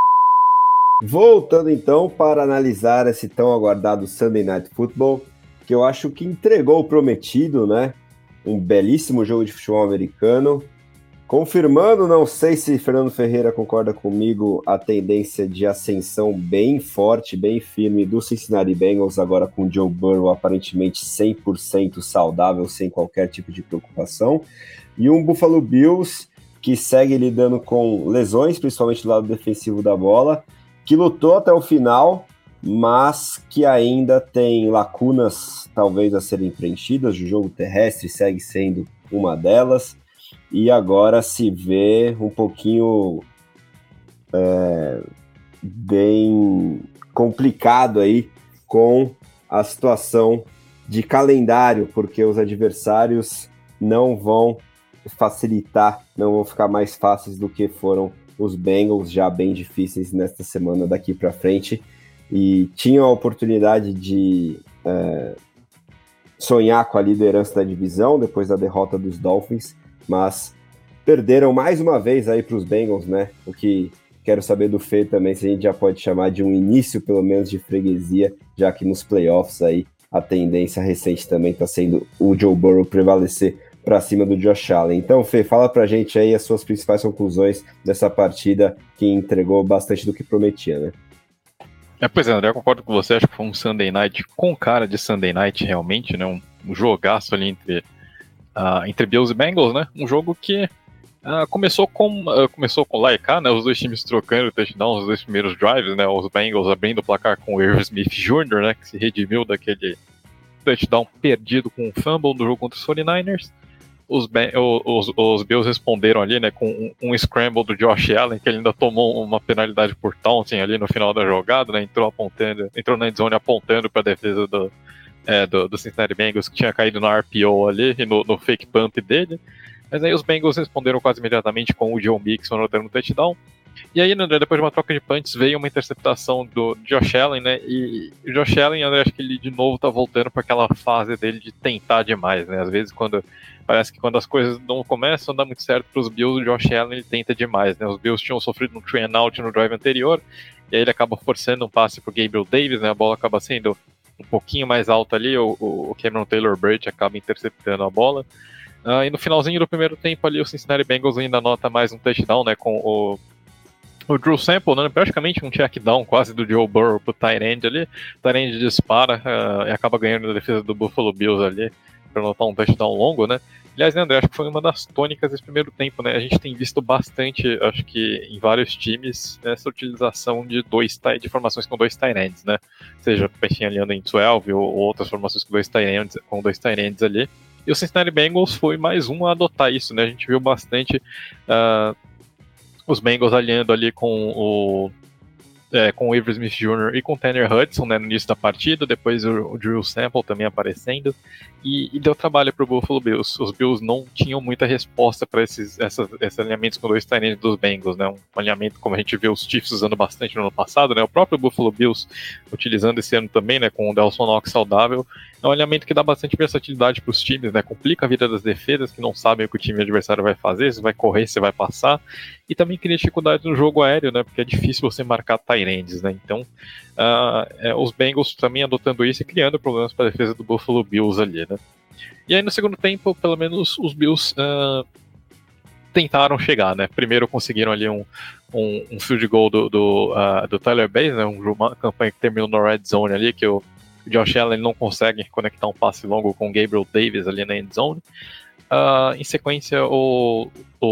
Voltando então para analisar esse tão aguardado Sunday Night Football, que eu acho que entregou o prometido, né? Um belíssimo jogo de futebol americano. Confirmando, não sei se Fernando Ferreira concorda comigo, a tendência de ascensão bem forte, bem firme do Cincinnati Bengals, agora com Joe Burrow aparentemente cem por cento saudável, sem qualquer tipo de preocupação. E um Buffalo Bills que segue lidando com lesões, principalmente do lado defensivo da bola, que lutou até o final, mas que ainda tem lacunas talvez a serem preenchidas. O jogo terrestre segue sendo uma delas. E agora se vê um pouquinho é, bem complicado aí com a situação de calendário, porque os adversários não vão facilitar, não vão ficar mais fáceis do que foram os Bengals, já bem difíceis nesta semana daqui para frente, e tinham a oportunidade de é, sonhar com a liderança da divisão depois da derrota dos Dolphins, mas perderam mais uma vez aí para os Bengals, né? O que quero saber do Fê também, se a gente já pode chamar de um início, pelo menos, de freguesia, já que nos playoffs aí a tendência recente também está sendo o Joe Burrow prevalecer para cima do Josh Allen. Então, Fê, fala pra gente aí as suas principais conclusões dessa partida que entregou bastante do que prometia, né? É, pois é, André, eu concordo com você, acho que foi um Sunday Night com cara de Sunday Night realmente, né? Um, um jogaço ali entre Uh, entre Bills e Bengals, né? Um jogo que uh, começou com uh, começou com lá e cá, né? Os dois times trocando touchdowns nos dois primeiros drives, né? Os Bengals abrindo o placar com o Irv Smith Júnior, né? Que se redimiu daquele touchdown perdido com um fumble do jogo contra os forty-niners. Os, os, os Bills responderam ali, né? Com um, um scramble do Josh Allen, que ele ainda tomou uma penalidade por taunting ali no final da jogada, né? Entrou apontando, entrou na endzone apontando para a defesa do É, do, do Cincinnati Bengals, que tinha caído no R P O ali, no, no fake punt dele, mas aí os Bengals responderam quase imediatamente com o Joe Mixon anotando um touchdown, e aí, André, depois de uma troca de punts, veio uma interceptação do Josh Allen, né, e o Josh Allen, André, acho que ele de novo tá voltando para aquela fase dele de tentar demais, né, às vezes quando, parece que quando as coisas não começam a dar muito certo pros Bills, o Josh Allen ele tenta demais, né, os Bills tinham sofrido um three and out no drive anterior, e aí ele acaba forçando um passe pro Gabriel Davis, né, a bola acaba sendo um pouquinho mais alto ali, o, o Cameron Taylor-Britt acaba interceptando a bola. Uh, e no finalzinho do primeiro tempo ali, o Cincinnati Bengals ainda anota mais um touchdown, né, com o, o Drew Sample, né, praticamente um check down quase do Joe Burrow pro tight end ali. O tight end dispara uh, e acaba ganhando na defesa do Buffalo Bills ali, para anotar um touchdown longo, né. Aliás, né, André, acho que foi uma das tônicas desse primeiro tempo, né? A gente tem visto bastante, acho que em vários times, essa utilização de dois de formações com dois tight ends, né? Seja pensando ali em doze ou, ou outras formações com dois tight ends, com dois tight ends ali. E o Cincinnati Bengals foi mais um a adotar isso, né? A gente viu bastante uh, os Bengals alinhando ali com o É, com o Irv Smith Júnior e com o Tanner Hudson, né, no início da partida, depois o, o Drew Sample também aparecendo, e, e deu trabalho para o Buffalo Bills. Os Bills não tinham muita resposta para esses, essas, esses alinhamentos com dois tight ends dos Bengals, né, um alinhamento como a gente viu os Chiefs usando bastante no ano passado, né, o próprio Buffalo Bills utilizando esse ano também, né, com o Delson Knox saudável. É um alinhamento que dá bastante versatilidade para os times, né, complica a vida das defesas que não sabem o que o time adversário vai fazer, se vai correr, se vai passar, e também cria dificuldade no jogo aéreo, né, porque é difícil você marcar tight ends, né, então uh, é, os Bengals também adotando isso e criando problemas para a defesa do Buffalo Bills ali, né. E aí no segundo tempo, pelo menos os Bills uh, tentaram chegar, né? Primeiro conseguiram ali um, um, um field goal do, do, uh, do Tyler Bass, né? Uma campanha que terminou no red zone ali, que o Josh Allen não consegue conectar um passe longo com o Gabriel Davis ali na end zone. Uh, em sequência, o,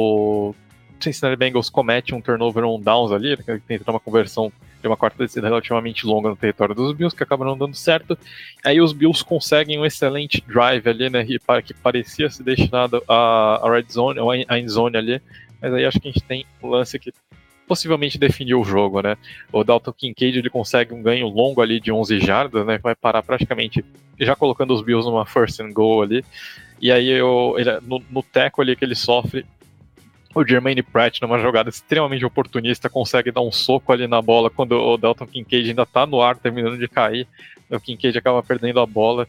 o Cincinnati Bengals comete um turnover on downs ali, ele tenta uma conversão de uma quarta descida relativamente longa no território dos Bills, que acaba não dando certo. Aí os Bills conseguem um excelente drive ali, né, que parecia ser destinado à, à red zone, ou à end zone ali, mas aí acho que a gente tem um lance que possivelmente definiu o jogo, né? O Dalton Kincaid, ele consegue um ganho longo ali de onze jardas, né? Vai parar praticamente já colocando os Bills numa first and goal ali. E aí eu, ele, no, no teco ali que ele sofre, o Jermaine Pratt, numa jogada extremamente oportunista, consegue dar um soco ali na bola quando o Dalton Kincaid ainda tá no ar, terminando de cair. O Kincaid acaba perdendo a bola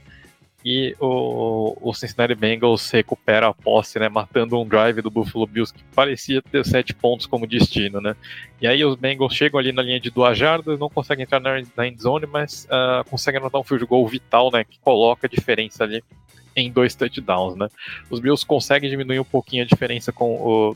e o, o Cincinnati Bengals recupera a posse, né, matando um drive do Buffalo Bills que parecia ter sete pontos como destino, né. E aí os Bengals chegam ali na linha de duas jardas, não conseguem entrar na, na end zone, mas uh, conseguem anotar um field goal vital, né, que coloca a diferença ali em dois touchdowns, né. Os Bills conseguem diminuir um pouquinho a diferença com o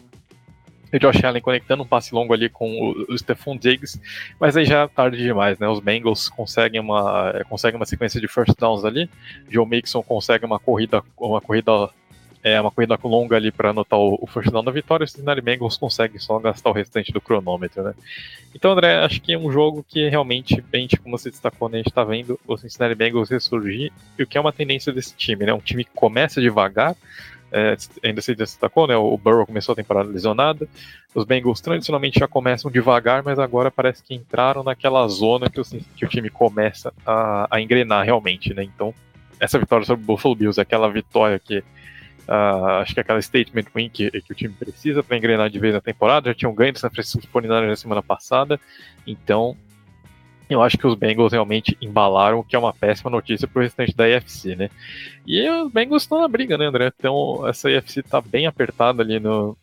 o Josh Allen conectando um passe longo ali com o, o Stephon Diggs, mas aí já é tarde demais, né? Os Bengals conseguem uma, conseguem uma sequência de first downs ali, Joe Mixon consegue uma corrida, uma corrida, é, uma corrida longa ali para anotar o, o first down da vitória, e os Cincinnati Bengals conseguem só gastar o restante do cronômetro, né? Então, André, acho que é um jogo que realmente, bem, como você destacou, né, a gente está vendo o Cincinnati Bengals ressurgir, e o que é uma tendência desse time, né? Um time que começa devagar. É, ainda se destacou, né? O Burrow começou a temporada lesionada. Os Bengals tradicionalmente já começam devagar, mas agora parece que entraram naquela zona que o, que o time começa a, a engrenar realmente, né? Então, essa vitória sobre o Buffalo Bills é aquela vitória que uh, acho que é aquela statement win que, que o time precisa para engrenar de vez na temporada. Já tinham ganho do San Francisco forty-niners na semana passada, então eu acho que os Bengals realmente embalaram, o que é uma péssima notícia para o restante da A F C, né? E os Bengals estão na briga, né, André? Então, essa A F C está bem apertada ali no,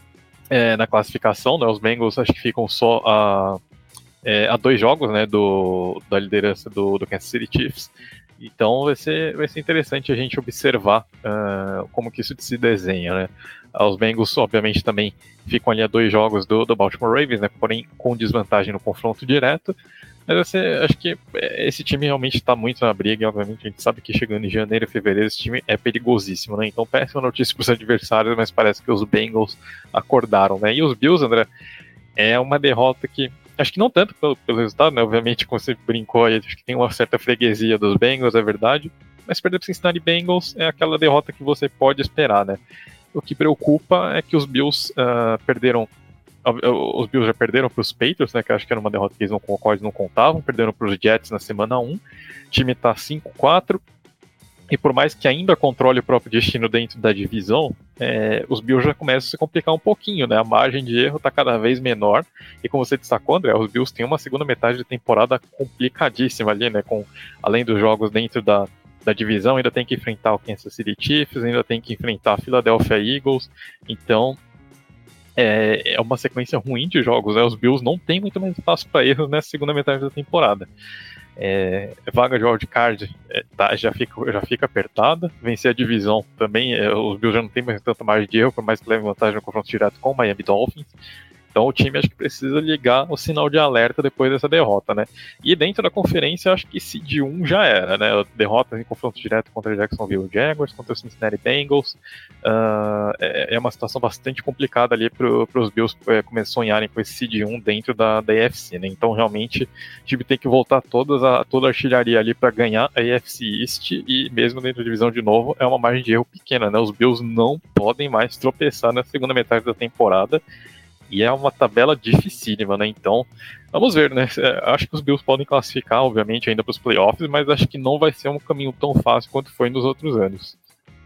é, na classificação, né? Os Bengals acho que ficam só a, é, a dois jogos, né, do, da liderança do, do Kansas City Chiefs. Então, vai ser, vai ser interessante a gente observar uh, como que isso se desenha, né? Os Bengals, obviamente, também ficam ali a dois jogos do, do Baltimore Ravens, né? Porém, com desvantagem no confronto direto. Mas você, acho que esse time realmente está muito na briga, e obviamente a gente sabe que chegando em janeiro e fevereiro esse time é perigosíssimo, né? Então péssima notícia para os adversários, mas parece que os Bengals acordaram, né? E os Bills, André, é uma derrota que, acho que não tanto pelo, pelo resultado, né? Obviamente, como você brincou aí, acho que tem uma certa freguesia dos Bengals, é verdade, mas perder para o Cincinnati Bengals é aquela derrota que você pode esperar, né? O que preocupa é que os Bills uh, perderam. Os Bills já perderam para os Patriots, né, que acho que era uma derrota que eles não, com a qual eles não contavam, perderam para os Jets na semana um, o time está cinco a quatro, e por mais que ainda controle o próprio destino dentro da divisão, é, os Bills já começam a se complicar um pouquinho, né, a margem de erro está cada vez menor, e como você destacou, André, os Bills têm uma segunda metade de temporada complicadíssima ali, né, com, além dos jogos dentro da, da divisão, ainda tem que enfrentar o Kansas City Chiefs, ainda tem que enfrentar a Philadelphia Eagles, então É, é uma sequência ruim de jogos, né? Os Bills não tem muito mais espaço para erros nessa segunda metade da temporada. É, vaga de wildcard é, tá, já, fica, já fica apertada. Vencer a divisão também, é, os Bills já não tem mais tanta margem de erro, por mais que leve vantagem no confronto direto com o Miami Dolphins. Então o time acho que precisa ligar o sinal de alerta depois dessa derrota, né? E dentro da conferência, acho que seed um já era, né? Derrotas em confronto direto contra o Jacksonville Jaguars, contra o Cincinnati Bengals. Uh, é, é uma situação bastante complicada ali para os Bills é, começar a sonharem com esse seed um dentro da, da A F C, né? Então realmente o time tem que voltar todas a, toda a artilharia ali para ganhar a A F C East, e mesmo dentro da divisão de novo é uma margem de erro pequena, né? Os Bills não podem mais tropeçar na segunda metade da temporada. E é uma tabela dificílima, né? Então, vamos ver, né? Acho que os Bills podem classificar, obviamente, ainda para os playoffs, mas acho que não vai ser um caminho tão fácil quanto foi nos outros anos.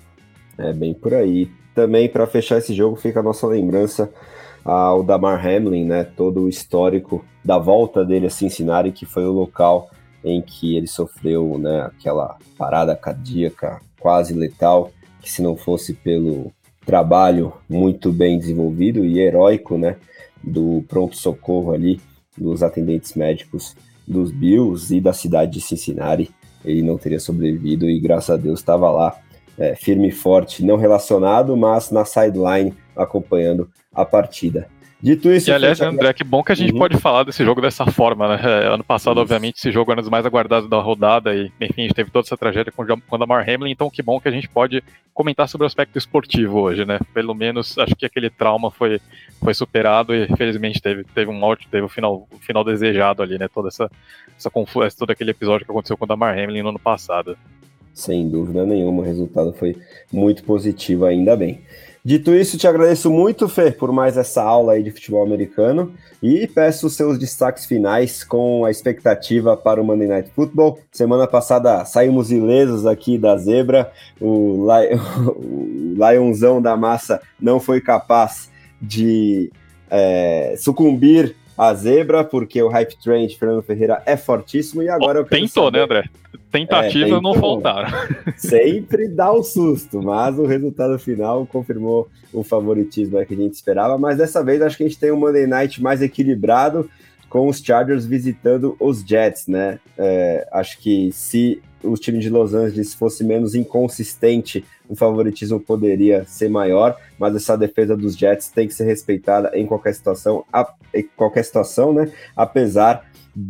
É bem por aí. Também, para fechar esse jogo, fica a nossa lembrança ao Damar Hamlin, né? Todo o histórico da volta dele a Cincinnati, que foi o local em que ele sofreu, né, aquela parada cardíaca quase letal, que se não fosse pelo trabalho muito bem desenvolvido e heróico, né, do pronto-socorro ali, dos atendentes médicos dos Bills e da cidade de Cincinnati, ele não teria sobrevivido e graças a Deus estava lá, é, firme e forte, não relacionado, mas na sideline, acompanhando a partida. Dito isso... E aliás, André, que bom que a gente uhum. pode falar desse jogo dessa forma, né? Ano passado, isso. obviamente, esse jogo era um dos mais aguardados da rodada e, enfim, a gente teve toda essa tragédia com o Damar Hamlin, então que bom que a gente pode comentar sobre o aspecto esportivo hoje, né? Pelo menos, acho que aquele trauma foi, foi superado e, felizmente, teve, teve um ótimo, teve o final, o final desejado ali, né? Toda essa, essa confusão, todo aquele episódio que aconteceu com o Damar Hamlin no ano passado. Sem dúvida nenhuma, o resultado foi muito positivo, ainda bem. Dito isso, te agradeço muito, Fê, por mais essa aula aí de futebol americano e peço os seus destaques finais com a expectativa para o Monday Night Football. Semana passada saímos ilesos aqui da zebra, o, Lion, o Lionzão da massa não foi capaz de é, sucumbir à zebra, porque o hype train de Fernando Ferreira é fortíssimo e agora... Oh, eu tentou, saber... né, André? Tentativas é, não faltaram. Sempre dá o um susto, mas o resultado final confirmou o favoritismo que a gente esperava, mas dessa vez acho que a gente tem um Monday Night mais equilibrado, com os Chargers visitando os Jets, né? É, acho que se o time de Los Angeles fosse menos inconsistente, o favoritismo poderia ser maior, mas essa defesa dos Jets tem que ser respeitada em qualquer situação, a, em qualquer situação, né? Apesar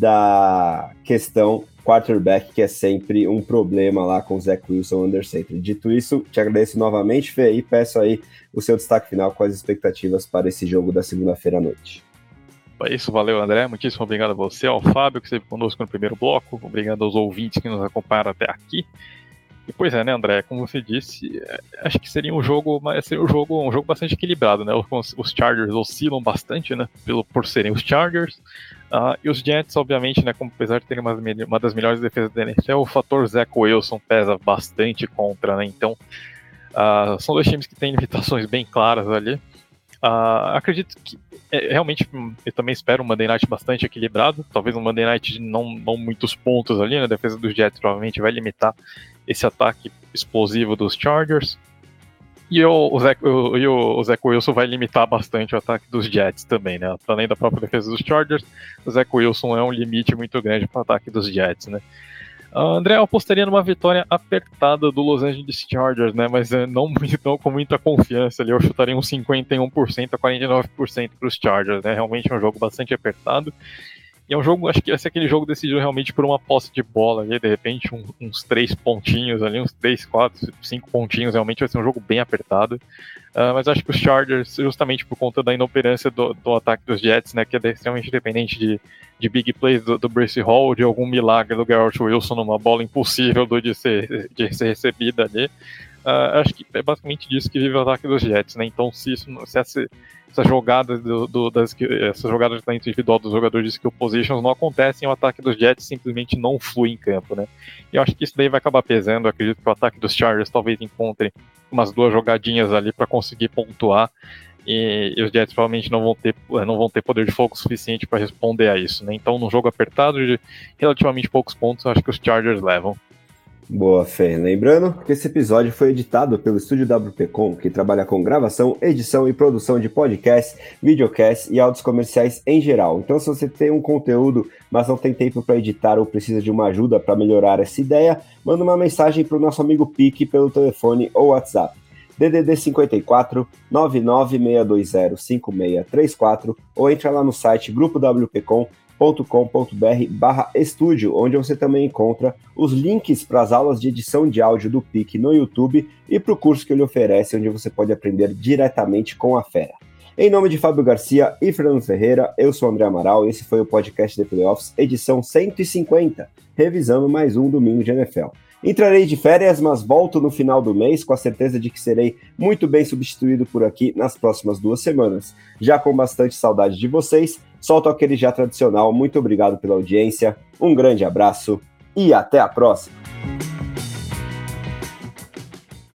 da questão quarterback, que é sempre um problema lá com o Zach Wilson under center. Dito isso, te agradeço novamente, Fê, e peço aí o seu destaque final com as expectativas para esse jogo da segunda-feira à noite. É isso, valeu, André, muitíssimo obrigado a você, ao Fábio, que esteve conosco no primeiro bloco, obrigado aos ouvintes que nos acompanharam até aqui. E pois é, né, André, como você disse, acho que seria um jogo, seria um jogo, um jogo bastante equilibrado, né, os, os Chargers oscilam bastante, né, pelo, por serem os Chargers, uh, e os Jets, obviamente, né, como apesar de terem uma, uma das melhores defesas da N F L, o fator Zach Wilson pesa bastante contra, né, então uh, são dois times que têm limitações bem claras ali. Uh, acredito que é, realmente eu também espero um Monday Night bastante equilibrado, talvez um Monday Night de não, não muitos pontos ali, né? A defesa dos Jets provavelmente vai limitar esse ataque explosivo dos Chargers e o, o, Zach, o, e o, o Zach Wilson vai limitar bastante o ataque dos Jets também, né? Além da própria defesa dos Chargers, o Zach Wilson é um limite muito grande para o ataque dos Jets, né? Uh, André, eu apostaria numa vitória apertada do Los Angeles Chargers, né? Mas uh, não, não com muita confiança ali. Eu chutaria uns cinquenta e um por cento a quarenta e nove por cento para os Chargers, né? Realmente é um jogo bastante apertado. E é um jogo, acho que vai ser aquele jogo decidido realmente por uma posse de bola ali, de repente um, uns três pontinhos ali, uns três, quatro, cinco pontinhos, realmente vai ser um jogo bem apertado. Uh, mas acho que os Chargers, justamente por conta da inoperância do, do ataque dos Jets, né, que é extremamente dependente de, de big plays do, do Breece Hall, de algum milagre do Garrett Wilson numa bola impossível do, de, ser, de ser recebida ali, uh, acho que é basicamente disso que vive o ataque dos Jets, né, então se, isso, se essa, essa jogada do, do, das, essa jogada de talento individual dos jogadores de skill positions não acontecem, o ataque dos Jets simplesmente não flui em campo, né, e eu acho que isso daí vai acabar pesando. Eu acredito que o ataque dos Chargers talvez encontre umas duas jogadinhas ali para conseguir pontuar, e, e os Jets provavelmente não vão ter, não vão ter poder de fogo suficiente para responder a isso, né? Então, num jogo apertado de relativamente poucos pontos, eu acho que os Chargers levam. Boa, Fê. Lembrando que esse episódio foi editado pelo Estúdio W P Com, que trabalha com gravação, edição e produção de podcasts, videocasts e áudios comerciais em geral. Então, se você tem um conteúdo, mas não tem tempo para editar ou precisa de uma ajuda para melhorar essa ideia, manda uma mensagem para o nosso amigo Pique pelo telefone ou WhatsApp. D D D cinquenta e quatro, nove nove seis dois zero, cinco seis três quatro ou entra lá no site grupo w p com ponto com ponto b r barra estúdio, onde você também encontra os links para as aulas de edição de áudio do Pique no YouTube e para o curso que ele oferece, onde você pode aprender diretamente com a fera. Em nome de Fábio Garcia e Fernando Ferreira, eu sou André Amaral e esse foi o podcast The Playoffs, edição cento e cinquenta, revisando mais um domingo de N F L. Entrarei de férias, mas volto no final do mês com a certeza de que serei muito bem substituído por aqui nas próximas duas semanas. Já com bastante saudade de vocês, solto aquele já tradicional. Muito obrigado pela audiência, um grande abraço e até a próxima!